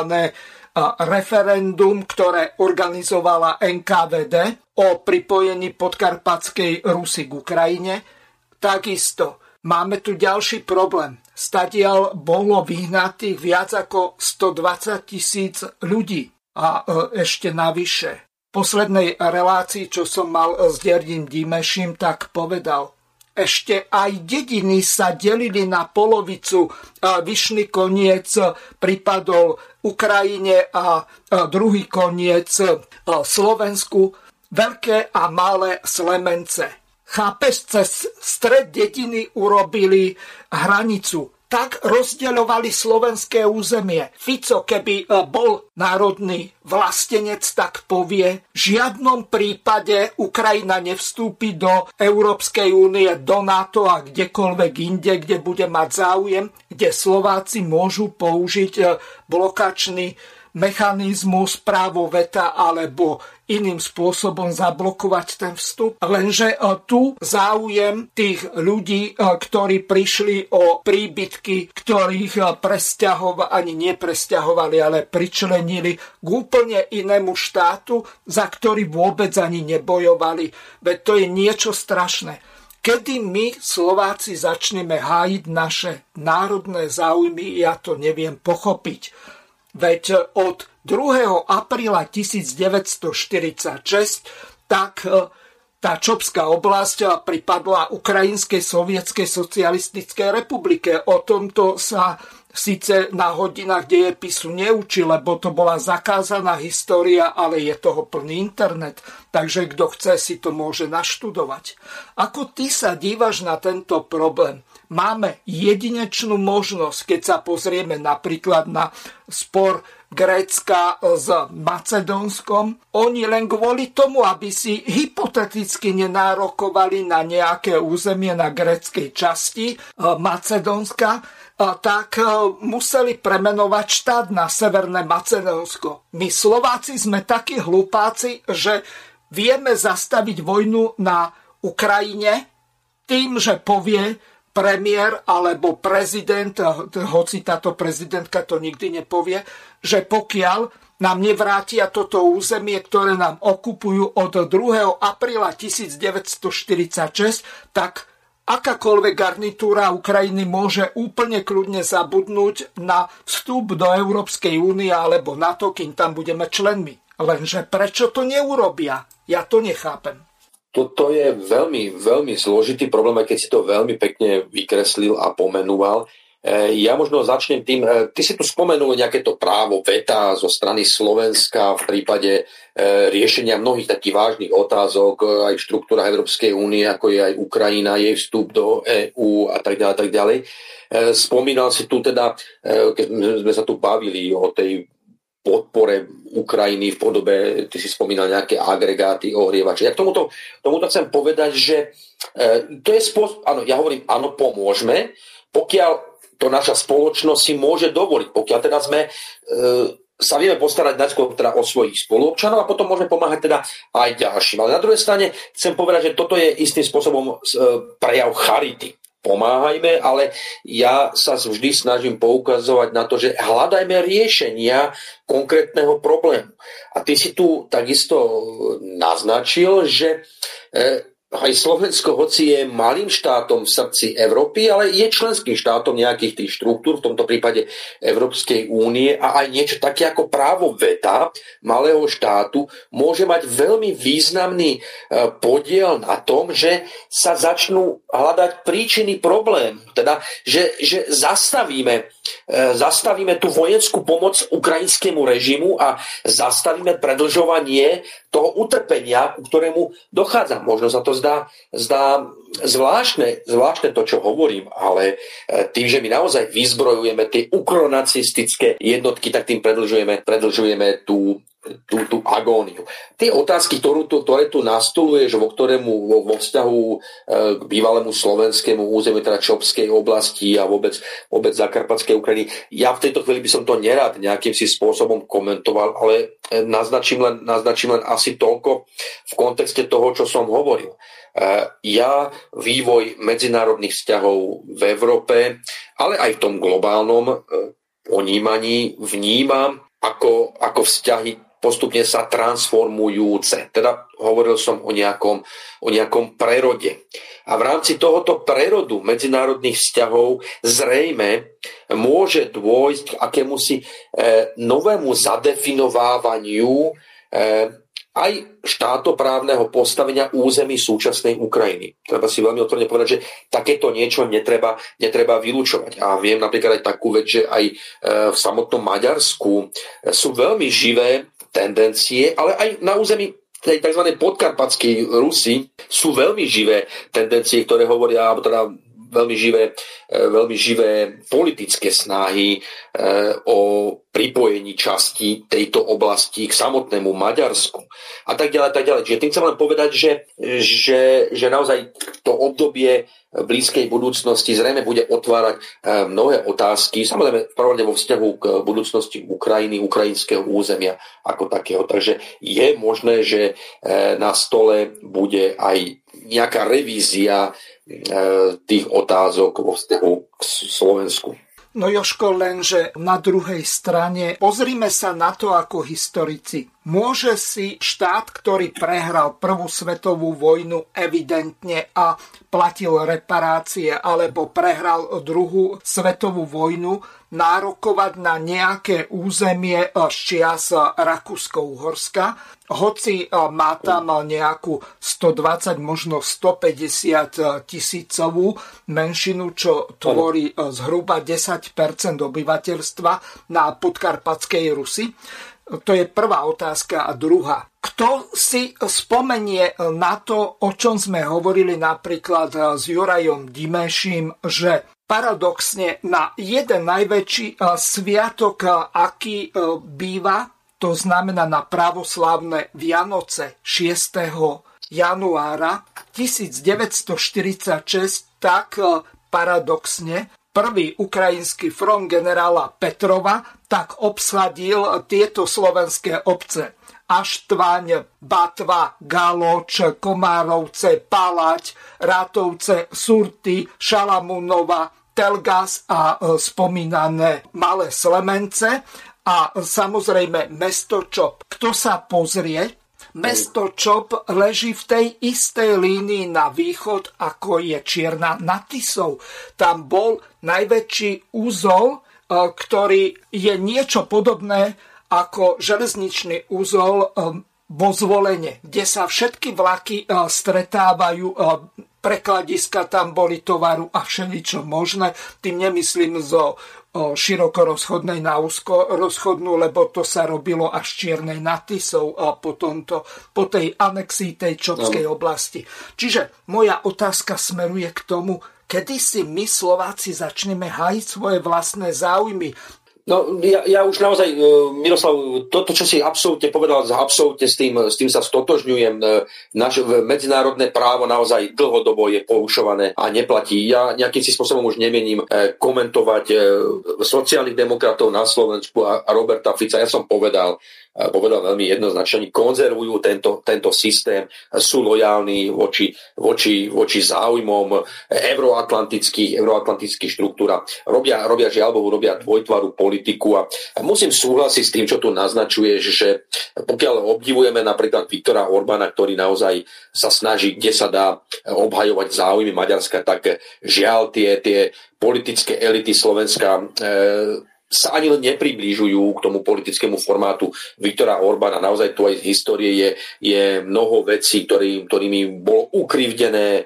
Referendum, ktoré organizovala NKVD o pripojení podkarpatskej Rusy k Ukrajine. Takisto máme tu ďalší problém. Stadiaľ bolo vyhnatých viac ako 120 000 ľudí. A ešte navyše. V poslednej relácii, čo som mal s Derdim Dimešim, tak povedal, ešte aj dediny sa delili na polovicu. Vyšný koniec pripadol Ukrajine a druhý koniec Slovensku. Veľké a malé Slemence. Chápeš, cez stred dediny urobili hranicu. Tak rozdeľovali slovenské územie. Fico, keby bol národný vlastenec, tak povie, v žiadnom prípade Ukrajina nevstúpi do Európskej únie, do NATO a kdekoľvek inde, kde bude mať záujem, kde Slováci môžu použiť blokačný mechanizmus, právo veta alebo iným spôsobom zablokovať ten vstup. Lenže tu záujem tých ľudí, ktorí prišli o príbytky, ktorých ani nepresťahovali, ale pričlenili k úplne inému štátu, za ktorý vôbec ani nebojovali. Veď to je niečo strašné. Kedy my, Slováci, začneme hájiť naše národné záujmy, ja to neviem pochopiť. Veď od 2. apríla 1946 tak tá Čopská oblasť pripadla Ukrajinskej sovietskej socialistickej republike. O tomto sa síce na hodinách dejepisu neučí, lebo to bola zakázaná história, ale je toho plný internet. Takže kto chce, si to môže naštudovať. Ako ty sa dívaš na tento problém? Máme jedinečnú možnosť, keď sa pozrieme napríklad na spor Grécka s Macedónskom. Oni len kvôli tomu, aby si hypoteticky nenárokovali na nejaké územie na gréckej časti Macedónska, tak museli premenovať štát na Severné Macedónsko. My Slováci sme takí hlupáci, že vieme zastaviť vojnu na Ukrajine tým, že povie premiér alebo prezident, hoci táto prezidentka to nikdy nepovie, že pokiaľ nám nevrátia toto územie, ktoré nám okupujú od 2. apríla 1946, tak akákoľvek garnitúra Ukrajiny môže úplne kľudne zabudnúť na vstup do Európskej únie alebo NATO, kým tam budeme členmi. Lenže prečo to neurobia? Ja to nechápem. Toto je veľmi, veľmi zložitý problém, aj keď si to veľmi pekne vykreslil a pomenúval. Ja možno začnem tým, ty si tu spomenul nejaké to právo veta zo strany Slovenska v prípade riešenia mnohých takých vážnych otázok, aj v štruktúrach Európskej únie, ako je aj Ukrajina, jej vstup do EÚ a tak ďalej. Spomínal si tu teda, keď sme sa tu bavili o tej podpore Ukrajiny v podobe, ty si spomínal nejaké agregáty, ohrievače. Ja k tomuto chcem povedať, že to je spôsob, áno, ja hovorím, áno, pomôžme, pokiaľ to naša spoločnosť si môže dovoliť, pokiaľ teda sme sa vieme postarať najskôr teda o svojich spoluobčanov a potom môžeme pomáhať teda aj ďalším. Ale na druhej strane chcem povedať, že toto je istým spôsobom prejav charity. Pomáhajme, ale ja sa vždy snažím poukazovať na to, že hľadajme riešenia konkrétneho problému. A ty si tu takisto naznačil, že aj Slovensko, hoci je malým štátom v srdci Európy, ale je členským štátom nejakých tých štruktúr, v tomto prípade Európskej únie, a aj niečo také ako právo veta malého štátu môže mať veľmi významný podiel na tom, že sa začnú hľadať príčiny problému. Teda, že zastavíme tú vojenskú pomoc ukrajinskému režimu a zastavíme predĺžovanie toho utrpenia, ku ktorému dochádza. Možno sa to zdá zvláštne to, čo hovorím, ale tým, že my naozaj vyzbrojujeme tie ukronacistické jednotky, tak tým predĺžujeme tú agóniu. Tie otázky, ktoré tu nastoluješ vo vzťahu k bývalému slovenskému územiu, teda Čopskej oblasti a vôbec Zakarpatskej Ukrajiny, ja v tejto chvíli by som to nerád nejakým si spôsobom komentoval, ale naznačím len asi toľko v kontexte toho, čo som hovoril. Ja vývoj medzinárodných vzťahov v Európe, ale aj v tom globálnom ponímaní vnímam ako vzťahy postupne sa transformujúce. Teda hovoril som o nejakom prerode. A v rámci tohoto prerodu medzinárodných vzťahov zrejme môže dôjsť k akémusi novému zadefinovávaniu aj štátoprávneho postavenia území súčasnej Ukrajiny. Treba si veľmi otvorene povedať, že takéto niečo netreba vylúčovať. A viem napríklad aj takú vec, že aj v samotnom Maďarsku sú veľmi živé tendencie, ale aj na území tej tzv. Podkarpatskej Rusy sú veľmi živé tendencie, ktoré hovoria, alebo teda veľmi živé politické snahy o pripojení časti tejto oblasti k samotnému Maďarsku a tak ďalej. Čiže tým chcem len povedať, že naozaj to obdobie blízkej budúcnosti zrejme bude otvárať mnohé otázky, samozrejme v prvom rade vo vzťahu k budúcnosti Ukrajiny, ukrajinského územia ako takého. Takže je možné, že na stole bude aj nejaká revízia tých otázok vo vzťahu k Slovensku. No Jožko, lenže na druhej strane pozrime sa na to ako historici. Môže si štát, ktorý prehral prvú svetovú vojnu evidentne a platil reparácie, alebo prehral druhú svetovú vojnu, nárokovať na nejaké územie z čias Rakúsko-Uhorska, hoci má tam nejakú 120, možno 150 tisícovú menšinu, čo tvorí zhruba 10% obyvateľstva na podkarpatskej Rusi. To je prvá otázka. A druhá. Kto si spomenie na to, o čom sme hovorili napríklad s Jurajom Dimeším, že paradoxne na jeden najväčší sviatok, aký býva, to znamená na pravoslávne Vianoce 6. januára 1946, tak paradoxne prvý ukrajinský front generála Petrova tak obsadil tieto slovenské obce: Aštvaň, Batva, Galoč, Komárovce, Palať, Rátovce, Surty, Šalamúnova, Telgas a spomínané Malé Slemence a samozrejme mesto Čop. Kto sa pozrie, mesto Čop leží v tej istej línii na východ, ako je Čierna nad Tisou. Tam bol najväčší úzol, ktorý je niečo podobné ako železničný úzol vo Zvolene, kde sa všetky vlaky stretávajú, prekladiska tam boli tovaru a všeličo možné. Tým nemyslím zo široko rozchodnej na úzko rozchodnú, lebo to sa robilo až Čiernej nad Tisou po tej anexii tej Čopskej oblasti. Čiže moja otázka smeruje k tomu, kedy si my Slováci začneme hájiť svoje vlastné záujmy. No, ja už naozaj, Miroslav, toto, čo si absolútne povedal, absolútne s tým sa stotožňujem. Naše medzinárodné právo naozaj dlhodobo je porušované a neplatí. Ja nejakým si spôsobom už nemením komentovať sociálnych demokratov na Slovensku a Roberta Fica. Ja som povedal veľmi jednoznačne, oni konzervujú tento systém, sú lojálni voči záujmom euroatlantických štruktúr. Robia žiaľ Bohu, robia dvojtvarú politiku a musím súhlasiť s tým, čo tu naznačuješ, že pokiaľ obdivujeme napríklad Viktora Orbána, ktorý naozaj sa snaží, kde sa dá obhajovať záujmy Maďarska, tak žiaľ tie politické elity Slovenska sa ani len nepriblížujú k tomu politickému formátu Viktora Orbána. Naozaj tu aj z histórie je mnoho vecí, ktorými bolo ukrivdené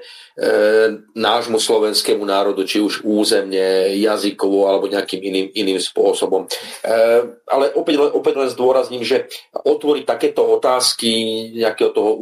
nášmu slovenskému národu, či už územne, jazykovo alebo nejakým iným spôsobom. Ale opäť len zdôrazním, že otvoriť takéto otázky nejakého toho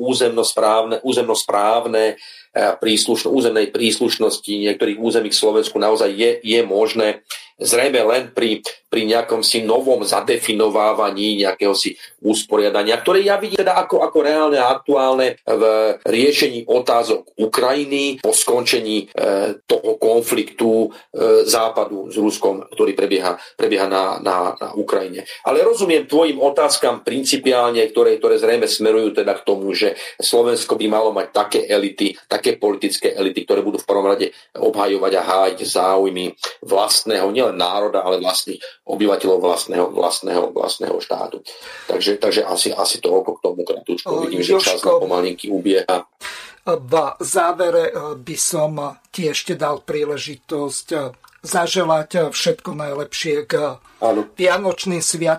územnosprávne územnej príslušnosti niektorých území k Slovensku naozaj je možné zrejme len pri nejakom si novom zadefinovávaní nejakého si usporiadania, ktoré ja vidím teda ako reálne a aktuálne v riešení otázok Ukrajiny po skončení toho konfliktu Západu s Ruskom, ktorý prebieha na Ukrajine. Ale rozumiem tvojim otázkam principiálne, ktoré zrejme smerujú teda k tomu, že Slovensko by malo mať také elity, také politické elity, ktoré budú v prvom rade obhajovať a hájiť záujmy vlastného, nielen národa, ale vlastných obyvateľov vlastného štátu. Takže asi toľko k tomu kratučko. Vidím, že čas na pomalinky ubieha. V závere by som ti ešte dal príležitosť zaželať všetko najlepšie k vianočným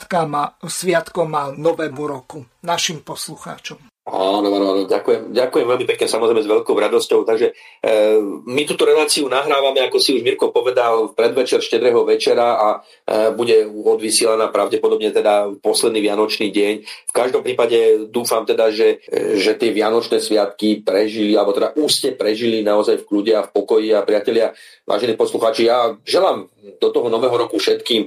sviatkom a novému roku našim poslucháčom. Áno, ďakujem veľmi pekne, samozrejme s veľkou radosťou. Takže my túto reláciu nahrávame, ako si už Mirko povedal, v predvečer štedrého večera a bude odvysielaná pravdepodobne teda posledný vianočný deň. V každom prípade dúfam teda, že tie vianočné sviatky prežili, alebo teda už ste prežili naozaj v kľude a v pokoji. A priatelia, vážení poslucháči, ja želám do toho nového roku všetkým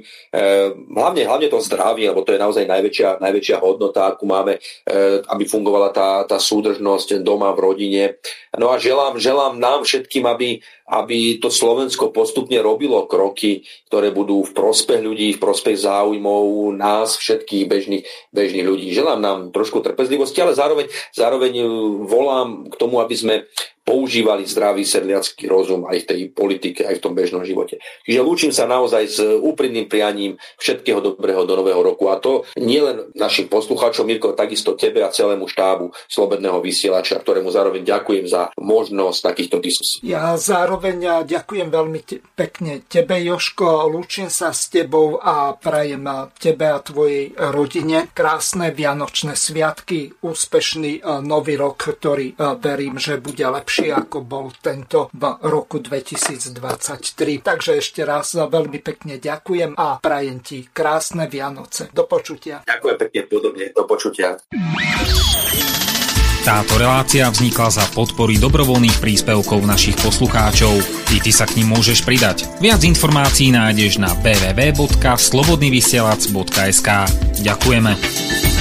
hlavne to zdravie, lebo to je naozaj najväčšia hodnota, akú máme, aby fungovala tá súdržnosť doma v rodine. No a želám nám všetkým, aby to Slovensko postupne robilo kroky, ktoré budú v prospech ľudí, v prospech záujmov nás, všetkých bežných ľudí. Želám nám trošku trpezlivosti, ale zároveň volám k tomu, aby sme používali zdravý sedliacky rozum aj v tej politike, aj v tom bežnom živote. Čiže lúčim sa naozaj s úprimným prianím všetkého dobrého do nového roku. A to nielen našim poslucháčom, Mirko, takisto tebe a celému štábu Slobodného vysielača, ktorému zároveň ďakujem za možnosť takýchto diskusí. Ja zároveň ďakujem veľmi pekne tebe, Jožko, lúčim sa s tebou a prajem tebe a tvojej rodine krásne vianočné sviatky, úspešný nový rok, ktorý verím, že bude lepší ako bol tento v roku 2023. Takže ešte raz veľmi pekne ďakujem a prajem ti krásne Vianoce. Do počutia. Ďakujem pekne, podobne. Do počutia. Táto relácia vznikla za podpory dobrovoľných príspevkov našich poslucháčov. I ty sa k nim môžeš pridať. Viac informácií nájdeš na www.slobodnyvysielac.sk. Ďakujeme.